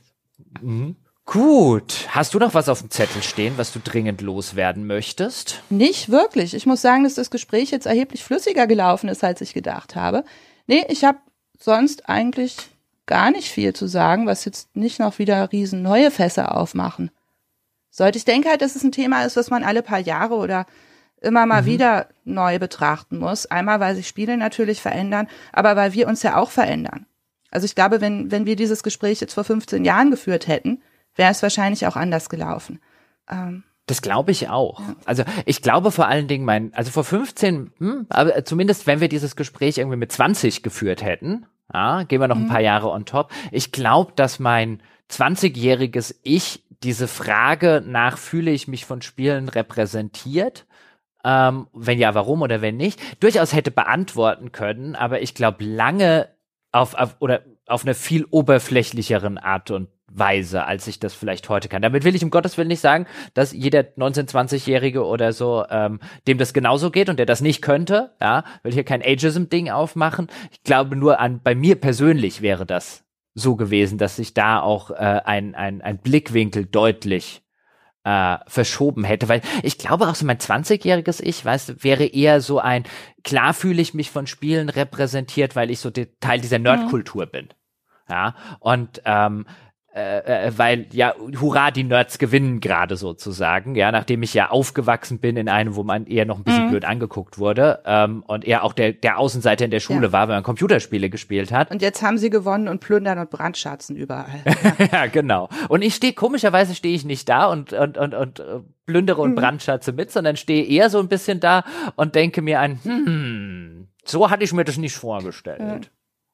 mhm. Gut. Hast du noch was auf dem Zettel stehen, was du dringend loswerden möchtest? Nicht wirklich. Ich muss sagen, dass das Gespräch jetzt erheblich flüssiger gelaufen ist, als ich gedacht habe. Nee, ich habe sonst eigentlich gar nicht viel zu sagen, was jetzt nicht noch wieder riesen neue Fässer aufmachen sollte. Ich denke halt, dass es ein Thema ist, was man alle paar Jahre oder immer mal mhm. wieder neu betrachten muss. Einmal, weil sich Spiele natürlich verändern, aber weil wir uns ja auch verändern. Also ich glaube, wenn, wenn wir dieses Gespräch jetzt vor fünfzehn Jahren geführt hätten, wäre es wahrscheinlich auch anders gelaufen. Ähm, das glaube ich auch. Ja. Also ich glaube vor allen Dingen, mein, also vor fünfzehn, hm, aber zumindest wenn wir dieses Gespräch irgendwie mit zwanzig geführt hätten, ja, gehen wir noch mhm. ein paar Jahre on top. Ich glaube, dass mein zwanzigjähriges Ich diese Frage nach, fühle ich mich von Spielen repräsentiert, ähm, wenn ja, warum oder wenn nicht, durchaus hätte beantworten können, aber ich glaube lange auf, auf oder auf eine viel oberflächlicheren Art und Weise, als ich das vielleicht heute kann. Damit will ich um Gottes Willen nicht sagen, dass jeder neunzehn-, zwanzigjährige oder so, ähm, dem das genauso geht und der das nicht könnte, ja, will hier kein Ageism-Ding aufmachen. Ich glaube nur an, bei mir persönlich wäre das so gewesen, dass sich da auch äh, ein, ein, ein Blickwinkel deutlich äh, verschoben hätte, weil ich glaube auch so mein zwanzigjähriges Ich, weißt du, wäre eher so ein, klar fühle ich mich von Spielen repräsentiert, weil ich so die, Teil dieser Nerdkultur bin. Ja, und ähm, Äh, äh, weil, ja, hurra, die Nerds gewinnen gerade sozusagen, ja, nachdem ich ja aufgewachsen bin in einem, wo man eher noch ein bisschen mhm. blöd angeguckt wurde ähm, und eher auch der der Außenseiter in der Schule ja. war, wenn man Computerspiele gespielt hat. Und jetzt haben sie gewonnen und plündern und brandschatzen überall. Ja, ja genau. Und ich stehe, komischerweise stehe ich nicht da und und und und äh, plündere und mhm. brandschatze mit, sondern stehe eher so ein bisschen da und denke mir ein, hm, so hatte ich mir das nicht vorgestellt. Mhm.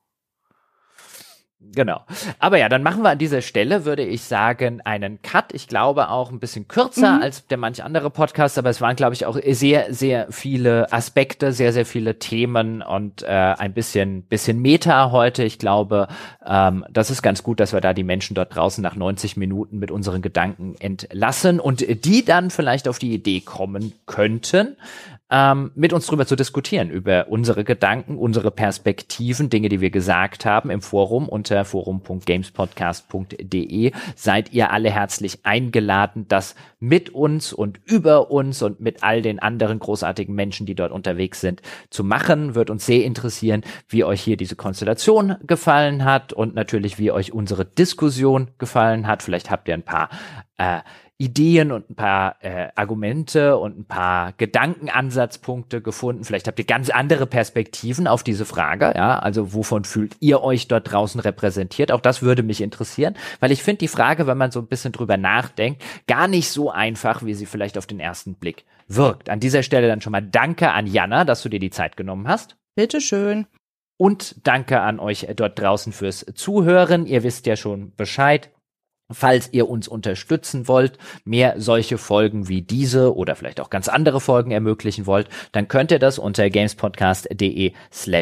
Genau. Aber ja, dann machen wir an dieser Stelle, würde ich sagen, einen Cut. Ich glaube auch ein bisschen kürzer mhm. als der manch andere Podcast, aber es waren, glaube ich, auch sehr, sehr viele Aspekte, sehr, sehr viele Themen und äh, ein bisschen, bisschen Meta heute. Ich glaube, ähm, das ist ganz gut, dass wir da die Menschen dort draußen nach neunzig Minuten mit unseren Gedanken entlassen und die dann vielleicht auf die Idee kommen könnten, Ähm, mit uns drüber zu diskutieren, über unsere Gedanken, unsere Perspektiven, Dinge, die wir gesagt haben im Forum unter forum punkt gamespodcast punkt de. Seid ihr alle herzlich eingeladen, das mit uns und über uns und mit all den anderen großartigen Menschen, die dort unterwegs sind, zu machen. Wird uns sehr interessieren, wie euch hier diese Konstellation gefallen hat und natürlich, wie euch unsere Diskussion gefallen hat. Vielleicht habt ihr ein paar äh, Ideen und ein paar äh, Argumente und ein paar Gedankenansatzpunkte gefunden. Vielleicht habt ihr ganz andere Perspektiven auf diese Frage, ja, also wovon fühlt ihr euch dort draußen repräsentiert? Auch das würde mich interessieren, weil ich finde die Frage, wenn man so ein bisschen drüber nachdenkt, gar nicht so einfach, wie sie vielleicht auf den ersten Blick wirkt. An dieser Stelle dann schon mal danke an Jana, dass du dir die Zeit genommen hast. Bitteschön. Und danke an euch dort draußen fürs Zuhören. Ihr wisst ja schon Bescheid. Falls ihr uns unterstützen wollt, mehr solche Folgen wie diese oder vielleicht auch ganz andere Folgen ermöglichen wollt, dann könnt ihr das unter gamespodcast.de slash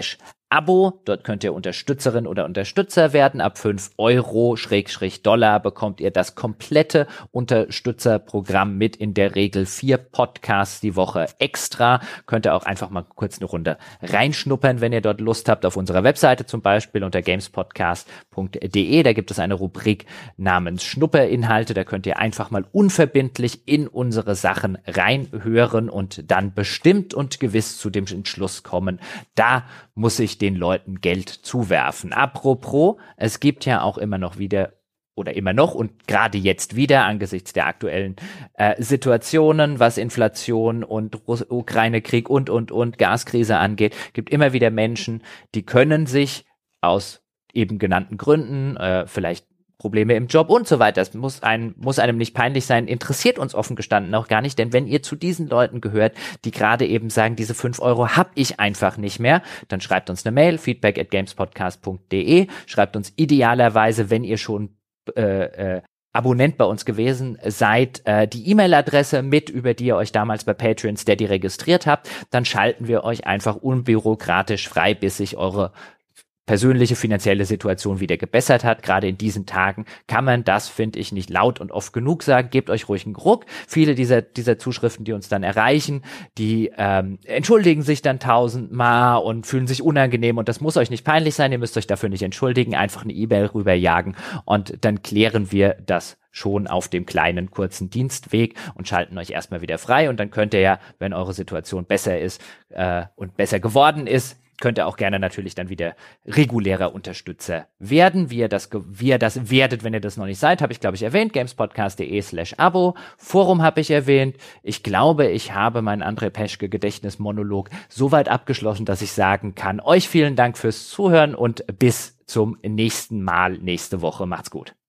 Abo. Dort könnt ihr Unterstützerin oder Unterstützer werden. Ab fünf Euro Schrägstrich Dollar bekommt ihr das komplette Unterstützerprogramm mit in der Regel vier Podcasts die Woche extra. Könnt ihr auch einfach mal kurz eine Runde reinschnuppern, wenn ihr dort Lust habt. Auf unserer Webseite zum Beispiel unter gamespodcast punkt de. Da gibt es eine Rubrik namens Schnupperinhalte. Da könnt ihr einfach mal unverbindlich in unsere Sachen reinhören und dann bestimmt und gewiss zu dem Entschluss kommen, da muss ich den Leuten Geld zuwerfen. Apropos, es gibt ja auch immer noch wieder oder immer noch und gerade jetzt wieder angesichts der aktuellen äh, Situationen, was Inflation und Russ- Ukraine-Krieg und, und, und Gaskrise angeht, gibt immer wieder Menschen, die können sich aus eben genannten Gründen, äh, vielleicht Probleme im Job und so weiter. Das muss einem, muss einem nicht peinlich sein, interessiert uns offen gestanden auch gar nicht, denn wenn ihr zu diesen Leuten gehört, die gerade eben sagen, diese fünf Euro hab ich einfach nicht mehr, dann schreibt uns eine Mail, feedback at gamespodcast punkt de, schreibt uns idealerweise, wenn ihr schon äh, äh, Abonnent bei uns gewesen seid, äh, die E-Mail-Adresse mit, über die ihr euch damals bei Patreon Steady registriert habt, dann schalten wir euch einfach unbürokratisch frei, bis sich eure persönliche finanzielle Situation wieder gebessert hat. Gerade in diesen Tagen kann man das, finde ich, nicht laut und oft genug sagen. Gebt euch ruhig einen Ruck. Viele dieser dieser Zuschriften, die uns dann erreichen, die ähm, entschuldigen sich dann tausendmal und fühlen sich unangenehm und das muss euch nicht peinlich sein. Ihr müsst euch dafür nicht entschuldigen. Einfach eine E-Mail rüberjagen und dann klären wir das schon auf dem kleinen, kurzen Dienstweg und schalten euch erstmal wieder frei und dann könnt ihr ja, wenn eure Situation besser ist äh, und besser geworden ist, könnt ihr auch gerne natürlich dann wieder regulärer Unterstützer werden. Wie ihr das, wie ihr das werdet, wenn ihr das noch nicht seid, habe ich, glaube ich, erwähnt. gamespodcast.de slash Abo. Forum habe ich erwähnt. Ich glaube, ich habe meinen André Peschke Gedächtnismonolog soweit abgeschlossen, dass ich sagen kann, euch vielen Dank fürs Zuhören und bis zum nächsten Mal nächste Woche. Macht's gut.